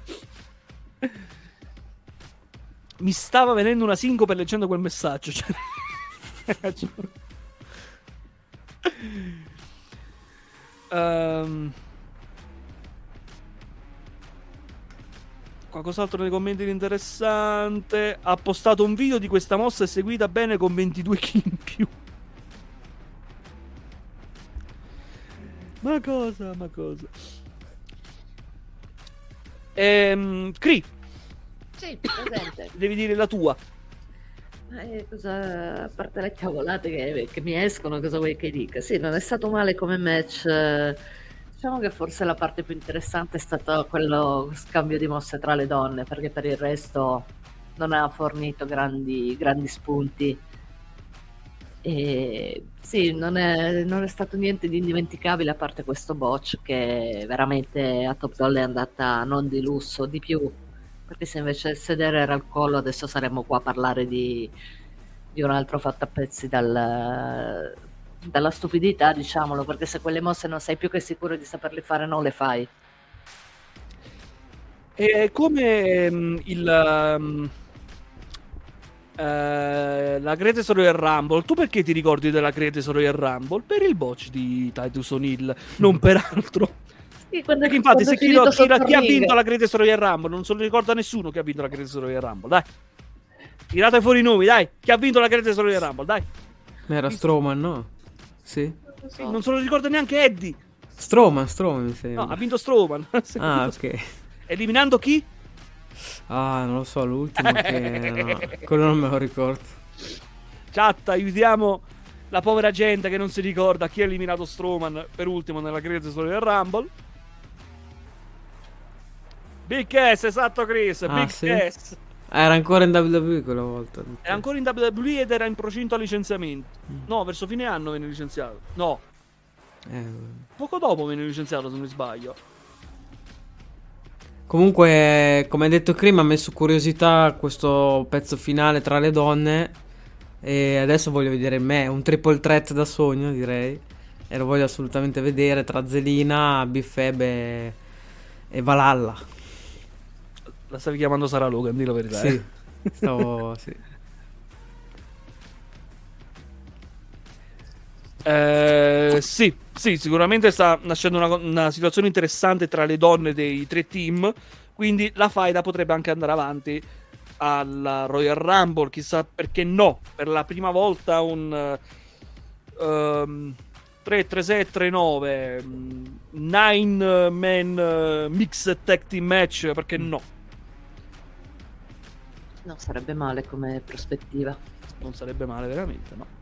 Speaker 1: Mi stava venendo una sincope leggendo quel messaggio. Qualcos'altro nei commenti di interessante. Ha postato un video di questa mossa eseguita bene con 22 kg in più. Ma cosa? Cri.
Speaker 2: Sì, presente.
Speaker 1: Devi dire la tua.
Speaker 2: Cosa, a parte le cavolate che mi escono, cosa vuoi che dica? Sì, non è stato male come match. Diciamo che forse la parte più interessante è stato quello scambio di mosse tra le donne, perché per il resto non ha fornito grandi spunti. E sì, non è stato niente di indimenticabile, a parte questo botch che veramente a Top Dollar è andata non di lusso, di più. Perché se invece il sedere era al collo, adesso saremmo qua a parlare di un altro fatto a pezzi dalla stupidità, diciamolo, perché se quelle mosse non sei più che sicuro di saperle fare, non le fai.
Speaker 1: È come la Greatest Royal Rumble. Tu perché ti ricordi della Greatest Royal Rumble? Per il botch di Titus O'Neil, non per altro. Perché infatti se chi ha vinto la Greatest Royal Rumble non se lo ricorda nessuno che ha vinto la Greatest Royal Rumble, dai. Tirate fuori i nomi, dai. Chi ha vinto la Greatest Royal Rumble, dai.
Speaker 3: Era Strowman, no? Sì.
Speaker 1: Sì, non se lo ricorda neanche Eddie.
Speaker 3: Strowman mi sembra.
Speaker 1: No, ha vinto Strowman.
Speaker 3: Ok.
Speaker 1: Eliminando chi?
Speaker 3: Non lo so, l'ultimo che... No, quello non me lo ricordo.
Speaker 1: Chat, aiutiamo la povera gente che non si ricorda chi ha eliminato Strowman per ultimo nella Greatest Royal Rumble. Big S, esatto Chris, Big
Speaker 3: sì?
Speaker 1: S.
Speaker 3: Era ancora in WWE quella volta.
Speaker 1: Era ancora in WWE ed era in procinto a licenziamento. No, verso fine anno venne licenziato. No. Poco dopo venne licenziato, se non mi sbaglio.
Speaker 3: Comunque, come hai detto prima, ha messo curiosità questo pezzo finale tra le donne. E adesso voglio vedere un triple threat da sogno, direi. E lo voglio assolutamente vedere tra Zelina, Big-Feb e Valhalla.
Speaker 1: La stavi chiamando Sarah Logan, dillo la verità.
Speaker 3: Sì. Sì.
Speaker 1: Sì, sicuramente sta nascendo una situazione interessante tra le donne dei 3 team. Quindi la faida potrebbe anche andare avanti alla Royal Rumble. Chissà perché no. Per la prima volta un 3-3-6-3-9 9 man mixed tag team match. Perché no?
Speaker 2: Non sarebbe male come prospettiva.
Speaker 1: Non sarebbe male veramente, no?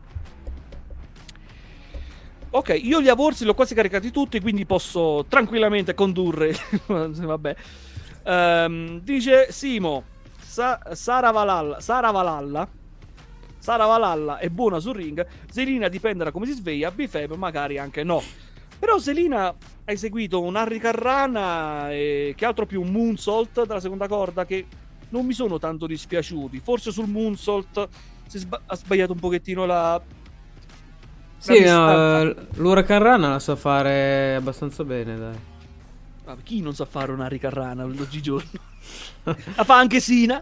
Speaker 1: Ok, io gli avorsi li ho quasi caricati tutti, quindi posso tranquillamente condurre. Vabbè. Dice Simo, Sara Valhalla è buona sul ring. Zelina dipende da come si sveglia. Bifeb magari anche no. Però Zelina ha eseguito un Harry Carrana e che altro più un moonsault dalla seconda corda che non mi sono tanto dispiaciuti. Forse sul moonsault ha sbagliato un pochettino la
Speaker 3: Sì,
Speaker 1: distanza.
Speaker 3: l'Huracan Rana la sa fare abbastanza bene, dai.
Speaker 1: Ma chi non sa fare una ricarrana oggigiorno? La fa anche Sina.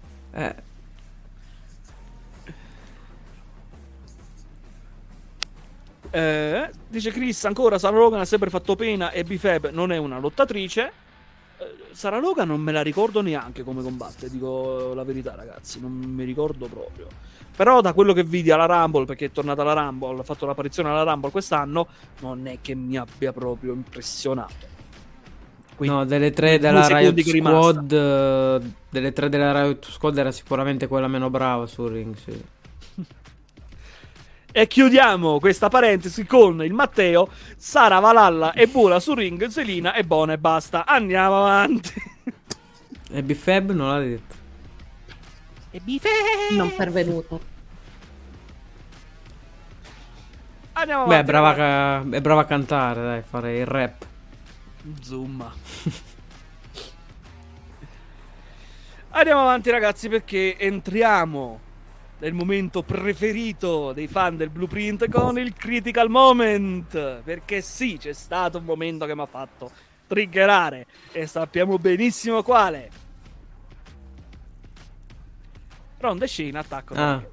Speaker 1: Dice Chris ancora Sarah Logan ha sempre fatto pena e Bifeb non è una lottatrice. Sarah Logan non me la ricordo neanche come combatte, dico la verità ragazzi, non mi ricordo proprio. Però da quello che vidi alla Rumble, perché è tornata alla Rumble, ha fatto l'apparizione alla Rumble quest'anno, non è che mi abbia proprio impressionato. Quindi,
Speaker 3: no, delle 3 della Riot Squad, delle 3 della Riot Squad era sicuramente quella meno brava sul ring, sì.
Speaker 1: E chiudiamo questa parentesi con il Matteo. Sara Valhalla è buona sul ring, Zelina è buona e basta. Andiamo avanti.
Speaker 3: E Bifeb non l'ha detto.
Speaker 1: E Bifeb
Speaker 2: Non pervenuto.
Speaker 1: Andiamo
Speaker 3: Beh,
Speaker 1: avanti.
Speaker 3: è brava a cantare, dai, fare il rap.
Speaker 1: Zumma. Andiamo avanti ragazzi perché entriamo nel momento preferito dei fan del Blueprint con il Critical Moment. Perché sì, c'è stato un momento che mi ha fatto triggerare e sappiamo benissimo quale. Ronda e Shane attacco.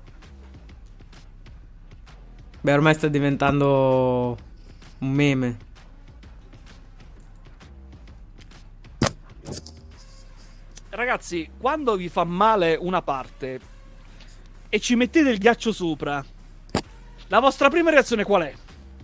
Speaker 3: Beh, ormai sta diventando un meme.
Speaker 1: Ragazzi, quando vi fa male una parte e ci mettete il ghiaccio sopra, la vostra prima reazione qual è?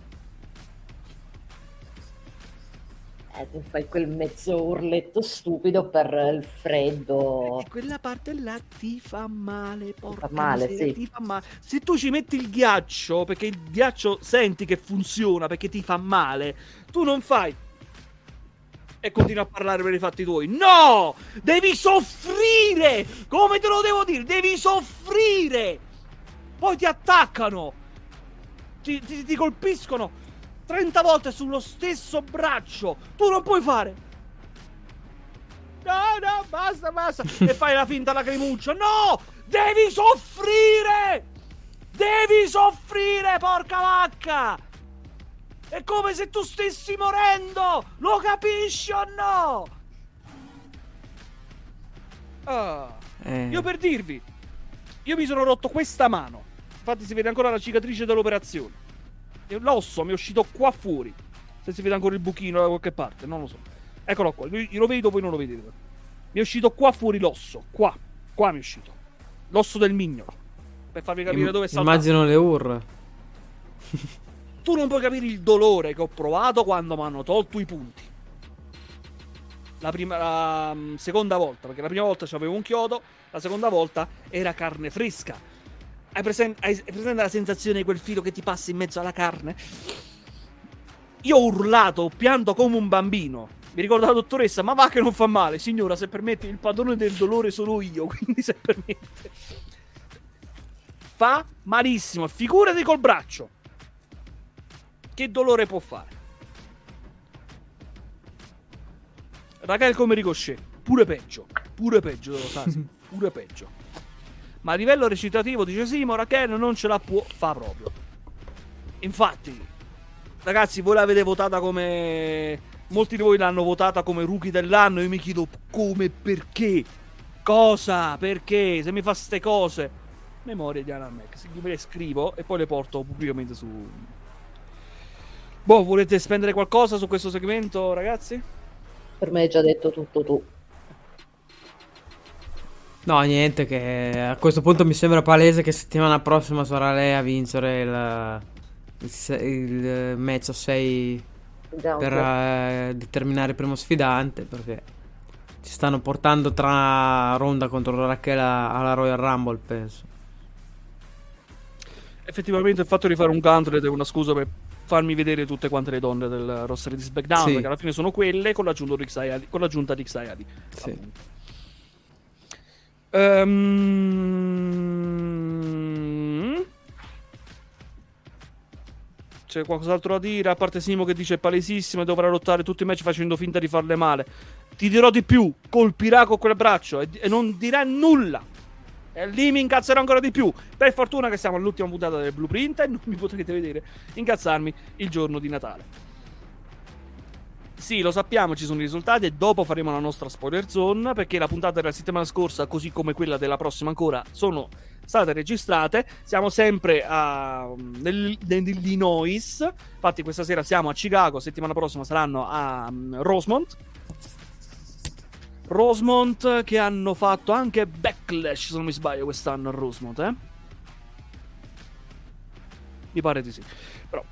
Speaker 2: Tu fai quel mezzo urletto stupido per il freddo.
Speaker 1: E quella parte là ti fa male, porca
Speaker 2: fa male,
Speaker 1: miseria,
Speaker 2: sì.
Speaker 1: ti fa male. Se tu ci metti il ghiaccio, perché il ghiaccio senti che funziona, perché ti fa male, tu non fai e continui a parlare per i fatti tuoi. No! Devi soffrire! Come te lo devo dire? Devi soffrire! Poi ti attaccano! Ti colpiscono 30 volte sullo stesso braccio! Tu non puoi fare! No, basta! E fai la finta lacrimuccia! No! Devi soffrire! Devi soffrire, porca vacca! È come se tu stessi morendo! Lo capisci o no? Io per dirvi, io mi sono rotto questa mano. Infatti si vede ancora la cicatrice dell'operazione. L'osso mi è uscito qua fuori. Se si vede ancora il buchino da qualche parte, non lo so. Eccolo qua, io lo vedo, voi non lo vedete. Mi è uscito qua fuori l'osso. Qua mi è uscito. L'osso del mignolo. Per farvi capire dove sta.
Speaker 3: Immagino le urla.
Speaker 1: Tu non puoi capire il dolore che ho provato quando mi hanno tolto i punti. La seconda volta, perché la prima volta c'avevo un chiodo, la seconda volta era carne fresca. Hai presente la sensazione di quel filo che ti passa in mezzo alla carne? Io ho urlato, ho pianto come un bambino. Mi ricordo la dottoressa, ma va che non fa male. Signora, se permette, il padrone del dolore sono io, quindi se permette. Fa malissimo, figurati col braccio. Che dolore può fare? Raquel come Ricochet, pure peggio, Sasi, pure peggio. Ma a livello recitativo dice Simo, Raquel non ce la può fa proprio. Infatti, ragazzi, voi l'avete votata come... Molti di voi l'hanno votata come rookie dell'anno. Io mi chiedo come e perché. Cosa? Perché? Se mi fa ste cose. Memoria di Alan Mac. Me le scrivo e poi le porto pubblicamente su. Boh, volete spendere qualcosa su questo segmento, ragazzi?
Speaker 2: Per me hai già detto tutto tu.
Speaker 3: No, niente, che a questo punto mi sembra palese che settimana prossima sarà lei a vincere il match a 6 per determinare il primo sfidante, perché ci stanno portando tra Ronda contro Raquel alla Royal Rumble, penso.
Speaker 1: Effettivamente il fatto di fare un gauntlet è una scusa per farmi vedere tutte quante le donne del roster di SmackDown,
Speaker 3: Sì.
Speaker 1: perché alla fine sono quelle con l'aggiunta di XIAD.
Speaker 3: Sì.
Speaker 1: C'è qualcos'altro da dire? A parte Simo che dice è palesissimo e dovrà lottare tutti i match facendo finta di farle male. Ti dirò di più, colpirà con quel braccio e non dirà nulla. E lì mi incazzerò ancora di più. Per fortuna che siamo all'ultima puntata del Blueprint e non mi potrete vedere incazzarmi il giorno di Natale. Sì, lo sappiamo, ci sono i risultati e dopo faremo la nostra spoiler zone, perché la puntata della settimana scorsa, così come quella della prossima ancora, sono state registrate. Siamo sempre nell'Illinois. Infatti questa sera siamo a Chicago, settimana prossima saranno a Rosemont, che hanno fatto anche Backlash, se non mi sbaglio, quest'anno a Rosemont, Mi pare di sì. Però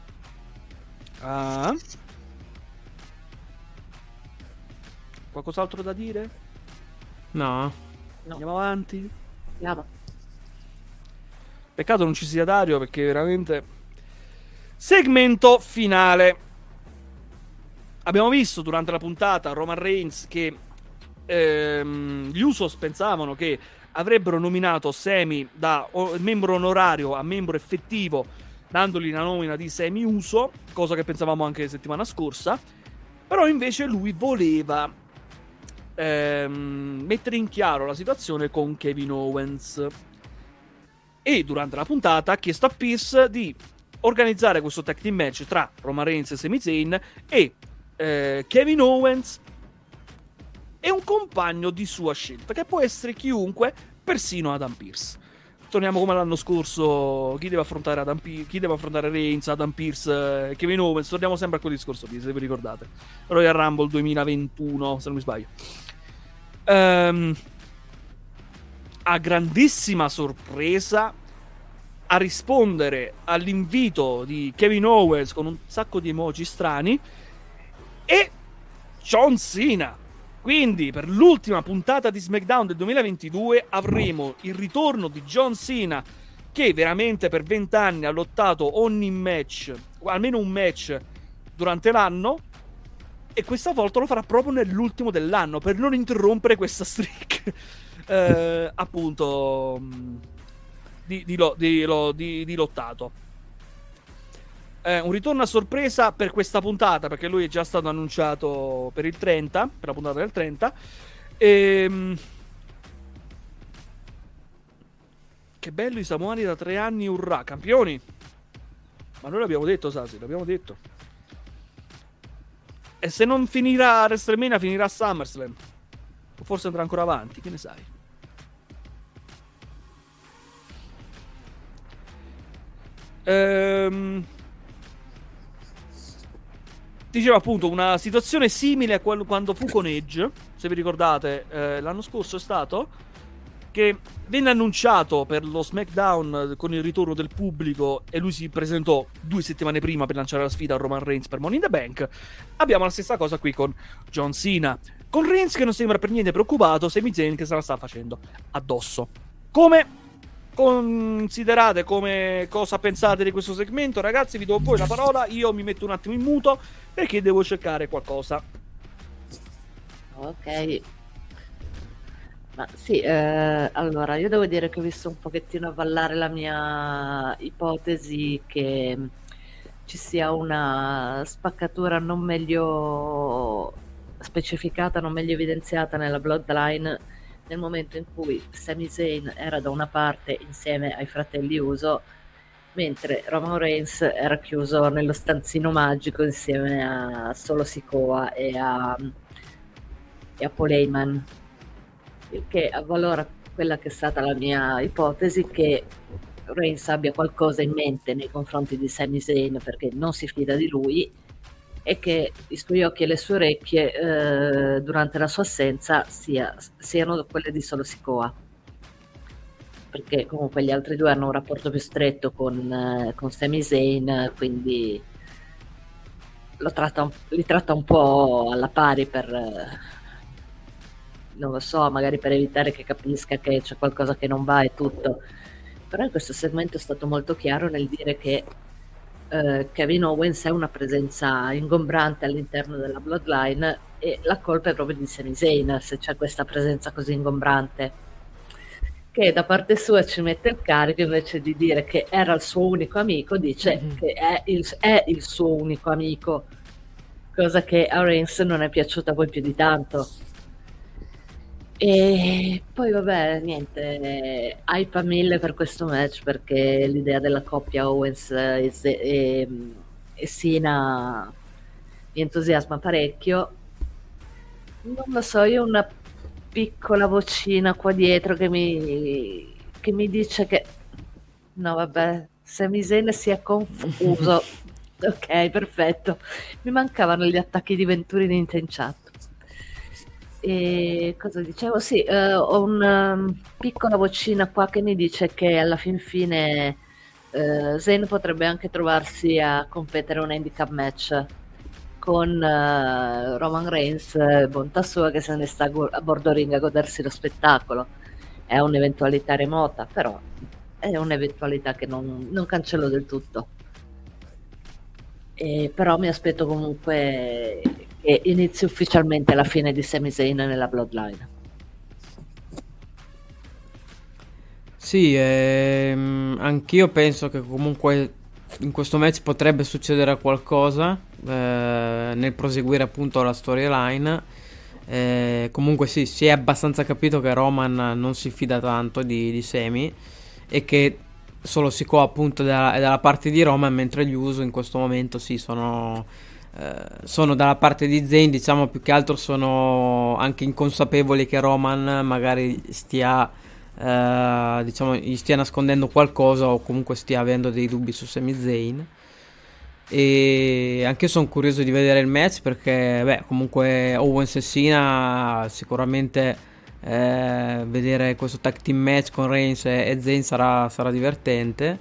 Speaker 1: qualcos'altro da dire?
Speaker 3: No.
Speaker 1: Andiamo avanti.
Speaker 2: Andiamo.
Speaker 1: Peccato non ci sia Dario, perché veramente segmento finale. Abbiamo visto durante la puntata Roman Reigns che gli Usos pensavano che avrebbero nominato Sami da membro onorario a membro effettivo, dandogli la nomina di Sami Uso, cosa che pensavamo anche settimana scorsa. Però invece lui voleva mettere in chiaro la situazione con Kevin Owens, e durante la puntata ha chiesto a Pierce di organizzare questo tag team match tra Roman Reigns e Sami Zayn e Kevin Owens e un compagno di sua scelta, che può essere chiunque, persino Adam Pearce. Torniamo come l'anno scorso, chi deve affrontare Reigns, Adam Pearce, Kevin Owens. Torniamo sempre a quel discorso lì, se vi ricordate, Royal Rumble 2021, se non mi sbaglio. A grandissima sorpresa, a rispondere all'invito di Kevin Owens con un sacco di emoji strani, e John Cena. Quindi per l'ultima puntata di SmackDown del 2022 avremo il ritorno di John Cena, che veramente per 20 anni ha lottato ogni match, almeno un match durante l'anno, e questa volta lo farà proprio nell'ultimo dell'anno per non interrompere questa streak appunto di lottato. Un ritorno a sorpresa per questa puntata, perché lui è già stato annunciato per il 30, per la puntata del 30. Che bello i Samoani da 3 anni, urrà, campioni. Ma noi l'abbiamo detto, Sasi, l'abbiamo detto. E se non finirà a WrestleMania, finirà a SummerSlam. O forse andrà ancora avanti, che ne sai. Diceva appunto una situazione simile a quando fu con Edge, se vi ricordate, l'anno scorso è stato, che venne annunciato per lo SmackDown con il ritorno del pubblico e lui si presentò 2 settimane prima per lanciare la sfida a Roman Reigns per Money in the Bank. Abbiamo la stessa cosa qui con John Cena, con Reigns che non sembra per niente preoccupato, Sami Zayn che se la sta facendo addosso. Come considerate, come cosa pensate di questo segmento, ragazzi? Vi do a voi la parola, io mi metto un attimo in muto perché devo cercare qualcosa.
Speaker 2: Ok. Ma sì, allora io devo dire che ho visto un pochettino avvallare la mia ipotesi che ci sia una spaccatura non meglio specificata, non meglio evidenziata nella Bloodline, nel momento in cui Sami Zayn era da una parte insieme ai fratelli Uso, mentre Roman Reigns era chiuso nello stanzino magico insieme a Solo Sikoa e a Paul Heyman. il che avvalora quella che è stata la mia ipotesi, che Reigns abbia qualcosa in mente nei confronti di Sami Zayn, perché non si fida di lui, e che i suoi occhi e le sue orecchie durante la sua assenza siano quelle di Solo Sikoa, perché comunque gli altri due hanno un rapporto più stretto con Sami Zayn, quindi li tratta un po' alla pari non lo so, magari per evitare che capisca che c'è qualcosa che non va e tutto. Però in questo segmento è stato molto chiaro nel dire che Kevin Owens è una presenza ingombrante all'interno della Bloodline e la colpa è proprio di Sami Zayn se c'è questa presenza così ingombrante, che da parte sua ci mette il carico, invece di dire che era il suo unico amico dice che è il suo unico amico, cosa che a Reigns non è piaciuta poi più di tanto. E poi vabbè, niente, hype a 1000 per questo match, perché l'idea della coppia Owens e Cena mi entusiasma parecchio. Non lo so, io ho una piccola vocina qua dietro che mi dice che no vabbè, Sami Zayn si è confuso. Ok, perfetto, mi mancavano gli attacchi di Venturini in chat. E cosa dicevo? Sì, ho una piccola vocina qua che mi dice che alla fin fine Zayn potrebbe anche trovarsi a competere un handicap match con Roman Reigns, bontà sua, che se ne sta a bordo ring a godersi lo spettacolo. È un'eventualità remota, però è un'eventualità che non cancello del tutto. Però mi aspetto comunque che inizi ufficialmente la fine di Sami Zayn nella Bloodline.
Speaker 3: Sì, anch'io penso che comunque in questo match potrebbe succedere qualcosa nel proseguire appunto la storyline. Comunque sì, si è abbastanza capito che Roman non si fida tanto di Sami e che Solo Sikoa appunto è dalla parte di Roman, mentre gli Uso in questo momento sì sono dalla parte di Zayn, diciamo. Più che altro sono anche inconsapevoli che Roman magari stia diciamo gli stia nascondendo qualcosa o comunque stia avendo dei dubbi su Sami Zayn. E anche io sono curioso di vedere il match, perché beh, comunque Owens e Cena sicuramente vedere questo tag team match con Reigns e Zayn sarà divertente.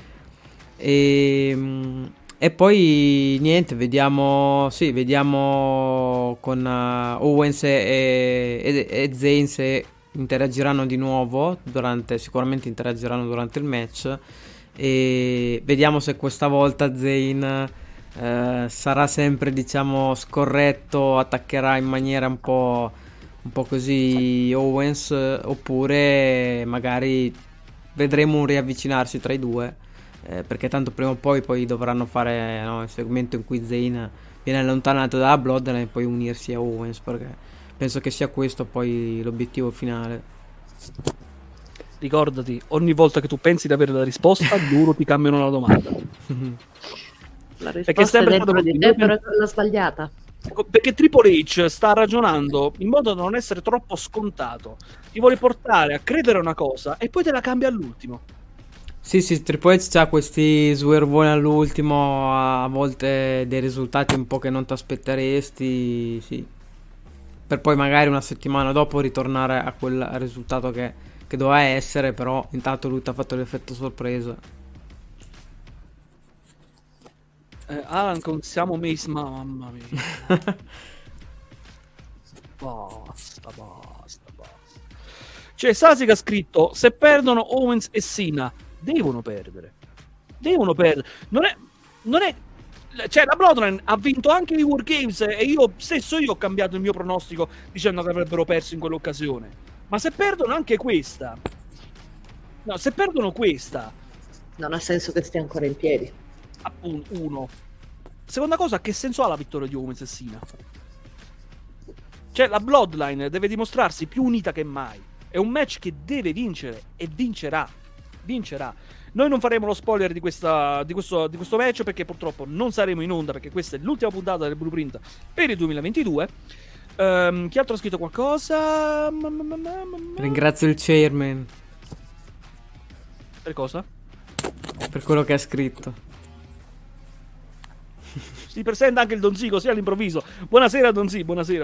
Speaker 3: E poi niente, vediamo con Owens e Zayn se interagiranno di nuovo sicuramente interagiranno durante il match, e vediamo se questa volta Zayn sarà sempre, diciamo, scorretto, attaccherà in maniera un po' così Owens, oppure magari vedremo un riavvicinarsi tra i due, perché tanto prima o poi dovranno fare, no, il segmento in cui Zayn viene allontanato dalla Bloodline e poi unirsi a Owens, perché penso che sia questo poi l'obiettivo finale.
Speaker 1: Ricordati, ogni volta che tu pensi di avere la risposta, loro ti cambiano la domanda.
Speaker 2: La risposta è dentro di te, però è quella sbagliata.
Speaker 1: Perché Triple H sta ragionando in modo da non essere troppo scontato. Ti vuole portare a credere una cosa e poi te la cambia all'ultimo.
Speaker 3: Sì, Triple H c'ha questi swervoni all'ultimo, a volte dei risultati un po' che non ti aspetteresti, sì. Per poi magari una settimana dopo ritornare a quel risultato che doveva essere, però intanto lui ti ha fatto l'effetto sorpresa.
Speaker 1: Alan, siamo Mace, mamma mia. Basta. Cioè, Sasik ha scritto: se perdono Owens e Cena, devono perdere. Non è cioè, la Bloodline ha vinto anche i War Games e io ho cambiato il mio pronostico dicendo che avrebbero perso in quell'occasione. Ma se perdono anche questa,
Speaker 2: non ha senso che stia ancora in piedi.
Speaker 1: Appunto, uno. Seconda cosa, che senso ha la vittoria di Owens e Cena? Cioè, la Bloodline deve dimostrarsi più unita che mai. È un match che deve vincere e vincerà. Noi non faremo lo spoiler di questo match, perché purtroppo non saremo in onda, perché questa è l'ultima puntata del Blueprint per il 2022. Chi altro ha scritto qualcosa?
Speaker 3: Ringrazio il chairman
Speaker 1: Per cosa?
Speaker 3: per quello che ha scritto.
Speaker 1: Si presenta anche il Donzi così all'improvviso. Buonasera Donzi, buonasera.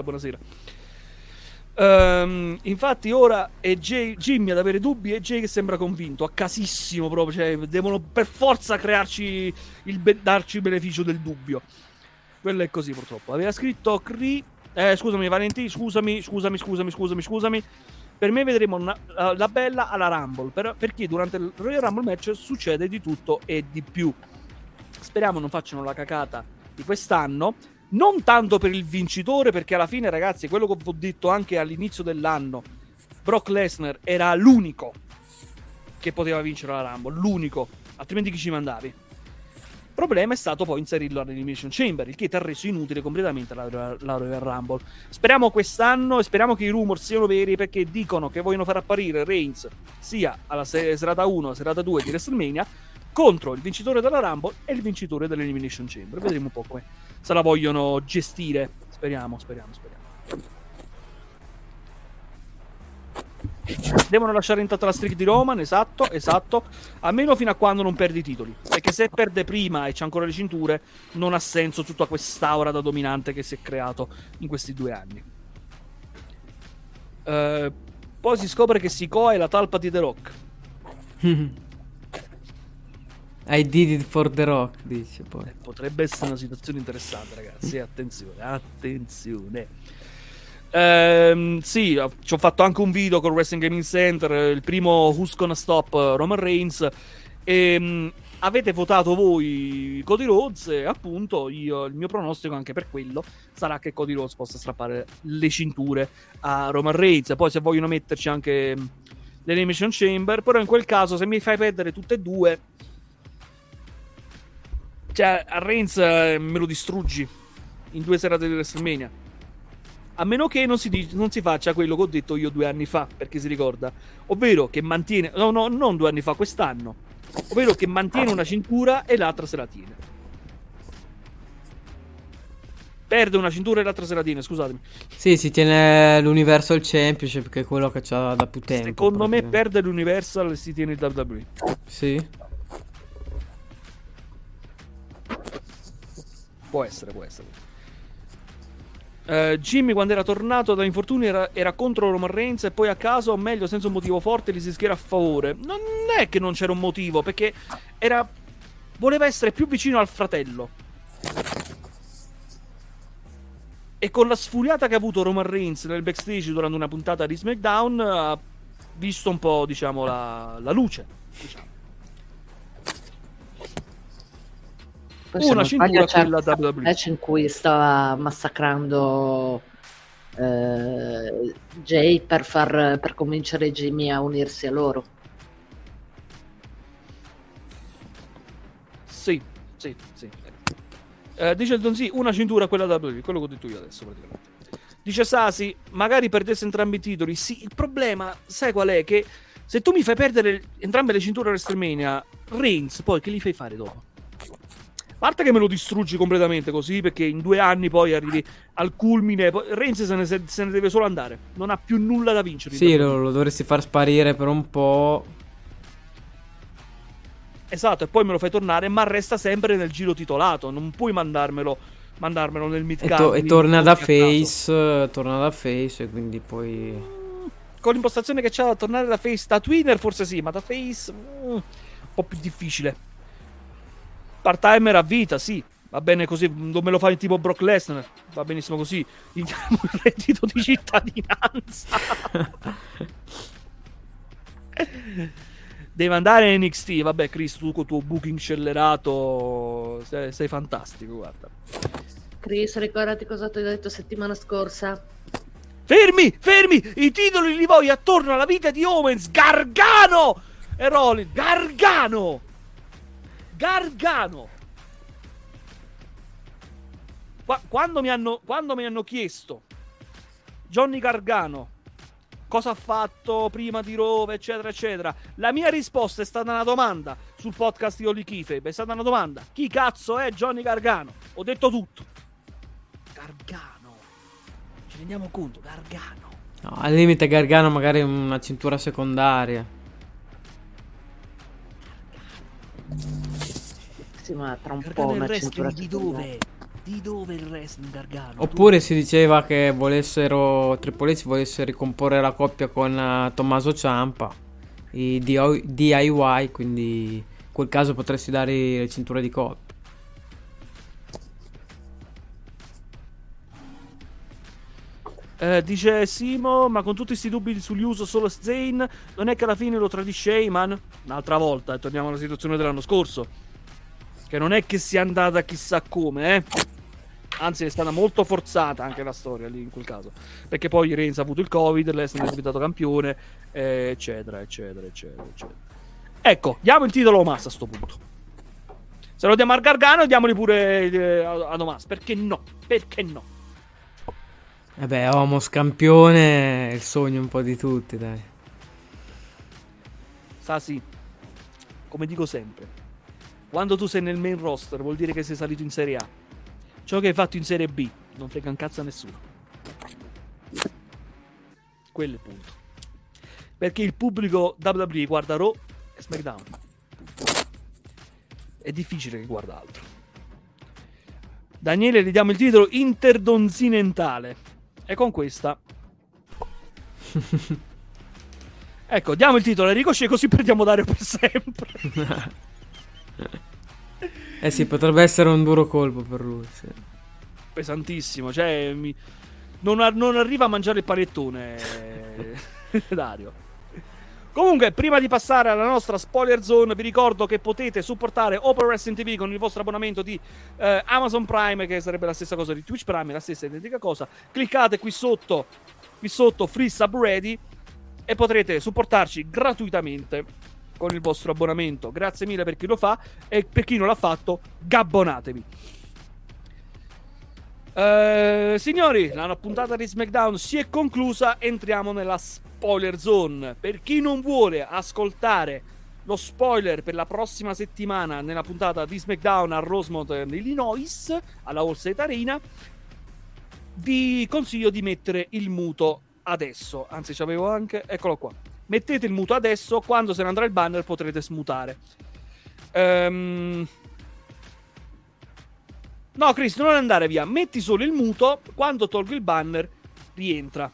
Speaker 1: Infatti ora è Jimmy ad avere dubbi e Jay che sembra convinto, a casissimo proprio, cioè devono per forza crearci darci il beneficio del dubbio. Quello è così purtroppo. Aveva scritto scusami Valentino, scusami. Per me vedremo la bella alla Rumble, perché durante il Royal Rumble match succede di tutto e di più. Speriamo non facciano la cacata di quest'anno, non tanto per il vincitore, perché alla fine ragazzi, quello che ho detto anche all'inizio dell'anno, Brock Lesnar era l'unico che poteva vincere la Rumble, l'unico, altrimenti chi ci mandavi? Il problema è stato poi inserirlo all'Elimination Chamber, il che ti ha reso inutile completamente la Royal Rumble. Speriamo quest'anno e speriamo che i rumor siano veri, perché dicono che vogliono far apparire Reigns sia alla serata 1 e serata 2 di WrestleMania contro il vincitore della Rumble e il vincitore dell'Elimination Chamber. Vedremo un po' come se la vogliono gestire. Speriamo. Devono lasciare intatta la streak di Roman, esatto, almeno fino a quando non perde i titoli, perché se perde prima e c'ha ancora le cinture non ha senso tutta quest'aura da dominante che si è creato in questi 2 anni. Poi si scopre che Sikoa è la talpa di The Rock.
Speaker 3: I did it for The Rock, dice poi.
Speaker 1: Potrebbe essere una situazione interessante, ragazzi. Attenzione. Sì, ci ho fatto anche un video con Wrestling Gaming Center, il primo Who's Gonna Stop Roman Reigns, e avete votato voi Cody Rhodes, e appunto il mio pronostico anche per quello sarà che Cody Rhodes possa strappare le cinture a Roman Reigns. Poi se vogliono metterci anche l'Elimination Chamber, però in quel caso se mi fai perdere tutte e due, cioè a Reigns me lo distruggi in 2 serate di WrestleMania. A meno che non si faccia quello che ho detto io 2 anni fa, perché si ricorda, ovvero che mantiene, no, non 2 anni fa, quest'anno, ovvero che mantiene una cintura e l'altra se la tiene. Perde una cintura e l'altra se la tiene, scusatemi.
Speaker 3: Sì, si tiene l'Universal Championship, che è quello che c'ha da più tempo.
Speaker 1: Secondo me perde l'Universal e si tiene il WWE.
Speaker 3: Sì.
Speaker 1: Può essere. Jimmy quando era tornato da infortunio era contro Roman Reigns e poi a caso, o meglio senza un motivo forte, gli si schiera a favore. Non è che non c'era un motivo, perché voleva essere più vicino al fratello, e con la sfuriata che ha avuto Roman Reigns nel backstage durante una puntata di SmackDown ha visto un po', diciamo, la luce, diciamo. Una cintura quella WWE.
Speaker 2: Match in cui stava massacrando Jay per convincere Jimmy a unirsi a loro.
Speaker 1: Sì. Dice il Donzi, una cintura quella WWE, quello che ho detto io adesso praticamente. Dice Sasi, magari perdesse entrambi i titoli. Sì, il problema, sai qual è? Che se tu mi fai perdere entrambe le cinture a WrestleMania, Reigns poi che gli fai fare dopo? A parte che me lo distruggi completamente così, perché in 2 anni poi arrivi al culmine, Reigns se ne deve solo andare, non ha più nulla da vincere.
Speaker 3: Sì, lo dovresti far sparire per un po'.
Speaker 1: Esatto, e poi me lo fai tornare, ma resta sempre nel giro titolato, non puoi mandarmelo nel mid-card.
Speaker 3: E torna da face, e quindi poi
Speaker 1: con l'impostazione che c'ha da tornare da face, da twinner forse sì, ma da face un po' più difficile. Part-timer a vita, sì, va bene così, non me lo fai tipo Brock Lesnar, va benissimo così, gli diamo il reddito di cittadinanza. Deve andare in NXT, vabbè Chris, tu con il tuo booking scellerato sei fantastico, guarda.
Speaker 2: Chris, ricordati cosa ti ho detto settimana scorsa?
Speaker 1: Fermi, i titoli li voglio attorno alla vita di Owens, Gargano e Rollins, Gargano. Quando mi hanno chiesto Johnny Gargano cosa ha fatto prima di Raw, eccetera eccetera, la mia risposta è stata una domanda sul podcast di Holy Kayfabe, è stata una domanda: chi cazzo è Johnny Gargano? Ho detto tutto. Gargano, Ci rendiamo conto, Gargano.
Speaker 3: No, al limite Gargano magari una cintura secondaria.
Speaker 2: Sì, ma tra un
Speaker 1: Gargano
Speaker 2: po'
Speaker 1: il
Speaker 2: una
Speaker 1: wrestling
Speaker 2: cintura
Speaker 1: di
Speaker 2: secondaria.
Speaker 1: dove? Di dove il wrestling Gargano?
Speaker 3: Oppure si diceva che Triple H volesse ricomporre la coppia con Tommaso Ciampa, i DIY, quindi in quel caso potresti dare le cinture di coppia.
Speaker 1: Dice Simo, ma con tutti questi dubbi sugli uso solo Zayn, non è che alla fine lo tradisce Heyman? Un'altra volta, e torniamo alla situazione dell'anno scorso, che non è che sia andata chissà come, anzi è stata molto forzata anche la storia lì in quel caso, perché poi Reigns ha avuto il Covid, Lesnar è diventato campione, eccetera eccetera eccetera eccetera. Ecco, diamo il titolo a Omas a sto punto. Se lo diamo a Gargano, diamoli pure ad Omas, perché no? Perché no?
Speaker 3: Omos campione è il sogno un po' di tutti, dai.
Speaker 1: Sa sì, come dico sempre, quando tu sei nel main roster vuol dire che sei salito in Serie A. Ciò che hai fatto in Serie B non frega un cazzo a nessuno. Quello è il punto. Perché il pubblico WWE guarda Raw e SmackDown. È difficile che guarda altro. Daniele, gli diamo il titolo interdonzinentale. E con questa ecco, diamo il titolo a Ricochet, così perdiamo Dario per sempre.
Speaker 3: Sì, potrebbe essere un duro colpo per lui, sì.
Speaker 1: Pesantissimo, cioè non arriva a mangiare il panettone Dario. Comunque, prima di passare alla nostra spoiler zone, vi ricordo che potete supportare Open Wrestling TV con il vostro abbonamento di Amazon Prime, che sarebbe la stessa cosa di Twitch Prime, la stessa identica cosa. Cliccate qui sotto Free Sub Ready e potrete supportarci gratuitamente con il vostro abbonamento. Grazie mille per chi lo fa, e per chi non l'ha fatto, gabbonatevi. Signori, la puntata di SmackDown si è conclusa. Entriamo nella spoiler zone. Per chi non vuole ascoltare lo spoiler per la prossima settimana nella puntata di SmackDown a Rosemont, Illinois, alla Allstate Arena, vi consiglio di mettere il muto adesso. Anzi, c'avevo anche, eccolo qua. Mettete il muto adesso, quando se ne andrà il banner potrete smutare. No, Chris, non andare via. Metti solo il muto. Quando tolgo il banner, rientra.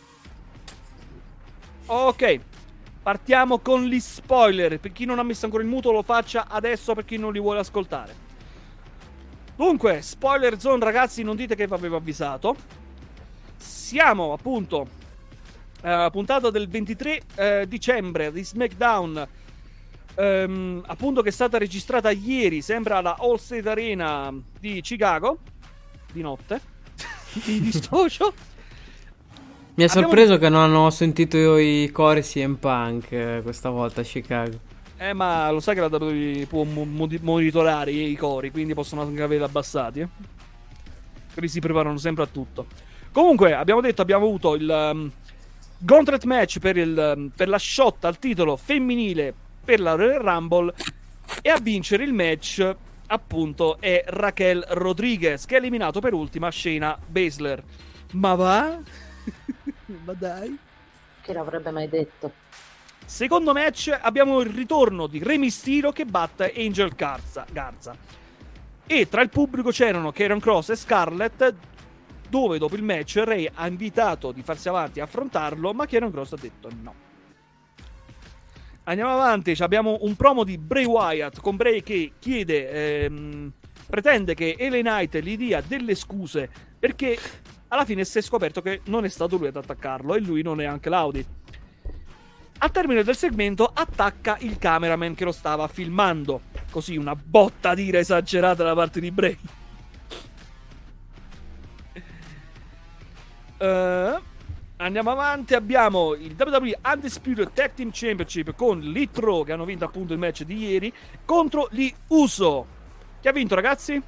Speaker 1: Ok. Partiamo con gli spoiler. Per chi non ha messo ancora il muto, lo faccia adesso, per chi non li vuole ascoltare. Dunque, spoiler zone, ragazzi, non dite che vi avevo avvisato. Siamo, appunto, puntata del 23 dicembre di SmackDown. Appunto, che è stata registrata ieri, sembra alla Allstate Arena di Chicago di notte. Mi dissocio.
Speaker 3: Mi è sorpreso che non hanno sentito i cori CM Punk questa volta a Chicago.
Speaker 1: Ma lo sai che la WWE può monitorare i cori, quindi possono anche averli abbassati, quindi si preparano sempre a tutto. Comunque, abbiamo avuto il Gauntlet match per la shot al titolo femminile per la Royal Rumble, e a vincere il match, appunto, è Raquel Rodriguez, che ha eliminato per ultima Shayna Baszler. Ma va? Ma dai,
Speaker 2: Che l'avrebbe mai detto?
Speaker 1: secondo match abbiamo il ritorno di Rey Mysterio che batte Angel Garza. E tra il pubblico c'erano Karrion Kross e Scarlett, dove dopo il match Rey ha invitato di farsi avanti a affrontarlo, ma Karrion Kross ha detto no. Andiamo avanti, abbiamo un promo di Bray Wyatt con Bray che pretende che LA Knight gli dia delle scuse, perché alla fine si è scoperto che non è stato lui ad attaccarlo e lui non è anche l'Audi. Al termine del segmento attacca il cameraman che lo stava filmando, così una botta d'ira esagerata da parte di Bray. Andiamo avanti, abbiamo il WWE Undisputed Tag Team Championship con Litro, che hanno vinto appunto il match di ieri, contro gli Uso. Chi ha vinto, ragazzi?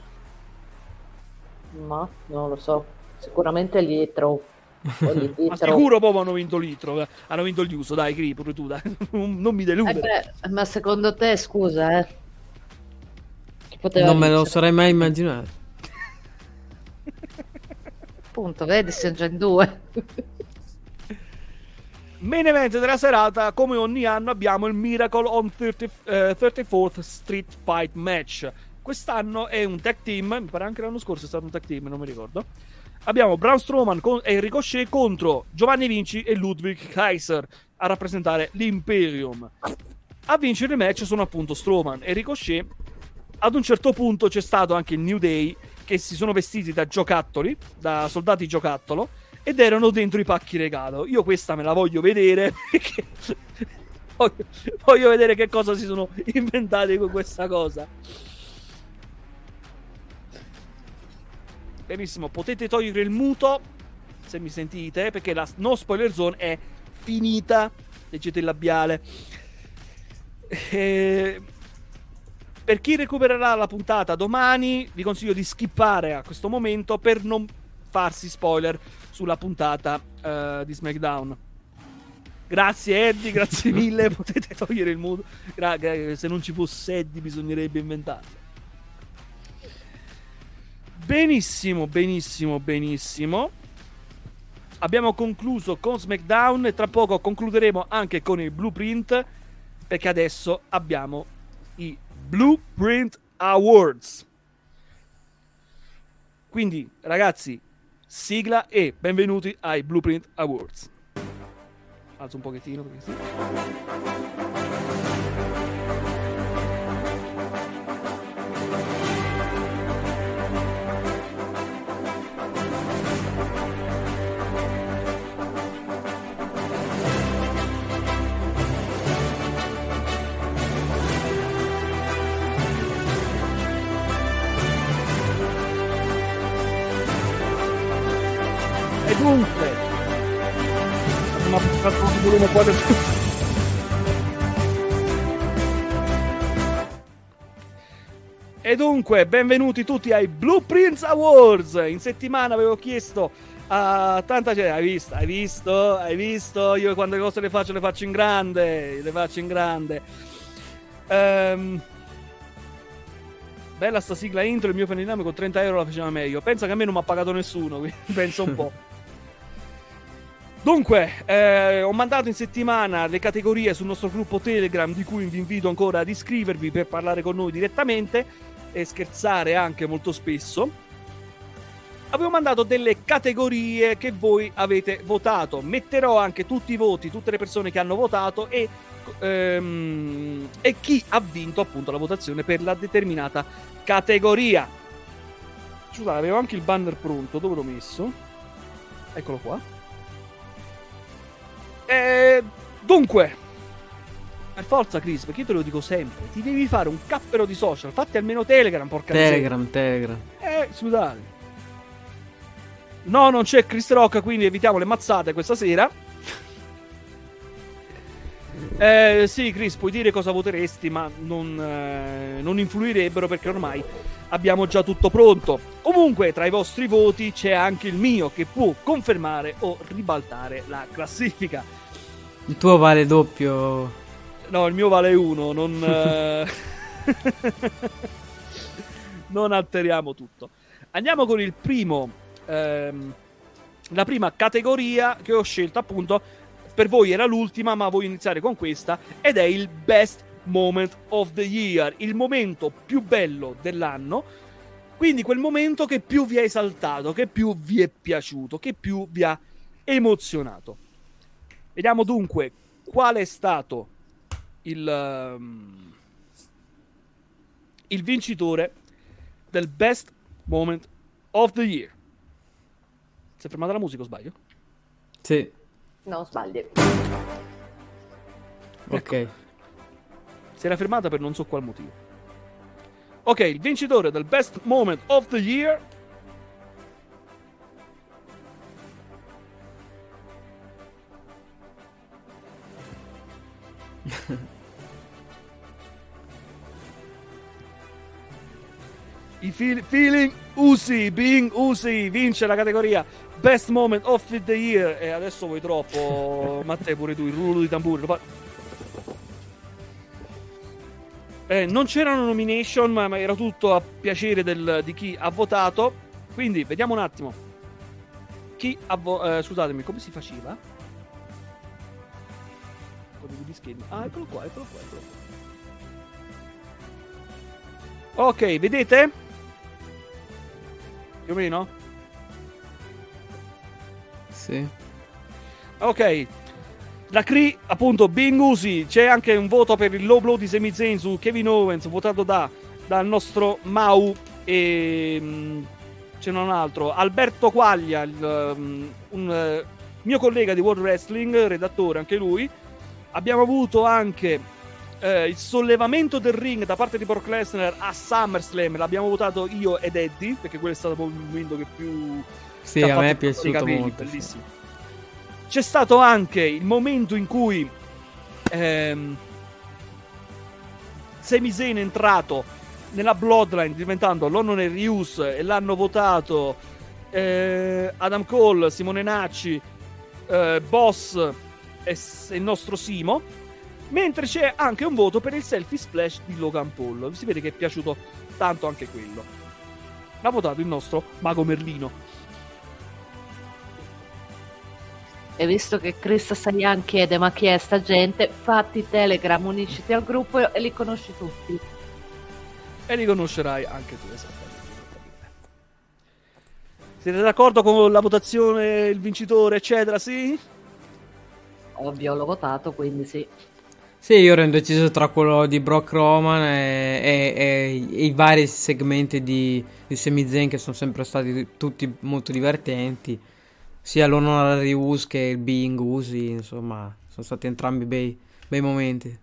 Speaker 2: Ma non lo so. Sicuramente gli Throw.
Speaker 1: Ma sicuro proprio hanno vinto Litro. Hanno vinto gli Uso, dai, Cri, pure tu, dai. Non mi deludere.
Speaker 2: Ma secondo te, scusa, chi poteva
Speaker 3: Non me lo
Speaker 2: vincere?
Speaker 3: sarei mai immaginato.
Speaker 2: Appunto, vedi, siamo già in 2.
Speaker 1: Main event della serata, come ogni anno abbiamo il Miracle on 34th Street Fight match. Quest'anno è un tag team, mi pare anche l'anno scorso è stato un tag team, non mi ricordo. Abbiamo Braun Strowman e Ricochet contro Giovanni Vinci e Ludwig Kaiser a rappresentare l'Imperium. A vincere il match sono appunto Strowman e Ricochet. Ad un certo punto c'è stato anche il New Day, che si sono vestiti da giocattoli, da soldati giocattolo, ed erano dentro i pacchi regalo. Io questa me la voglio vedere, perché voglio vedere che cosa si sono inventati con questa cosa. Benissimo, potete togliere il muto se mi sentite, perché la no spoiler zone è finita. Leggete il labiale. Per chi recupererà la puntata domani, vi consiglio di skippare a questo momento per non farsi spoiler sulla puntata di SmackDown. Grazie Eddie, grazie mille. Potete togliere il muto. Se non ci fosse Eddie bisognerebbe inventarlo. Benissimo. Abbiamo concluso con SmackDown e tra poco concluderemo anche con il Blueprint, perché adesso abbiamo i Blueprint Awards. Quindi ragazzi, sigla e benvenuti ai Blueprint Awards. Alzo un pochettino perché sì. E dunque, ma fatto un volume qua E dunque, benvenuti tutti ai Blueprints Awards. In settimana avevo chiesto a tanta gente, hai visto? Io quando le cose le faccio in grande, bella sta sigla intro, il mio Ferdinando con 30 euro la faceva meglio. Pensa che a me non mi ha pagato nessuno, quindi pensa un po'. Dunque, ho mandato in settimana le categorie sul nostro gruppo Telegram, di cui vi invito ancora ad iscrivervi per parlare con noi direttamente e scherzare anche molto spesso. Avevo mandato delle categorie che voi avete votato. Metterò anche tutti i voti, tutte le persone che hanno votato e chi ha vinto appunto la votazione per la determinata categoria. Scusate, avevo anche il banner pronto, dove l'ho messo? Eccolo qua. Dunque, per forza Chris, perché io te lo dico sempre, ti devi fare un cappero di social, fatti almeno Telegram, porca miseria.
Speaker 3: Telegram.
Speaker 1: Scusate. No, non c'è Chris Rock, quindi evitiamo le mazzate questa sera. Sì, Chris, puoi dire cosa voteresti, ma non influirebbero perché ormai abbiamo già tutto pronto. Comunque, tra i vostri voti c'è anche il mio, che può confermare o ribaltare la classifica.
Speaker 3: Il tuo vale doppio.
Speaker 1: No, il mio vale 1, non alteriamo tutto. Andiamo con il primo, la prima categoria che ho scelto, appunto, per voi era l'ultima, ma voglio iniziare con questa, ed è il Best Moment of the Year, il momento più bello dell'anno, quindi quel momento che più vi ha esaltato, che più vi è piaciuto, che più vi ha emozionato. Vediamo dunque qual è stato il vincitore del Best Moment of the Year. Si è fermata la musica o sbaglio?
Speaker 3: Sì.
Speaker 2: No, sbagli.
Speaker 3: Ok.
Speaker 1: Ecco. Si era fermata per non so qual motivo. Ok, il vincitore del Best Moment of the Year I feeling Usi, Being Usi vince la categoria Best Moment of the Year. E adesso vuoi troppo, Matteo, pure tu, il rullo di tamburi. Non c'erano nomination, ma era tutto a piacere di chi ha votato. Quindi vediamo un attimo. chi scusatemi, come si faceva? Condividi schermi. Ah, eccolo qua. Ok, vedete? Più o meno?
Speaker 3: Sì.
Speaker 1: Ok. La CRI, appunto, Bing Usi. C'è anche un voto per il low blow di Sami Zayn su Kevin Owens, votato dal nostro Mau. E c'è un altro, Alberto Quaglia, un mio collega di World Wrestling, redattore anche lui. Abbiamo avuto anche il sollevamento del ring da parte di Brock Lesnar a SummerSlam. L'abbiamo votato io ed Eddie, perché quello è stato il momento che più...
Speaker 3: Sì, a me è piaciuto molto.
Speaker 1: Bellissimo. Sì. C'è stato anche il momento in cui Sami Zayn è entrato nella Bloodline diventando l'Honorary Use e l'hanno votato Adam Cole, Simone Nacci, Boss e il nostro Simo, mentre c'è anche un voto per il selfie splash di Logan Paul. Si vede che è piaciuto tanto anche quello. L'ha votato il nostro Mago Merlino.
Speaker 2: E visto che Chris Sayan chiede ma chi è sta gente, fatti Telegram, unisciti al gruppo e li conosci tutti.
Speaker 1: E li conoscerai anche tu, esattamente. Siete d'accordo con la votazione, il vincitore, eccetera, sì?
Speaker 2: Ovvio, l'ho votato, quindi sì.
Speaker 3: Sì, io ero indeciso tra quello di Brock Roman e i vari segmenti di Sami Zayn, che sono sempre stati tutti molto divertenti. Sia l'Honorary Us che il Being Usi, insomma, sono stati entrambi bei momenti.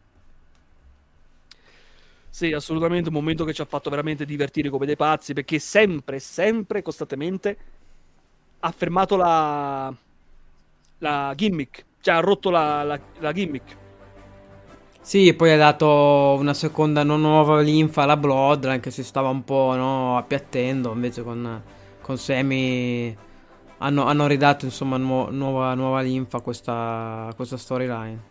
Speaker 1: Sì, assolutamente un momento che ci ha fatto veramente divertire come dei pazzi, perché sempre, costantemente ha fermato la gimmick, cioè ha rotto la gimmick.
Speaker 3: Sì, e poi ha dato una seconda nuova linfa alla Bloodline, che si stava un po', no, appiattendo, invece con Sami hanno ridato, insomma, nuova linfa a questa storyline.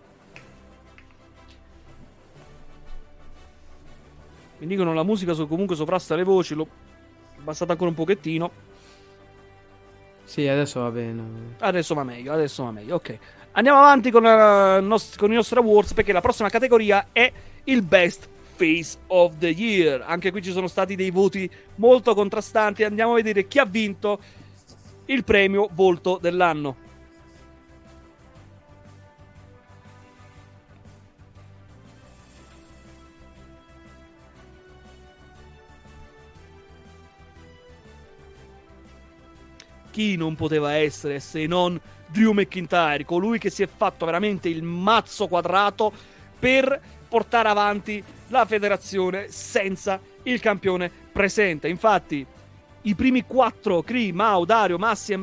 Speaker 1: Mi dicono la musica comunque sovrasta le voci, l'ho abbassata ancora un pochettino.
Speaker 3: Sì, adesso va bene.
Speaker 1: Adesso va meglio, ok. Andiamo avanti con i nostri awards, perché la prossima categoria è il Best Face of the Year. Anche qui ci sono stati dei voti molto contrastanti. Andiamo a vedere chi ha vinto il premio volto dell'anno. Chi non poteva essere se non Drew McIntyre, colui che si è fatto veramente il mazzo quadrato per portare avanti la federazione senza il campione presente. Infatti i primi 4, Cree, Mau, Dario, Massi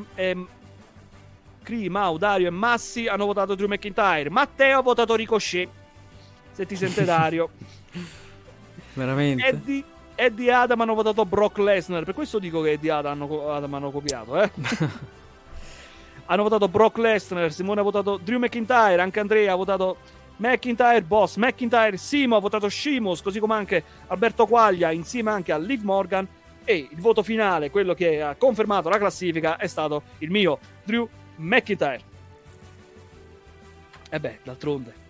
Speaker 1: e Massi hanno votato Drew McIntyre. Matteo ha votato Ricochet. Se ti sente Dario.
Speaker 3: Veramente?
Speaker 1: Eddie e Adam hanno votato Brock Lesnar. Per questo dico che Eddie e Adam hanno copiato, Hanno votato Brock Lesnar. Simone ha votato Drew McIntyre. Anche Andrea ha votato McIntyre, Boss, McIntyre. Simo ha votato Sheamus, così come anche Alberto Quaglia, insieme anche a Liv Morgan. E il voto finale, quello che ha confermato la classifica, è stato il mio Drew McIntyre. E beh, d'altronde,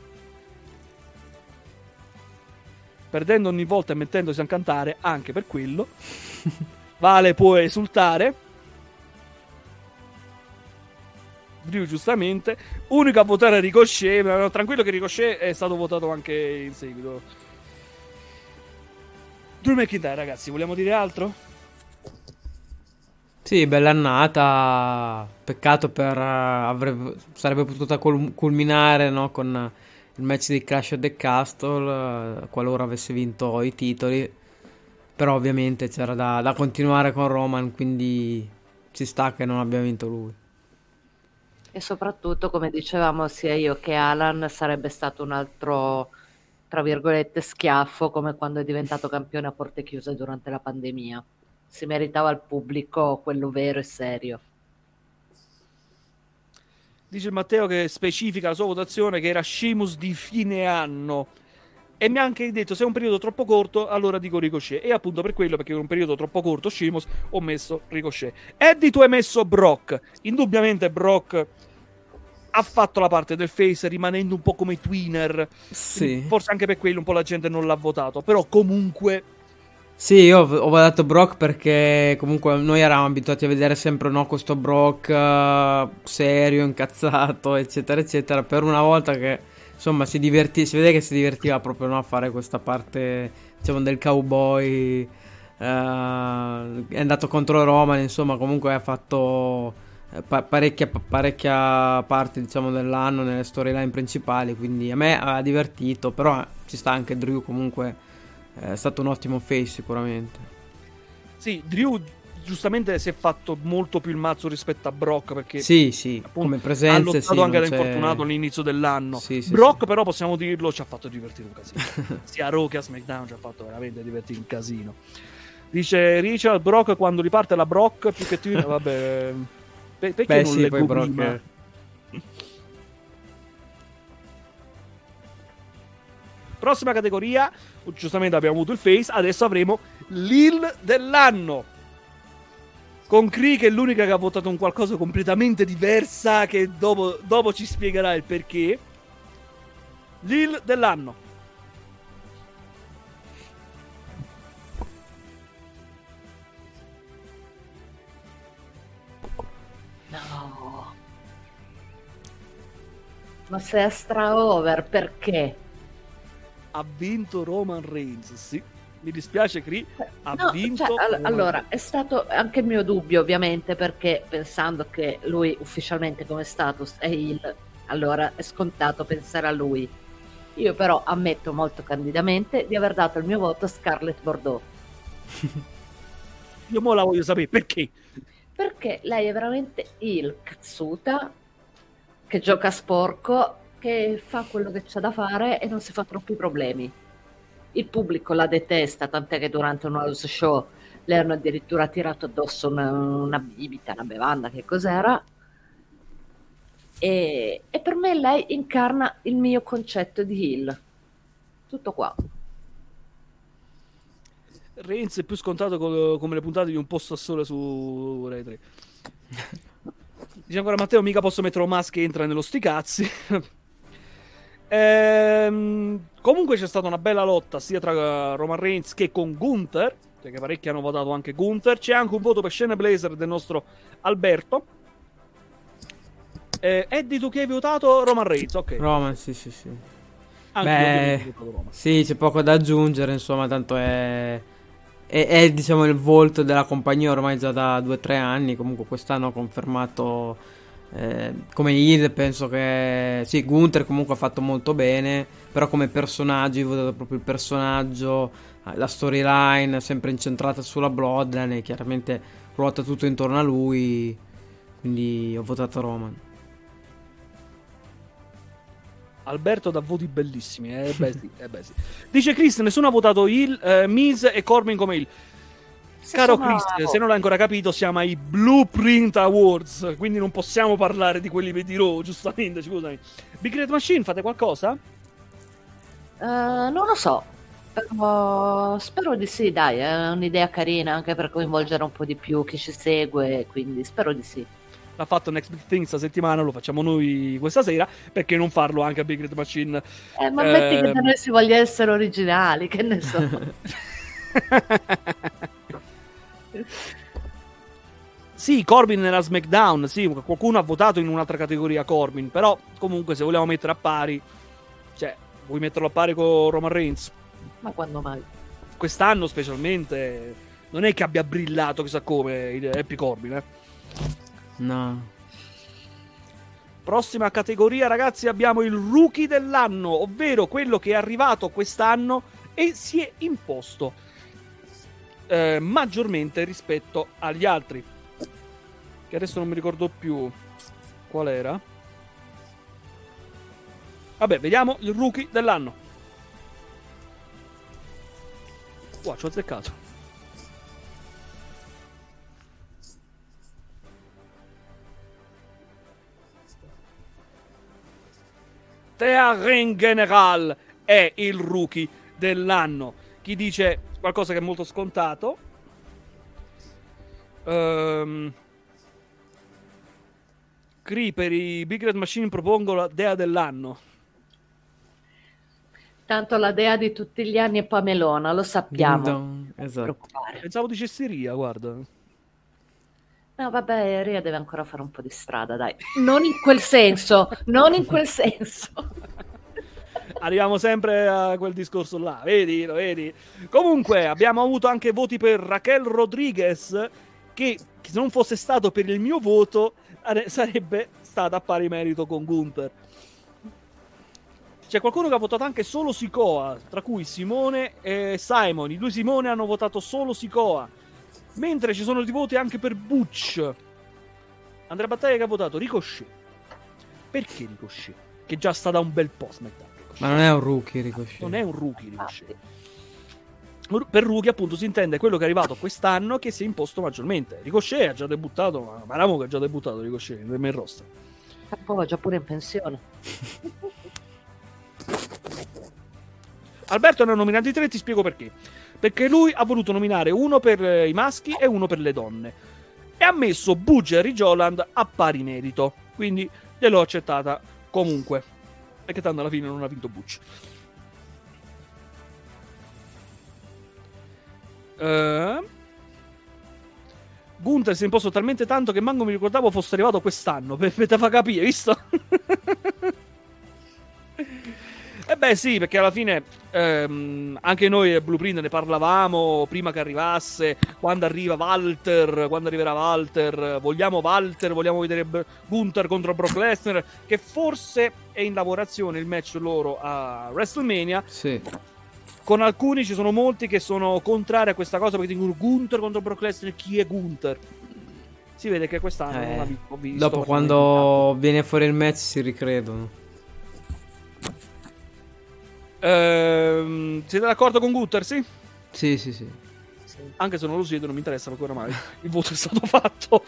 Speaker 1: perdendo ogni volta e mettendosi a cantare, anche per quello Vale può esultare. Drew giustamente, unico a votare Ricochet, ma tranquillo che Ricochet è stato votato anche in seguito. Drew McIntyre, ragazzi, vogliamo dire altro?
Speaker 3: Sì, bella annata. Peccato sarebbe potuta culminare, no, con il match di Clash of the Castle, qualora avesse vinto i titoli. Però ovviamente c'era da continuare con Roman, quindi ci sta che non abbia vinto lui.
Speaker 2: E soprattutto, come dicevamo sia io che Alan, sarebbe stato un altro, tra virgolette, schiaffo, come quando è diventato campione a porte chiuse durante la pandemia. Si meritava al pubblico quello vero e serio.
Speaker 1: Dice Matteo che specifica la sua votazione, che era Sheamus di fine anno. E mi ha anche detto, se è un periodo troppo corto, allora dico Ricochet. E appunto per quello, perché è un periodo troppo corto, Sheamus, ho messo Ricochet. Eddie, tu hai messo Brock. Indubbiamente Brock ha fatto la parte del face, rimanendo un po' come tweener.
Speaker 3: Sì.
Speaker 1: Forse anche per quello un po' la gente non l'ha votato. Però comunque...
Speaker 3: Sì, io ho votato Brock perché comunque noi eravamo abituati a vedere sempre questo Brock serio, incazzato, eccetera, eccetera. Per una volta che insomma si vede che si divertiva proprio, no, a fare questa parte, diciamo, del cowboy. È andato contro Roman, insomma, comunque ha fatto parecchia parte, diciamo, dell'anno nelle storyline principali. Quindi a me ha divertito, però ci sta anche Drew comunque. È stato un ottimo face sicuramente.
Speaker 1: Sì, Drew giustamente si è fatto molto più il mazzo rispetto a Brock, perché
Speaker 3: Sì,
Speaker 1: appunto,
Speaker 3: come
Speaker 1: ha
Speaker 3: presenze
Speaker 1: lottato
Speaker 3: sì,
Speaker 1: anche da
Speaker 3: non c'è...
Speaker 1: infortunato all'inizio dell'anno.
Speaker 3: Sì,
Speaker 1: Brock
Speaker 3: sì.
Speaker 1: però possiamo dirlo, ci ha fatto divertire un casino. Sia a Raw che a SmackDown ci ha fatto veramente divertire un casino. Dice Richard, Brock quando riparte la Brock più che tu... Vabbè, perché
Speaker 3: Beh,
Speaker 1: non
Speaker 3: sì,
Speaker 1: leggo
Speaker 3: poi Brock
Speaker 1: prima? Prossima categoria, giustamente abbiamo avuto il face, adesso avremo l'Hill dell'anno. Con Cree che è l'unica che ha votato un qualcosa completamente diversa, che dopo ci spiegherà il perché. L'Hill dell'anno.
Speaker 2: No. Ma sei extra over, perché?
Speaker 1: Ha vinto Roman Reigns, sì. Mi dispiace Cree, ha
Speaker 2: No,
Speaker 1: vinto
Speaker 2: cioè,
Speaker 1: Roman
Speaker 2: allora,
Speaker 1: Reigns.
Speaker 2: è stato anche il mio dubbio, ovviamente, perché pensando che lui ufficialmente come status è heel, allora è scontato pensare a lui. Io però ammetto molto candidamente di aver dato il mio voto a Scarlett Bordeaux,
Speaker 1: Io mo la voglio sapere perché.
Speaker 2: perché lei è veramente heel cazzuta, che gioca sporco, che fa quello che c'ha da fare e non si fa troppi problemi. Il pubblico la detesta, tant'è che durante un house show le hanno addirittura tirato addosso una bibita, una bevanda, che cos'era. E per me lei incarna il mio concetto di heel. Tutto qua.
Speaker 1: Reigns è più scontato come le puntate di Un posto a sole su Rai 3. Dice ancora Matteo, mica posso mettere un Mas che entra nello sticazzi. Comunque c'è stata una bella lotta sia tra Roman Reigns che con Gunther, perché parecchi hanno votato anche Gunther. C'è anche un voto per Shayna Blazer del nostro Alberto. Eddie, tu che hai votato? Roman Reigns, ok.
Speaker 3: Roman, sì.
Speaker 1: Anche io ovviamente ho votato Roman.
Speaker 3: Sì, c'è poco da aggiungere, insomma, tanto è, diciamo, il volto della compagnia ormai già da 2 o 3 anni. Comunque quest'anno ha confermato come heel. Penso che sì, Gunther comunque ha fatto molto bene, però come personaggio io ho votato proprio il personaggio, la storyline sempre incentrata sulla Bloodline e chiaramente ruota tutto intorno a lui, quindi ho votato Roman.
Speaker 1: Alberto dà voti bellissimi, beh sì. Dice Chris, nessuno ha votato Miz e Corbin come il. Caro Chris, se non l'hai ancora capito, siamo ai Blueprint Awards, quindi non possiamo parlare di quelli di Raw, giustamente, scusami. Big Red Machine, fate qualcosa?
Speaker 2: Non lo so, però spero di sì, dai, è un'idea carina anche per coinvolgere un po' di più chi ci segue, quindi spero di sì.
Speaker 1: L'ha fatto Next Big Thing sta settimana, lo facciamo noi questa sera, perché non farlo anche a Big Red Machine?
Speaker 2: Ma metti che da noi si voglia essere originali, che ne so.
Speaker 1: Sì, Corbin nella SmackDown, sì, qualcuno ha votato in un'altra categoria Corbin, però comunque se vogliamo mettere a pari, cioè, vuoi metterlo a pari con Roman Reigns?
Speaker 2: Ma quando mai?
Speaker 1: Quest'anno specialmente non è che abbia brillato chissà come Happy Corbin,
Speaker 3: No.
Speaker 1: Prossima categoria, ragazzi, abbiamo il rookie dell'anno, ovvero quello che è arrivato quest'anno e si è imposto maggiormente rispetto agli altri, che adesso non mi ricordo più qual era. Vabbè, vediamo il rookie dell'anno. Wow, ci ho azzeccato. Terrain General è il rookie dell'anno. Chi dice qualcosa che è molto scontato? Per i Big Red Machine propongo la dea dell'anno.
Speaker 2: Tanto la dea di tutti gli anni è Pamelona, lo sappiamo.
Speaker 3: Ding dong, esatto.
Speaker 1: Pensavo dicessi Ria, guarda.
Speaker 2: No, vabbè, Ria deve ancora fare un po' di strada, dai. Non in quel senso, non in quel senso.
Speaker 1: Arriviamo sempre a quel discorso là, vedi, lo vedi. Comunque abbiamo avuto anche voti per Raquel Rodriguez, che se non fosse stato per il mio voto sarebbe stata a pari merito con Gunther. C'è qualcuno che ha votato anche solo Sikoa, tra cui Simone e Simon. I due Simone hanno votato solo Sikoa, mentre ci sono i voti anche per Butch. Andrea Battaglia che ha votato Ricochet. Perché Ricochet? Che già sta da un bel po' SmackDown.
Speaker 3: Ma non è un rookie Ricochet.
Speaker 1: Non è un rookie Ricochet. Per rookie appunto si intende quello che è arrivato quest'anno che si è imposto maggiormente. Ricochet ha già debuttato, ma parliamo che ha già debuttato Ricochet nel main roster.
Speaker 2: E poi va già pure in pensione.
Speaker 1: Alberto ne ha nominati 3, ti spiego perché. Perché lui ha voluto nominare uno per i maschi e uno per le donne. E ha messo Butch e Ridge Holland a pari merito. Quindi gliel'ho accettata comunque. Perché tanto alla fine non ha vinto Butch. Gunther si è imposto talmente tanto che manco mi ricordavo fosse arrivato quest'anno. Per te fa capire, visto? Eh beh sì, perché alla fine anche noi Blueprint ne parlavamo prima che arrivasse, quando arriverà Walter, vogliamo vedere Gunther contro Brock Lesnar, che forse è in lavorazione il match loro a WrestleMania.
Speaker 3: Sì.
Speaker 1: Con alcuni ci sono molti che sono contrari a questa cosa perché dicono Gunther contro Brock Lesnar, chi è Gunther? Si vede che quest'anno non ha visto.
Speaker 3: Dopo quando viene fuori il match si ricredono.
Speaker 1: Siete d'accordo con Gunther, sì?
Speaker 3: Sì.
Speaker 1: Anche se non lo siete, non mi interessa perché oramai il voto è stato fatto.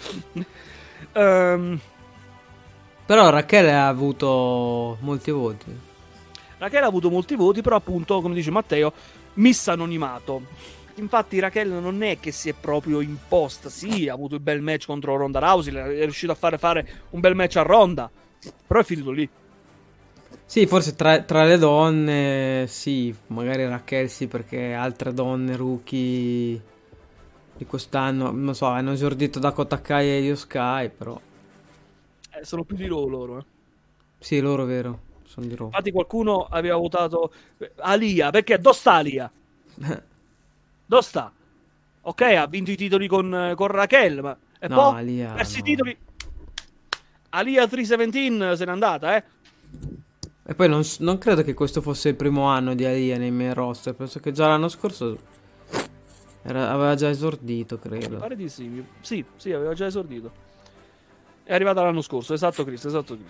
Speaker 3: Però Raquel ha avuto molti voti.
Speaker 1: Raquel ha avuto molti voti, però appunto, come dice Matteo, miss anonimato. Infatti Raquel non è che si è proprio imposta. Sì, ha avuto il bel match contro Ronda Rousey, è riuscito a fare un bel match a Ronda, però è finito lì.
Speaker 3: Sì, forse tra le donne, sì, magari Raquel sì, perché altre donne rookie di quest'anno, non so, hanno esordito Dakota Kai e Io Sky, però...
Speaker 1: sono più di loro.
Speaker 3: Sì, loro, vero, sono di Raw.
Speaker 1: Infatti qualcuno aveva votato Alia, perché dove sta Alia? Dove sta? Ok, ha vinto i titoli con Raquel, ma... E
Speaker 3: No,
Speaker 1: poi,
Speaker 3: Alia,
Speaker 1: persi i
Speaker 3: no.
Speaker 1: titoli... Alia 317 se n'è andata,
Speaker 3: E poi non credo che questo fosse il primo anno di Alia nei main roster. Penso che già l'anno scorso aveva già esordito,
Speaker 1: Mi
Speaker 3: credo.
Speaker 1: pare di sì. Sì, aveva già esordito. È arrivata l'anno scorso, esatto Chris.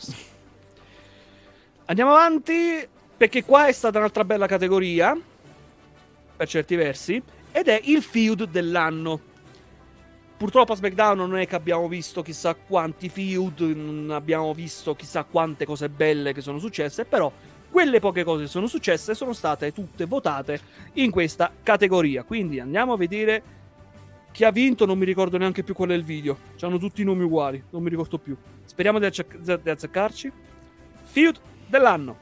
Speaker 1: Andiamo avanti, perché qua è stata un'altra bella categoria, per certi versi, ed è il feud dell'anno. Purtroppo a SmackDown non è che abbiamo visto chissà quanti feud, non abbiamo visto chissà quante cose belle che sono successe, però quelle poche cose che sono successe sono state tutte votate in questa categoria. Quindi andiamo a vedere chi ha vinto, non mi ricordo neanche più qual è il video. C'hanno tutti i nomi uguali, non mi ricordo più. Speriamo di azzeccarci. Feud dell'anno.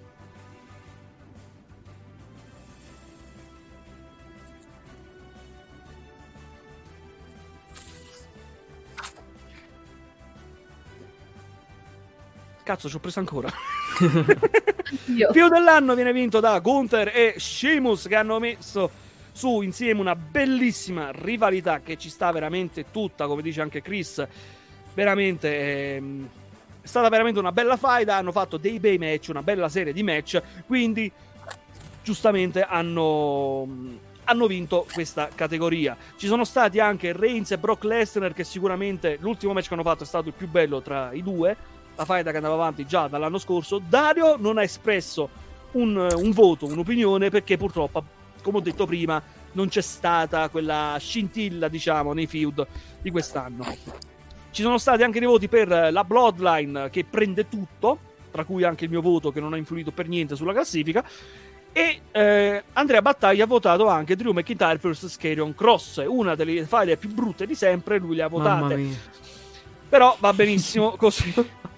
Speaker 1: Cazzo, ci ho preso ancora.
Speaker 2: Io.
Speaker 1: Feud dell'anno viene vinto da Gunther e Sheamus, che hanno messo su insieme una bellissima rivalità che ci sta veramente tutta, come dice anche Chris. Veramente è stata veramente una bella faida, hanno fatto dei bei match, una bella serie di match, quindi giustamente hanno vinto questa categoria. Ci sono stati anche Reigns e Brock Lesnar, che sicuramente l'ultimo match che hanno fatto è stato il più bello tra i due, la faida che andava avanti già dall'anno scorso. Dario non ha espresso un voto, un'opinione, perché purtroppo, come ho detto prima, non c'è stata quella scintilla, diciamo, nei feud di quest'anno. Ci sono stati anche dei voti per la Bloodline, che prende tutto, tra cui anche il mio voto, che non ha influito per niente sulla classifica. E Andrea Battaglia ha votato anche Drew McIntyre vs Karrion Kross, una delle faide più brutte di sempre, lui le ha
Speaker 3: Mamma
Speaker 1: votate.
Speaker 3: mia.
Speaker 1: Però va benissimo così.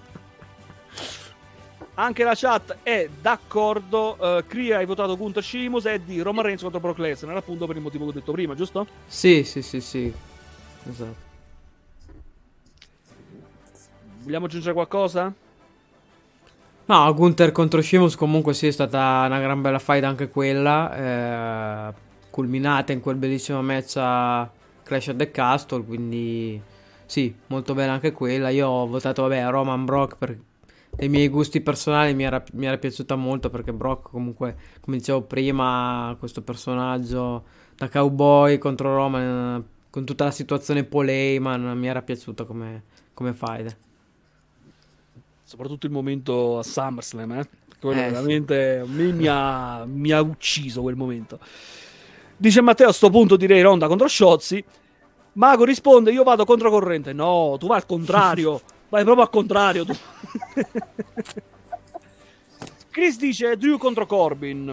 Speaker 1: Anche la chat è d'accordo. Cria hai votato Gunther Sheamus, Eddie Roman Reigns contro Brock Lesnar, appunto per il motivo che ho detto prima, giusto?
Speaker 3: Sì. Esatto.
Speaker 1: Vogliamo aggiungere qualcosa?
Speaker 3: No, Gunther contro Sheamus comunque sì, è stata una gran bella fight anche quella, culminata in quel bellissimo match a Clash at the Castle, quindi sì, molto bella anche quella. Io ho votato, vabbè, Roman Brock per i miei gusti personali, mi era piaciuta molto perché Brock comunque, come dicevo prima, questo personaggio da cowboy contro Roman, con tutta la situazione Paul Heyman, mi era piaciuta come fight.
Speaker 1: Soprattutto il momento a SummerSlam, quello
Speaker 3: Sì.
Speaker 1: veramente mi ha ucciso quel momento. Dice Matteo, a sto punto direi Ronda contro Shotzi. Mago risponde, io vado controcorrente. No, tu vai al contrario. Vai proprio al contrario tu. Chris dice Drew contro Corbin.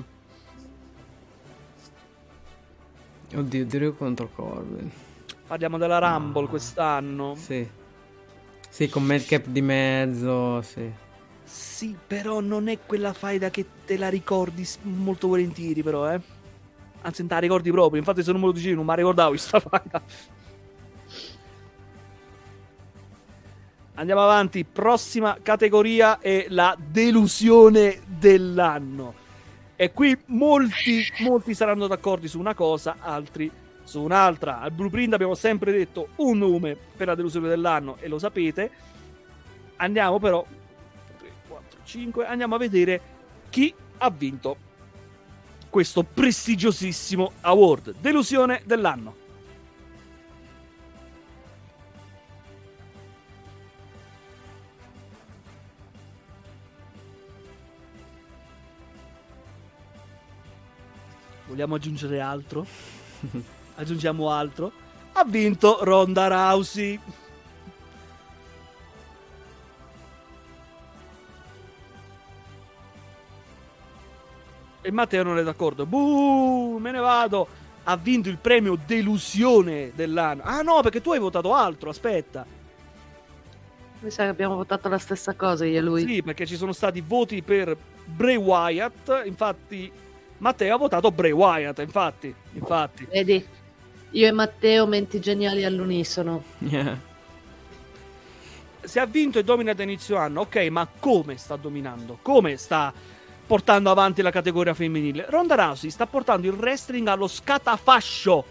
Speaker 3: Oddio, Drew contro Corbin.
Speaker 1: Parliamo della Rumble quest'anno.
Speaker 3: Sì, con Madcap di mezzo, sì.
Speaker 1: Sì, però non è quella faida che te la ricordi molto volentieri, però, eh. Anzi, non te la ricordi proprio. Infatti, se non me lo dicevi, non mi ricordavo questa faida. Andiamo avanti. Prossima categoria è la delusione dell'anno. E qui molti saranno d'accordo su una cosa, altri su un'altra. Al Blueprint abbiamo sempre detto un nome per la delusione dell'anno e lo sapete. Andiamo però 3, 4, 5. Andiamo a vedere chi ha vinto questo prestigiosissimo award. Delusione dell'anno. Vogliamo aggiungere altro? Aggiungiamo altro. Ha vinto Ronda Rousey. E Matteo non è d'accordo. Buh, me ne vado. Ha vinto il premio delusione dell'anno. Ah no, perché tu hai votato altro, aspetta.
Speaker 2: Mi sa che abbiamo votato la stessa cosa io e lui.
Speaker 1: Sì, perché ci sono stati voti per Bray Wyatt. Infatti Matteo ha votato Bray Wyatt, infatti.
Speaker 2: Vedi? Io e Matteo menti geniali all'unisono.
Speaker 1: Se ha vinto e domina da inizio anno, ok, ma come sta dominando? Come sta portando avanti la categoria femminile? Ronda Rousey sta portando il wrestling allo scatafascio.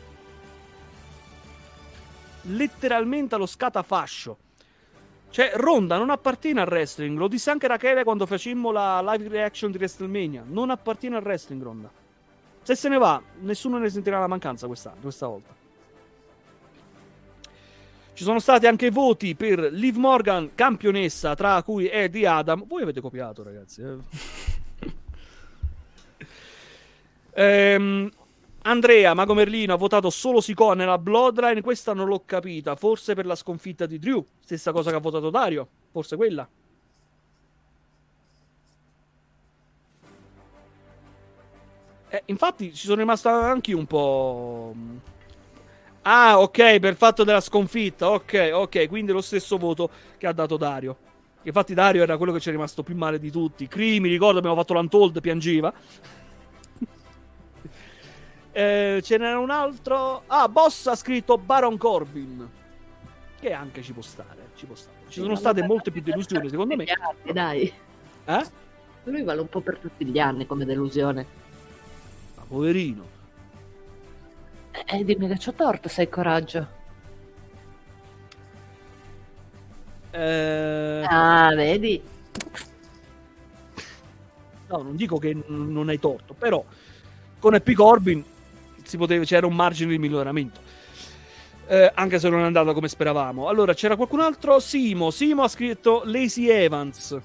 Speaker 1: Letteralmente allo scatafascio. Cioè, Ronda non appartiene al wrestling. Lo disse anche Rachele quando facemmo la live reaction di WrestleMania. Non appartiene al wrestling, Ronda. Se se ne va, nessuno ne sentirà la mancanza questa volta. Ci sono stati anche voti per Liv Morgan, campionessa, tra cui Eddie Adam. Voi avete copiato, ragazzi. Andrea Mago Merlino ha votato solo Sikoa nella Bloodline. Questa non l'ho capita. Forse per la sconfitta di Drew. Stessa cosa che ha votato Dario. Forse quella. Infatti ci sono rimasto anche io un po'. Ah, ok, per il fatto della sconfitta. Ok, quindi lo stesso voto che ha dato Dario. Infatti Dario era quello che ci è rimasto più male di tutti. Mi ricordo, abbiamo fatto l'Untold, piangeva. Ce n'era un altro. Ah, Boss ha scritto Baron Corbin, che anche ci può stare. Ci sono state molte più delusioni, secondo me.
Speaker 2: Dai. Lui vale un po' per tutti gli anni come delusione.
Speaker 1: Ma poverino.
Speaker 2: Dimmi che c'ho torto, sei coraggio. Vedi?
Speaker 1: No, non dico che non hai torto, però con Happy Corbin c'era un margine di miglioramento, anche se non è andata come speravamo. Allora, c'era qualcun altro? Simo ha scritto Lacey Evans.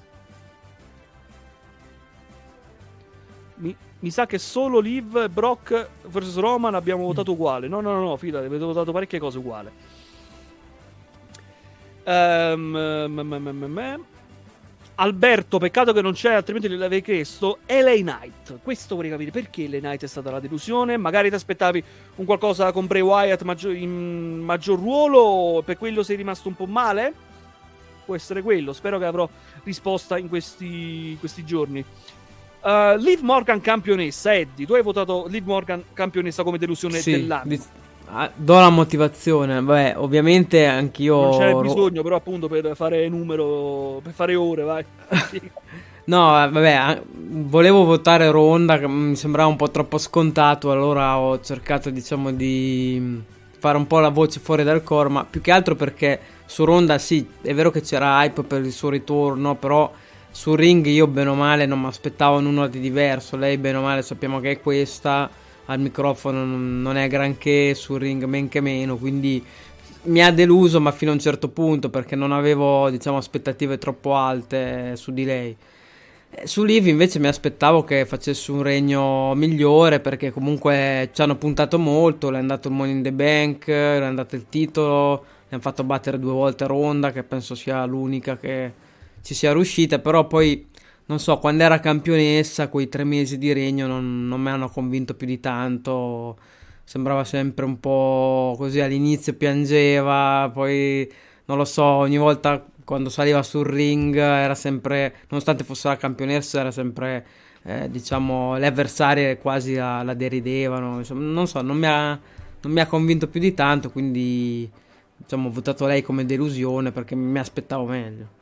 Speaker 1: Mi sa che solo Liv e Brock vs Roman abbiamo votato uguale. No, fidati, avete votato parecchie cose uguali. Alberto, peccato che non c'è, altrimenti l'avrei chiesto. LA Knight, questo vorrei capire perché LA Knight è stata la delusione. Magari ti aspettavi un qualcosa con Bray Wyatt in maggior ruolo, per quello sei rimasto un po' male? Può essere quello, spero che avrò risposta in questi giorni. Liv Morgan campionessa. Eddie, tu hai votato Liv Morgan campionessa come delusione dell'anno.
Speaker 3: Do la motivazione. Vabbè, ovviamente anch'io
Speaker 1: non c'è bisogno, però appunto per fare numero, per fare ore, vai.
Speaker 3: No, vabbè, volevo votare Ronda, che mi sembrava un po' troppo scontato, allora ho cercato, diciamo, di fare un po' la voce fuori dal coro, ma più che altro perché su Ronda sì, è vero che c'era hype per il suo ritorno, però sul ring io bene o male non mi aspettavo nulla di diverso. Lei bene o male sappiamo che è questa, al microfono non è granché, sul ring men che meno, quindi mi ha deluso, ma fino a un certo punto, perché non avevo, diciamo, aspettative troppo alte su di lei. Su Liv invece mi aspettavo che facesse un regno migliore, perché comunque ci hanno puntato molto, le hanno dato il Money in the Bank, le hanno dato il titolo, le hanno fatto battere 2 volte Ronda, che penso sia l'unica che ci sia riuscita, però poi non so, quando era campionessa quei 3 mesi di regno non mi hanno convinto più di tanto. Sembrava sempre un po' così, all'inizio piangeva, poi non lo so, ogni volta quando saliva sul ring era sempre, nonostante fosse la campionessa, era sempre, diciamo, le avversarie quasi la deridevano. Insomma, non so, non mi ha convinto più di tanto, quindi diciamo ho votato lei come delusione perché mi aspettavo meglio.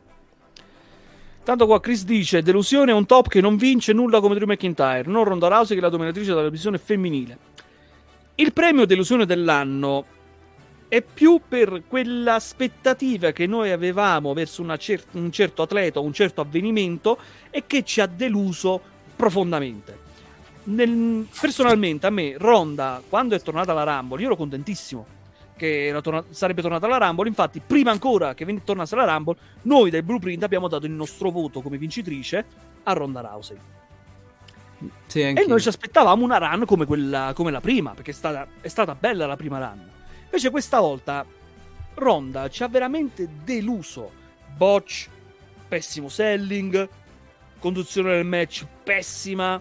Speaker 1: Tanto qua Chris dice: delusione è un top che non vince nulla come Drew McIntyre, non Ronda Rousey che è la dominatrice della divisione femminile. Il premio delusione dell'anno è più per quell'aspettativa che noi avevamo verso un certo atleta o un certo avvenimento e che ci ha deluso profondamente. Personalmente a me Ronda, quando è tornata alla Rumble, io ero contentissimo che sarebbe tornata alla Rumble. Infatti prima ancora che tornasse alla Rumble, noi del Blueprint abbiamo dato il nostro voto come vincitrice a Ronda Rousey.
Speaker 3: Sì,
Speaker 1: e noi ci aspettavamo una run come la prima, perché è stata bella la prima run. Invece questa volta Ronda ci ha veramente deluso. Botch, pessimo selling, conduzione del match pessima,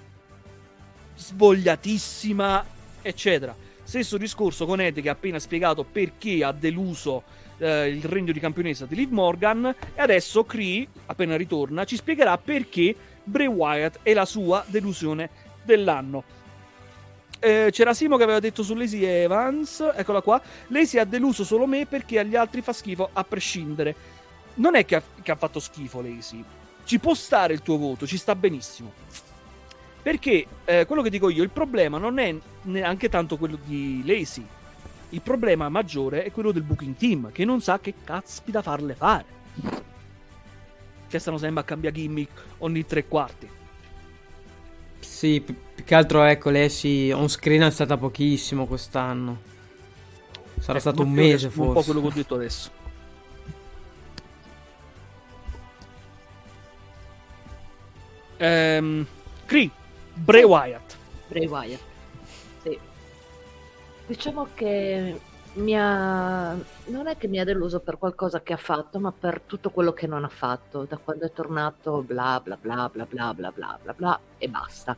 Speaker 1: svogliatissima, eccetera. Stesso discorso con Ed, che ha appena spiegato perché ha deluso il regno di campionessa di Liv Morgan, e adesso Cree, appena ritorna, ci spiegherà perché Bray Wyatt è la sua delusione dell'anno. C'era Simo che aveva detto su Lacey Evans, eccola qua: Lacey ha deluso solo me perché agli altri fa schifo a prescindere. Non è che ha fatto schifo Lacey, ci può stare il tuo voto, ci sta benissimo, perché quello che dico io, il problema non è neanche tanto quello di Lacey, il problema maggiore è quello del booking team, che non sa che caspita farle fare, che stanno sempre a cambiare gimmick ogni 3/4.
Speaker 3: Sì, più che altro ecco, Lacey on screen è stata pochissimo quest'anno, sarà stato un mese forse,
Speaker 1: un po' quello che ho detto adesso. Cree, Bray Wyatt.
Speaker 2: Sì. Diciamo che non è che mi ha deluso per qualcosa che ha fatto, ma per tutto quello che non ha fatto. Da quando è tornato bla bla bla bla bla bla bla bla bla e basta.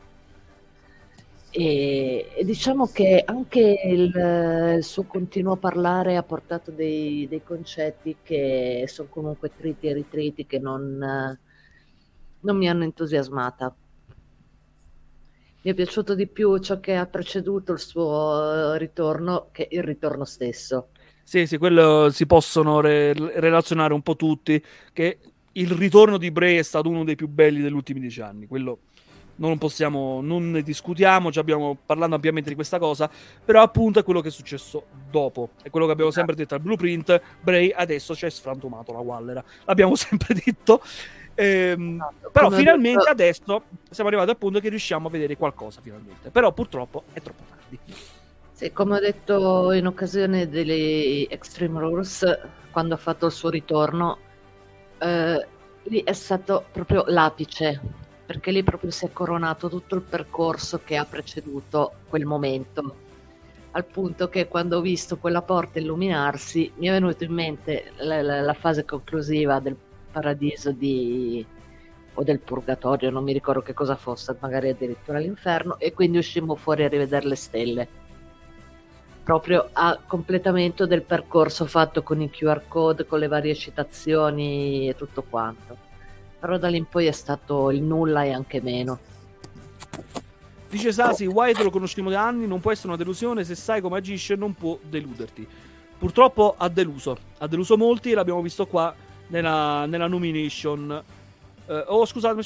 Speaker 2: E diciamo che anche il suo continuo parlare ha portato dei concetti che sono comunque triti e ritriti, che non mi hanno entusiasmata. Mi è piaciuto di più ciò che ha preceduto il suo ritorno che il ritorno stesso.
Speaker 1: Sì, quello si possono relazionare un po' tutti, che il ritorno di Bray è stato uno dei più belli degli ultimi 10 anni. Quello non ne discutiamo, già abbiamo parlato ampiamente di questa cosa, però appunto è quello che è successo dopo. È quello che abbiamo sempre detto al Blueprint: Bray adesso ci è sfrantumato la Wallera. L'abbiamo sempre detto. Però finalmente adesso siamo arrivati al punto che riusciamo a vedere qualcosa finalmente, però purtroppo è troppo tardi.
Speaker 2: Sì, come ho detto in occasione delle Extreme Rules, quando ha fatto il suo ritorno, lì è stato proprio l'apice, perché lì proprio si è coronato tutto il percorso che ha preceduto quel momento, al punto che quando ho visto quella porta illuminarsi mi è venuto in mente la fase conclusiva paradiso o del purgatorio, non mi ricordo che cosa fosse, magari addirittura l'inferno, e quindi uscimmo fuori a rivedere le stelle. Proprio a completamento del percorso fatto con i QR code, con le varie citazioni e tutto quanto. Però da lì in poi è stato il nulla e anche meno.
Speaker 1: Dice Sasi, Wyatt lo conosciamo da anni, non può essere una delusione, se sai come agisce non può deluderti. Purtroppo ha deluso molti e l'abbiamo visto qua nella nomination. Scusate.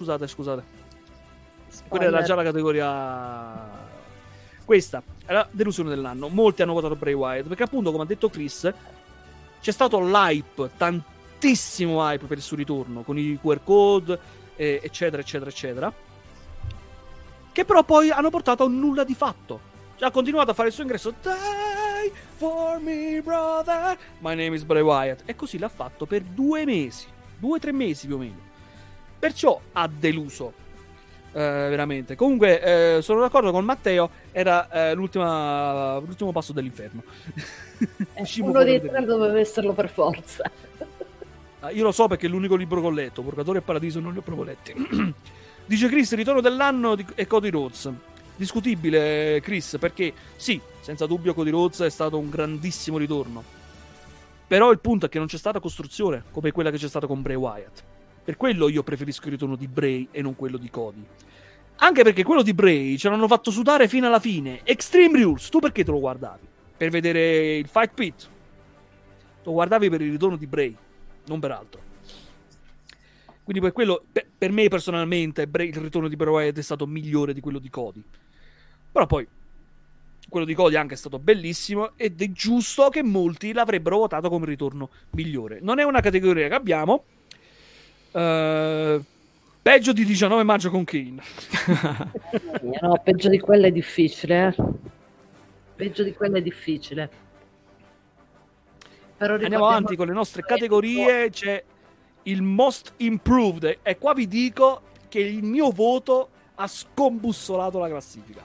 Speaker 1: Quella era già la categoria. Questa è la delusione dell'anno. Molti hanno votato Bray Wyatt perché appunto, come ha detto Chris, c'è stato l'hype, tantissimo hype per il suo ritorno con i QR code, eccetera, che però poi hanno portato a un nulla di fatto. Cioè, ha continuato a fare il suo ingresso. Die for me, brother. My name is Bray Wyatt. E così l'ha fatto per 2 mesi. 2-3 mesi più o meno. Perciò ha deluso. Veramente. Comunque, sono d'accordo con Matteo. Era l'ultimo passo dell'inferno.
Speaker 2: Uno dei tre doveva esserlo per forza.
Speaker 1: Io lo so perché è l'unico libro che ho letto. Purgatorio e Paradiso non li ho proprio letti. Dice Chris, il ritorno dell'anno è Cody Rhodes. Discutibile, Chris, perché sì, senza dubbio Cody Rhodes è stato un grandissimo ritorno. Però il punto è che non c'è stata costruzione come quella che c'è stata con Bray Wyatt. Per quello io preferisco il ritorno di Bray e non quello di Cody. Anche perché quello di Bray ce l'hanno fatto sudare fino alla fine. Extreme Rules, tu perché te lo guardavi? Per vedere il Fight Pit. Lo guardavi per il ritorno di Bray, non per altro. Quindi per quello, per me personalmente, il ritorno di Bray Wyatt è stato migliore di quello di Cody. Però poi, quello di Cody anche è stato bellissimo ed è giusto che molti l'avrebbero votato come ritorno migliore. Non è una categoria che abbiamo. Peggio di 19 maggio con Kane.
Speaker 2: No, peggio di quella è difficile. Peggio di quella è difficile. Però
Speaker 1: andiamo avanti con le nostre categorie. C'è il Most Improved e qua vi dico che il mio voto ha scombussolato la classifica,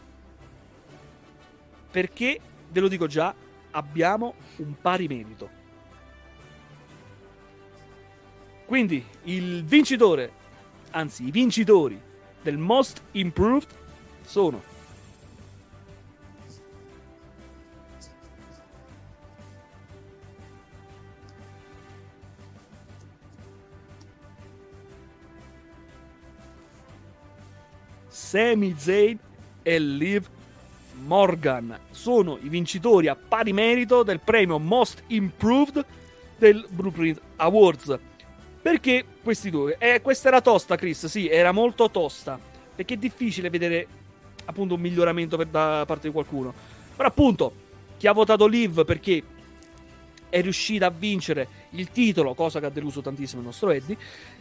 Speaker 1: perché ve lo dico già, abbiamo un pari merito. Quindi il vincitore, anzi i vincitori del Most Improved sono Sami Zayn e Liv Morgan. Sono i vincitori a pari merito del premio Most Improved del Blueprint Awards. Perché questi due? Questa era tosta, Chris, sì, era molto tosta, perché è difficile vedere appunto un miglioramento da parte di qualcuno. Però appunto, chi ha votato Liv perché è riuscita a vincere il titolo, cosa che ha deluso tantissimo il nostro Eddie,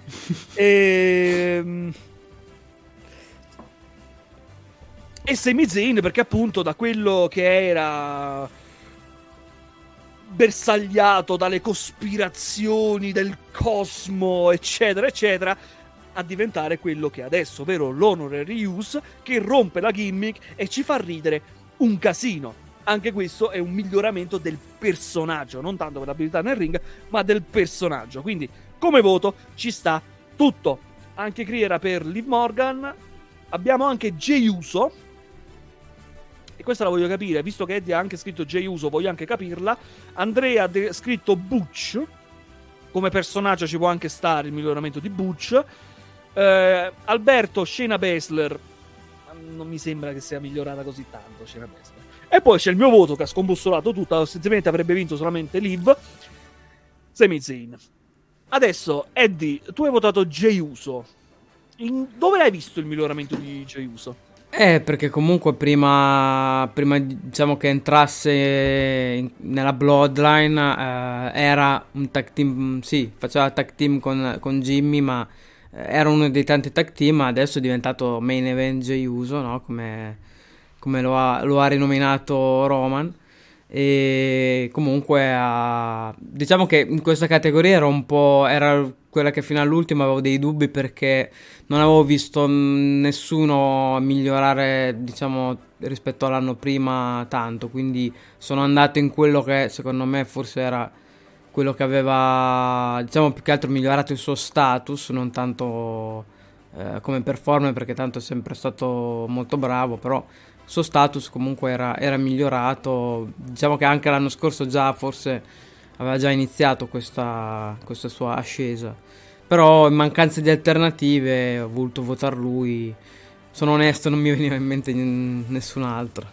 Speaker 1: e Sami Zayn perché appunto da quello che era bersagliato dalle cospirazioni del cosmo eccetera a diventare quello che è adesso, ovvero l'honorary use, che rompe la gimmick e ci fa ridere un casino. Anche questo è un miglioramento del personaggio, non tanto per l'abilità nel ring, ma del personaggio. Quindi come voto ci sta tutto. Anche qui era per Liv Morgan. Abbiamo anche Jey Uso, e questa la voglio capire, visto che Eddie ha anche scritto Jey Uso, voglio anche capirla. Andrea ha scritto Butch, come personaggio ci può anche stare il miglioramento di Butch. Alberto, Shayna Baszler, non mi sembra che sia migliorata così tanto Shayna Baszler. E poi c'è il mio voto che ha scombussolato tutto, sostanzialmente avrebbe vinto solamente Liv, Sami Zayn. Adesso Eddie, tu hai votato Jey Uso. Dove l'hai visto il miglioramento di Jey Uso?
Speaker 3: Perché comunque prima diciamo che entrasse nella Bloodline era un tag team, sì, faceva tag team con Jimmy, ma era uno dei tanti tag team. Adesso è diventato main event Jey Uso, no? Come lo ha rinominato Roman. E comunque diciamo che in questa categoria era quella che fino all'ultimo avevo dei dubbi, perché non avevo visto nessuno migliorare, diciamo, rispetto all'anno prima tanto, quindi sono andato in quello che secondo me forse era quello che aveva, diciamo, più che altro migliorato il suo status, non tanto come performer, perché tanto è sempre stato molto bravo, però il suo status comunque era migliorato. Diciamo che anche l'anno scorso già forse aveva già iniziato questa sua ascesa, però in mancanza di alternative ho voluto votare lui. Sono onesto, non mi veniva in mente nessun altro.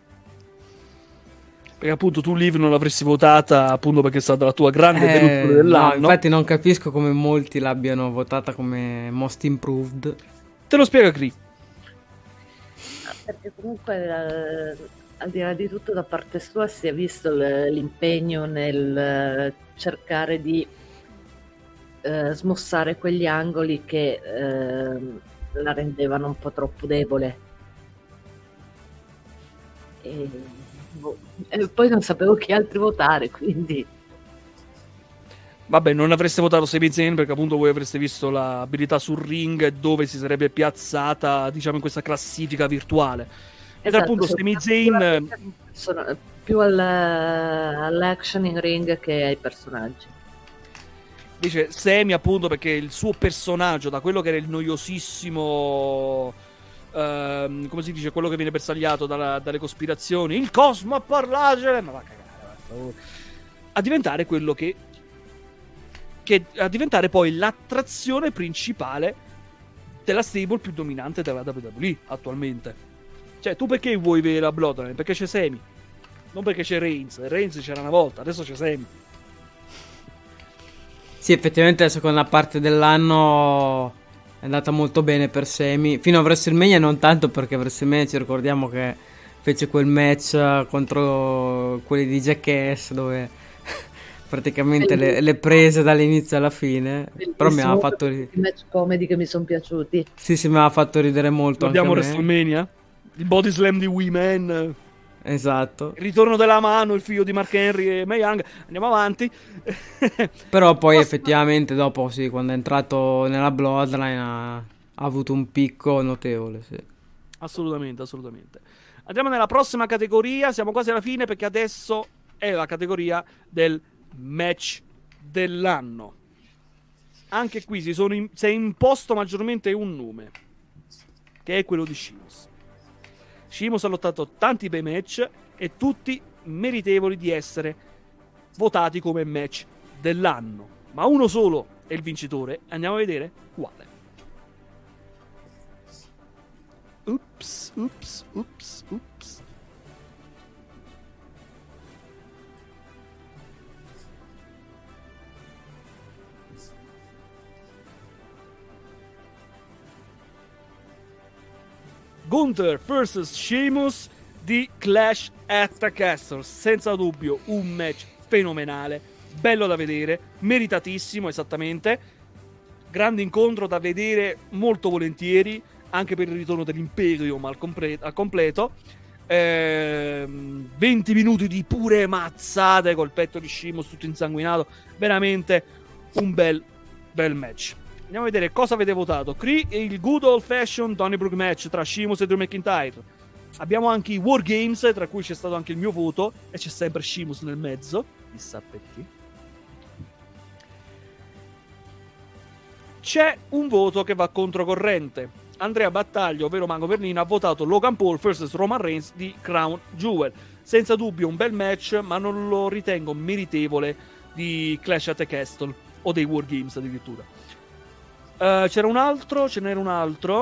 Speaker 1: Perché appunto tu Liv non l'avresti votata appunto perché è stata la tua grande delusione dell'anno.
Speaker 3: No, infatti non capisco come molti l'abbiano votata come most improved.
Speaker 1: Te lo spiega Cree.
Speaker 2: Perché comunque al di là di tutto da parte sua si è visto l'impegno nel cercare di smussare quegli angoli che la rendevano un po' troppo debole. E poi non sapevo chi altri votare, quindi
Speaker 1: Vabbè, non avreste votato Sami Zayn perché appunto voi avreste visto l'abilità sul ring dove si sarebbe piazzata, diciamo, in questa classifica virtuale. Ed
Speaker 2: esatto,
Speaker 1: appunto Sami Zayn
Speaker 2: sono più all'action in ring che ai personaggi.
Speaker 1: dice Sami appunto perché il suo personaggio, da quello che era il noiosissimo come si dice, quello che viene bersagliato dalle cospirazioni, il cosmo a parlarcene, ma va a cagare, a diventare quello che a diventare poi l'attrazione principale della stable più dominante della WWE attualmente. Cioè, tu perché vuoi vedere la Bloodline? Perché c'è Sami, non perché c'è Reigns. Reigns c'era una volta, adesso c'è Sami.
Speaker 3: Sì, effettivamente la seconda parte dell'anno è andata molto bene per Sami, fino a WrestleMania non tanto, perché a WrestleMania ci ricordiamo che fece quel match contro quelli di Jackass dove praticamente le prese dall'inizio alla fine. Però mi aveva fatto
Speaker 2: i match comedy che mi sono piaciuti.
Speaker 3: Sì, mi aveva fatto ridere molto.
Speaker 1: Guardiamo WrestleMania, il body slam di Women.
Speaker 3: Esatto.
Speaker 1: Il ritorno della mano, il figlio di Mark Henry e Mae Young. Andiamo avanti.
Speaker 3: Però poi effettivamente dopo, sì, quando è entrato nella Bloodline ha avuto un picco notevole, sì.
Speaker 1: Assolutamente. Andiamo nella prossima categoria. Siamo quasi alla fine perché adesso è la categoria del match dell'anno. Anche qui si è imposto maggiormente un nome, che è quello di Sheamus. Sheamus ha lottato tanti bei match e tutti meritevoli di essere votati come match dell'anno, ma uno solo è il vincitore. Andiamo a vedere quale. Ups. Gunther vs Sheamus di Clash at the Castle. Senza dubbio un match fenomenale, bello da vedere, meritatissimo, esattamente. Grande incontro da vedere molto volentieri, anche per il ritorno dell'Imperium al completo. 20 minuti di pure mazzate col petto di Sheamus tutto insanguinato. Veramente un bel match. Andiamo a vedere cosa avete votato. Cree e il good old fashion Donnybrook match tra Sheamus e Drew McIntyre. Abbiamo anche i War Games, tra cui c'è stato anche il mio voto, e c'è sempre Sheamus nel mezzo, chissà perché. C'è un voto che va controcorrente. Andrea Battaglio, ovvero Mango Bernino, ha votato Logan Paul vs Roman Reigns di Crown Jewel. Senza dubbio un bel match, ma non lo ritengo meritevole di Clash at the Castle o dei War Games addirittura. Ce n'era un altro.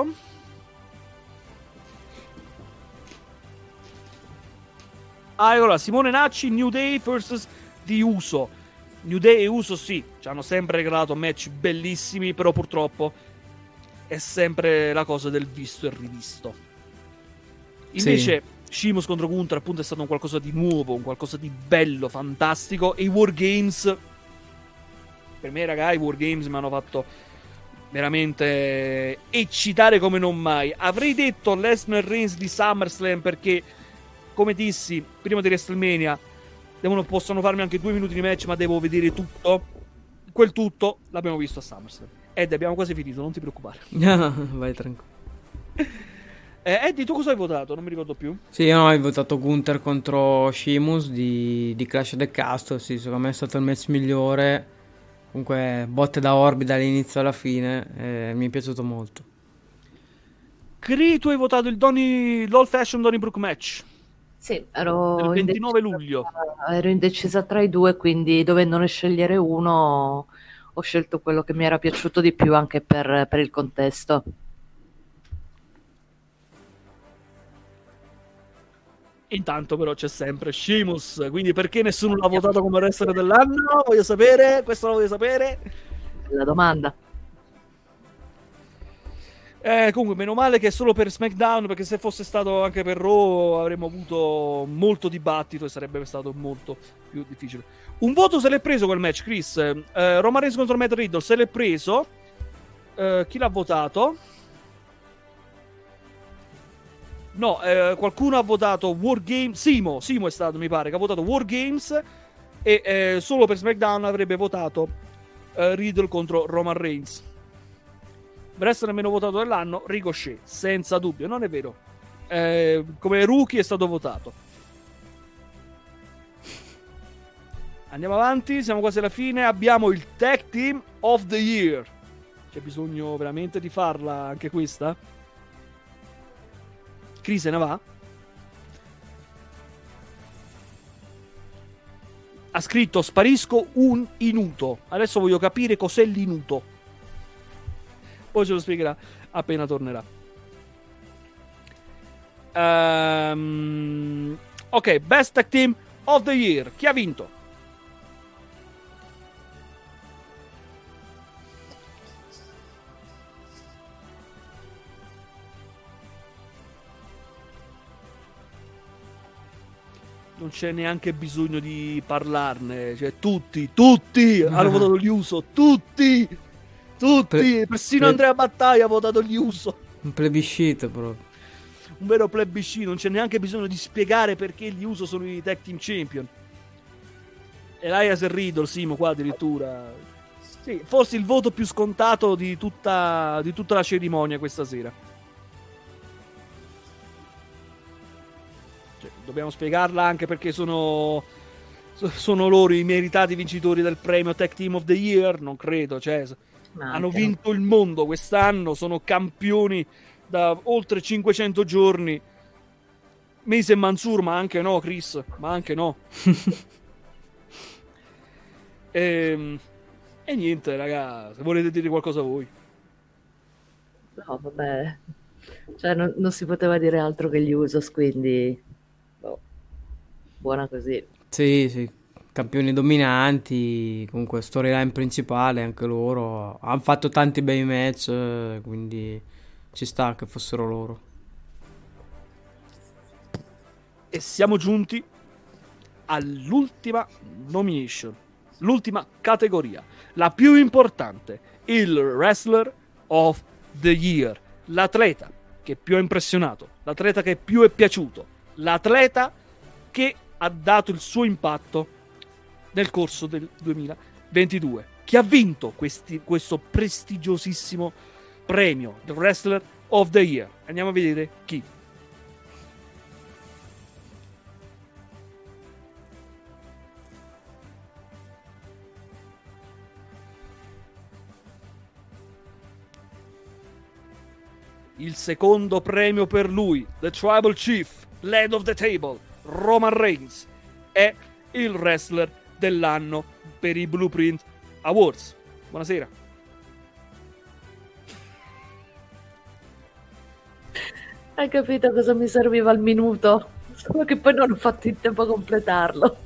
Speaker 1: Allora, Simone Nacci, New Day vs The Uso. New Day e Uso sì, ci hanno sempre regalato match bellissimi, però purtroppo è sempre la cosa del visto e rivisto. Invece Sheamus contro Gunther appunto è stato un qualcosa di nuovo, un qualcosa di bello, fantastico. E i War Games, per me raga, i War Games mi hanno fatto veramente eccitare come non mai. Avrei detto Lesnar Reigns di SummerSlam perché, come dissi prima di WrestleMania, possono farmi anche 2 minuti di match, ma devo vedere tutto. Quel tutto l'abbiamo visto a SummerSlam. Ed abbiamo quasi finito, non ti preoccupare.
Speaker 3: Vai tranquillo.
Speaker 1: Eddie, tu cosa hai votato? Non mi ricordo più.
Speaker 3: Sì, io ho votato Gunther contro Sheamus di Clash of the Castle. Sì, secondo me è stato il match migliore. Comunque, botte da Orbi dall'inizio alla fine. Mi è piaciuto molto.
Speaker 1: Cree, tu hai votato l'Old Fashion Donnybrook match
Speaker 2: Sì,
Speaker 1: del
Speaker 2: ero
Speaker 1: 29 luglio.
Speaker 2: indecisa tra i due, quindi dovendone scegliere uno, ho scelto quello che mi era piaciuto di più anche per il contesto.
Speaker 1: Intanto però c'è sempre Sheamus, quindi perché nessuno l'ha votato come wrestler dell'anno? Voglio sapere, questo lo voglio sapere.
Speaker 2: La domanda.
Speaker 1: Comunque, meno male che è solo per SmackDown, perché se fosse stato anche per Raw avremmo avuto molto dibattito e sarebbe stato molto più difficile. Un voto se l'è preso quel match, Chris. Roman Reigns contro Matt Riddle se l'è preso. Chi l'ha votato? No, qualcuno ha votato War Games. Simo è stato, mi pare, che ha votato War Games. E solo per SmackDown avrebbe votato Riddle contro Roman Reigns. Wrestler meno votato dell'anno, Ricochet, senza dubbio, non è vero. Come rookie è stato votato. Andiamo avanti, siamo quasi alla fine. Abbiamo il Tag Team of the Year. C'è bisogno veramente di farla anche questa? Chris, se ne va? Ha scritto sparisco un inuto. Adesso voglio capire cos'è l'inuto. Poi ce lo spiegherà appena tornerà. Ok, Best Tag Team of the Year. Chi ha vinto? Non c'è neanche bisogno di parlarne. Cioè, tutti hanno votato gli Uso. Tutti. Persino Andrea Battaglia ha votato gli Uso.
Speaker 3: Un plebiscito proprio.
Speaker 1: Un vero plebiscito. Non c'è neanche bisogno di spiegare perché gli Uso sono i Tag Team Champion. Elias e Riddle, Simo, qua addirittura. Sì, forse il voto più scontato di tutta la cerimonia questa sera. Cioè, dobbiamo spiegarla anche perché sono loro i meritati vincitori del premio Tag Team of the Year? Non credo, cioè, hanno vinto il mondo quest'anno, sono campioni da oltre 500 giorni. Mace e Mansur, ma anche no, Chris, ma anche no. E niente, raga, se volete dire qualcosa voi.
Speaker 2: No, vabbè. Cioè, non si poteva dire altro che gli Usos, quindi buona così.
Speaker 3: Sì, campioni dominanti, comunque storyline principale anche loro. Hanno fatto tanti bei match, quindi ci sta che fossero loro.
Speaker 1: E siamo giunti all'ultima nomination, l'ultima categoria, la più importante, il Wrestler of the Year, l'atleta che più ha impressionato, l'atleta che più è piaciuto, l'atleta che ha dato il suo impatto nel corso del 2022, che ha vinto questo prestigiosissimo premio del Wrestler of the Year. Andiamo a vedere chi. Il secondo premio per lui, The Tribal Chief, Head of the Table, Roman Reigns, è il wrestler dell'anno per i Blueprint Awards. Buonasera.
Speaker 2: Hai capito cosa mi serviva al minuto? Solo che poi non ho fatto in tempo a completarlo.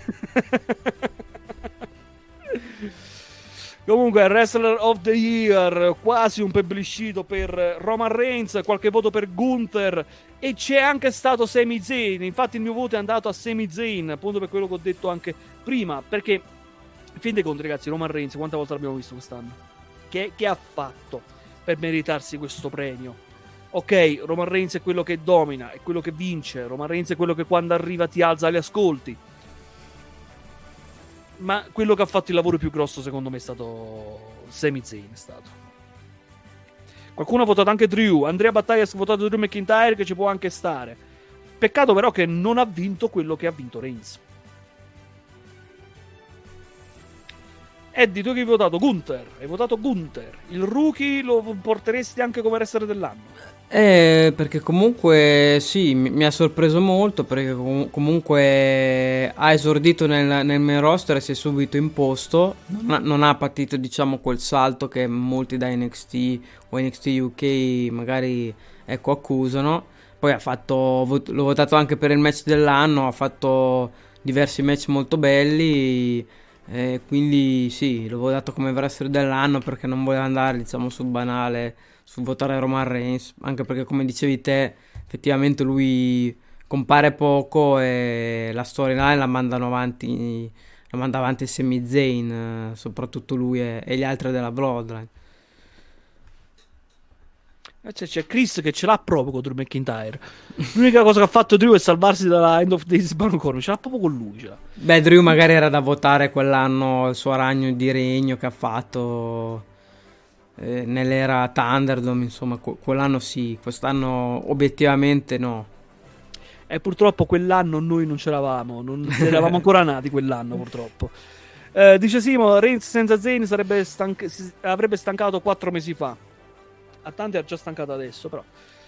Speaker 1: Comunque, Wrestler of the Year, quasi un plebiscito per Roman Reigns, qualche voto per Gunther e c'è anche stato Sami Zayn. Infatti il mio voto è andato a Sami Zayn, appunto per quello che ho detto anche prima, perché in fin dei conti, ragazzi, Roman Reigns quante volte l'abbiamo visto quest'anno? Che ha fatto per meritarsi questo premio? Ok, Roman Reigns è quello che domina, è quello che vince, Roman Reigns è quello che quando arriva ti alza gli ascolti. Ma quello che ha fatto il lavoro più grosso secondo me è stato Sami Zayn. Qualcuno ha votato anche Drew. Andrea Battaglia ha votato Drew McIntyre, che ci può anche stare. Peccato però che non ha vinto quello che ha vinto Reigns. Eddie, tu che hai votato? Gunther. Hai votato Gunther. Il rookie lo porteresti anche come wrestler dell'anno?
Speaker 3: Perché comunque sì, mi ha sorpreso molto, perché comunque ha esordito nel main roster e si è subito imposto, non ha patito, diciamo, quel salto che molti da NXT o NXT UK magari, ecco, accusano. Poi l'ho votato anche per il match dell'anno, ha fatto diversi match molto belli, quindi sì, l'ho votato come wrestler dell'anno perché non voleva andare, diciamo, sul banale, sul votare Roman Reigns, anche perché, come dicevi te, effettivamente lui compare poco e la storyline la manda avanti Sami Zayn, soprattutto lui e gli altri della Bloodline.
Speaker 1: C'è Chris che ce l'ha proprio con Drew McIntyre. L'unica cosa che ha fatto Drew è salvarsi dalla End of Days Baron, ce l'ha proprio con lui.
Speaker 3: Beh, Drew magari era da votare quell'anno, il suo ragno di regno che ha fatto nell'era Thunderdome, insomma, quell'anno sì, quest'anno obiettivamente no.
Speaker 1: E purtroppo quell'anno noi non c'eravamo, non eravamo ancora nati quell'anno, purtroppo. Dice Simo, Reigns senza Zayn avrebbe stancato 4 mesi fa. A tanti ha già stancato adesso, però.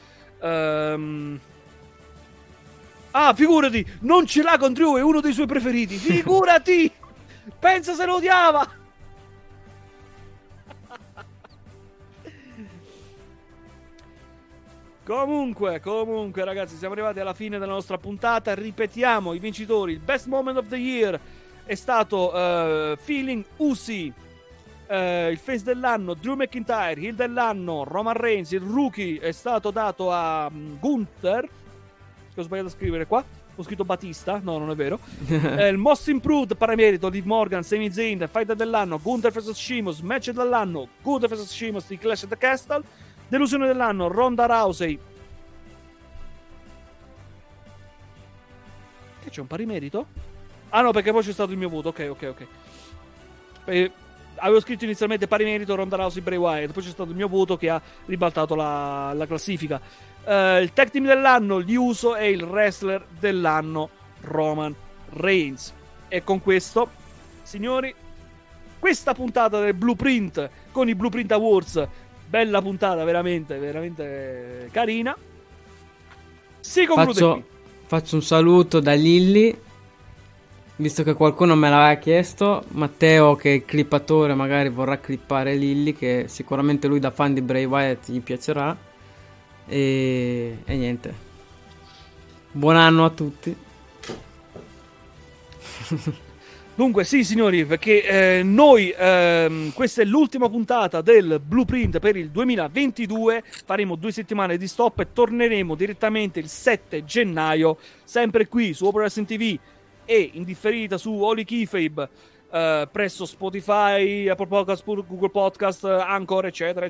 Speaker 1: Figurati, non ce l'ha con Drew, è uno dei suoi preferiti. Figurati! Pensa se lo odiava! Comunque, ragazzi, siamo arrivati alla fine della nostra puntata. Ripetiamo i vincitori. Il best moment of the year è stato Feeling Usi. Il face dell'anno Drew McIntyre, heel dell'anno Roman Reigns, il rookie è stato dato a Gunther. Ho sbagliato a scrivere qua, ho scritto Batista, no, non è vero. Il most improved paramerito Liv Morgan, Sami Zayn, fighter dell'anno Gunther vs Sheamus, match dell'anno Gunther vs Sheamus di Clash at the Castle, delusione dell'anno Ronda Rousey. Che c'è un pari merito? Ah no, perché poi c'è stato il mio voto, ok. Avevo scritto inizialmente pari merito Ronda Rousey Bray Wyatt, poi c'è stato il mio voto che ha ribaltato la classifica. Il tag team dell'anno gli Uso e il wrestler dell'anno Roman Reigns. E con questo, signori, questa puntata del Blueprint con i Blueprint Awards, bella puntata, veramente carina, si conclude.
Speaker 3: Faccio un saluto da Lilly, visto che qualcuno me l'aveva chiesto. Matteo, che è il clippatore, magari vorrà clippare Lilly, che sicuramente lui da fan di Bray Wyatt gli piacerà. E niente, buon anno a tutti.
Speaker 1: Dunque sì, signori, perché noi questa è l'ultima puntata del Blueprint per il 2022. Faremo 2 settimane di stop e torneremo direttamente il 7 gennaio sempre qui su Opera Wrestling TV e in differita su Holy Kayfabe, presso Spotify, Apple Podcast, Google Podcast, Anchor, eccetera.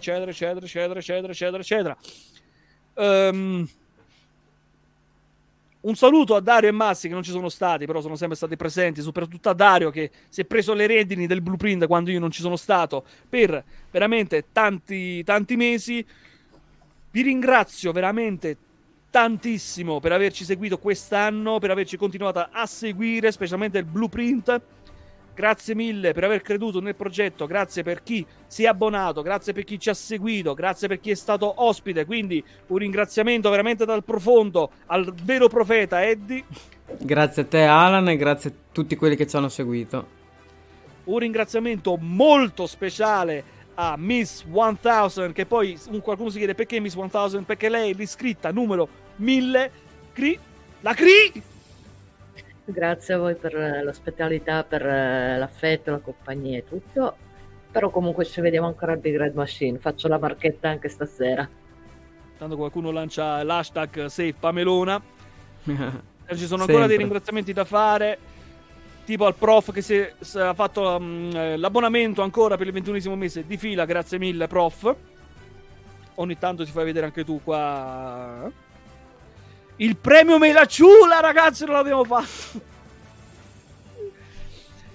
Speaker 1: Un saluto a Dario e Massi che non ci sono stati, però sono sempre stati presenti, soprattutto a Dario che si è preso le redini del Blueprint quando io non ci sono stato per veramente tanti mesi. Vi ringrazio veramente tantissimo per averci seguito quest'anno, per averci continuato a seguire, specialmente il Blueprint. Grazie mille per aver creduto nel progetto, grazie per chi si è abbonato, grazie per chi ci ha seguito, grazie per chi è stato ospite, quindi un ringraziamento veramente dal profondo al vero profeta Eddie.
Speaker 3: Grazie a te Alan e grazie a tutti quelli che ci hanno seguito.
Speaker 1: Un ringraziamento molto speciale a Miss 1000, che poi qualcuno si chiede perché Miss 1000, perché lei è l'iscritta numero 1000, la Cri!
Speaker 2: Grazie a voi per l'ospitalità, per l'affetto, la compagnia e tutto. Però comunque ci vediamo ancora al Big Red Machine. Faccio la marchetta anche stasera.
Speaker 1: Tanto qualcuno lancia l'hashtag Save Pamelona. Ci sono ancora dei ringraziamenti da fare, tipo al prof che si ha fatto l'abbonamento ancora per il 21esimo mese di fila. Grazie mille, prof. Ogni tanto ti fai vedere anche tu qua. Il premio Melacciula, ragazzi, non l'abbiamo fatto.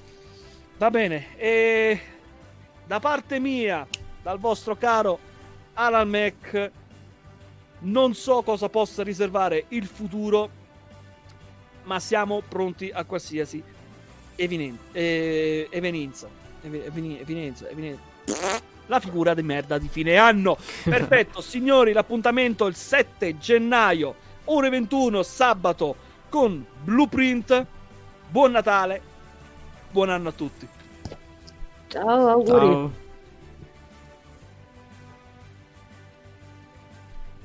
Speaker 1: Va bene. E da parte mia, dal vostro caro Alan Mac, non so cosa possa riservare il futuro, ma siamo pronti a qualsiasi evenienza. La figura di merda di fine anno. Perfetto, signori, l'appuntamento è il 7 gennaio, ore 21, sabato, con Blueprint. Buon Natale, buon anno a tutti.
Speaker 2: Ciao, auguri.
Speaker 3: Ciao.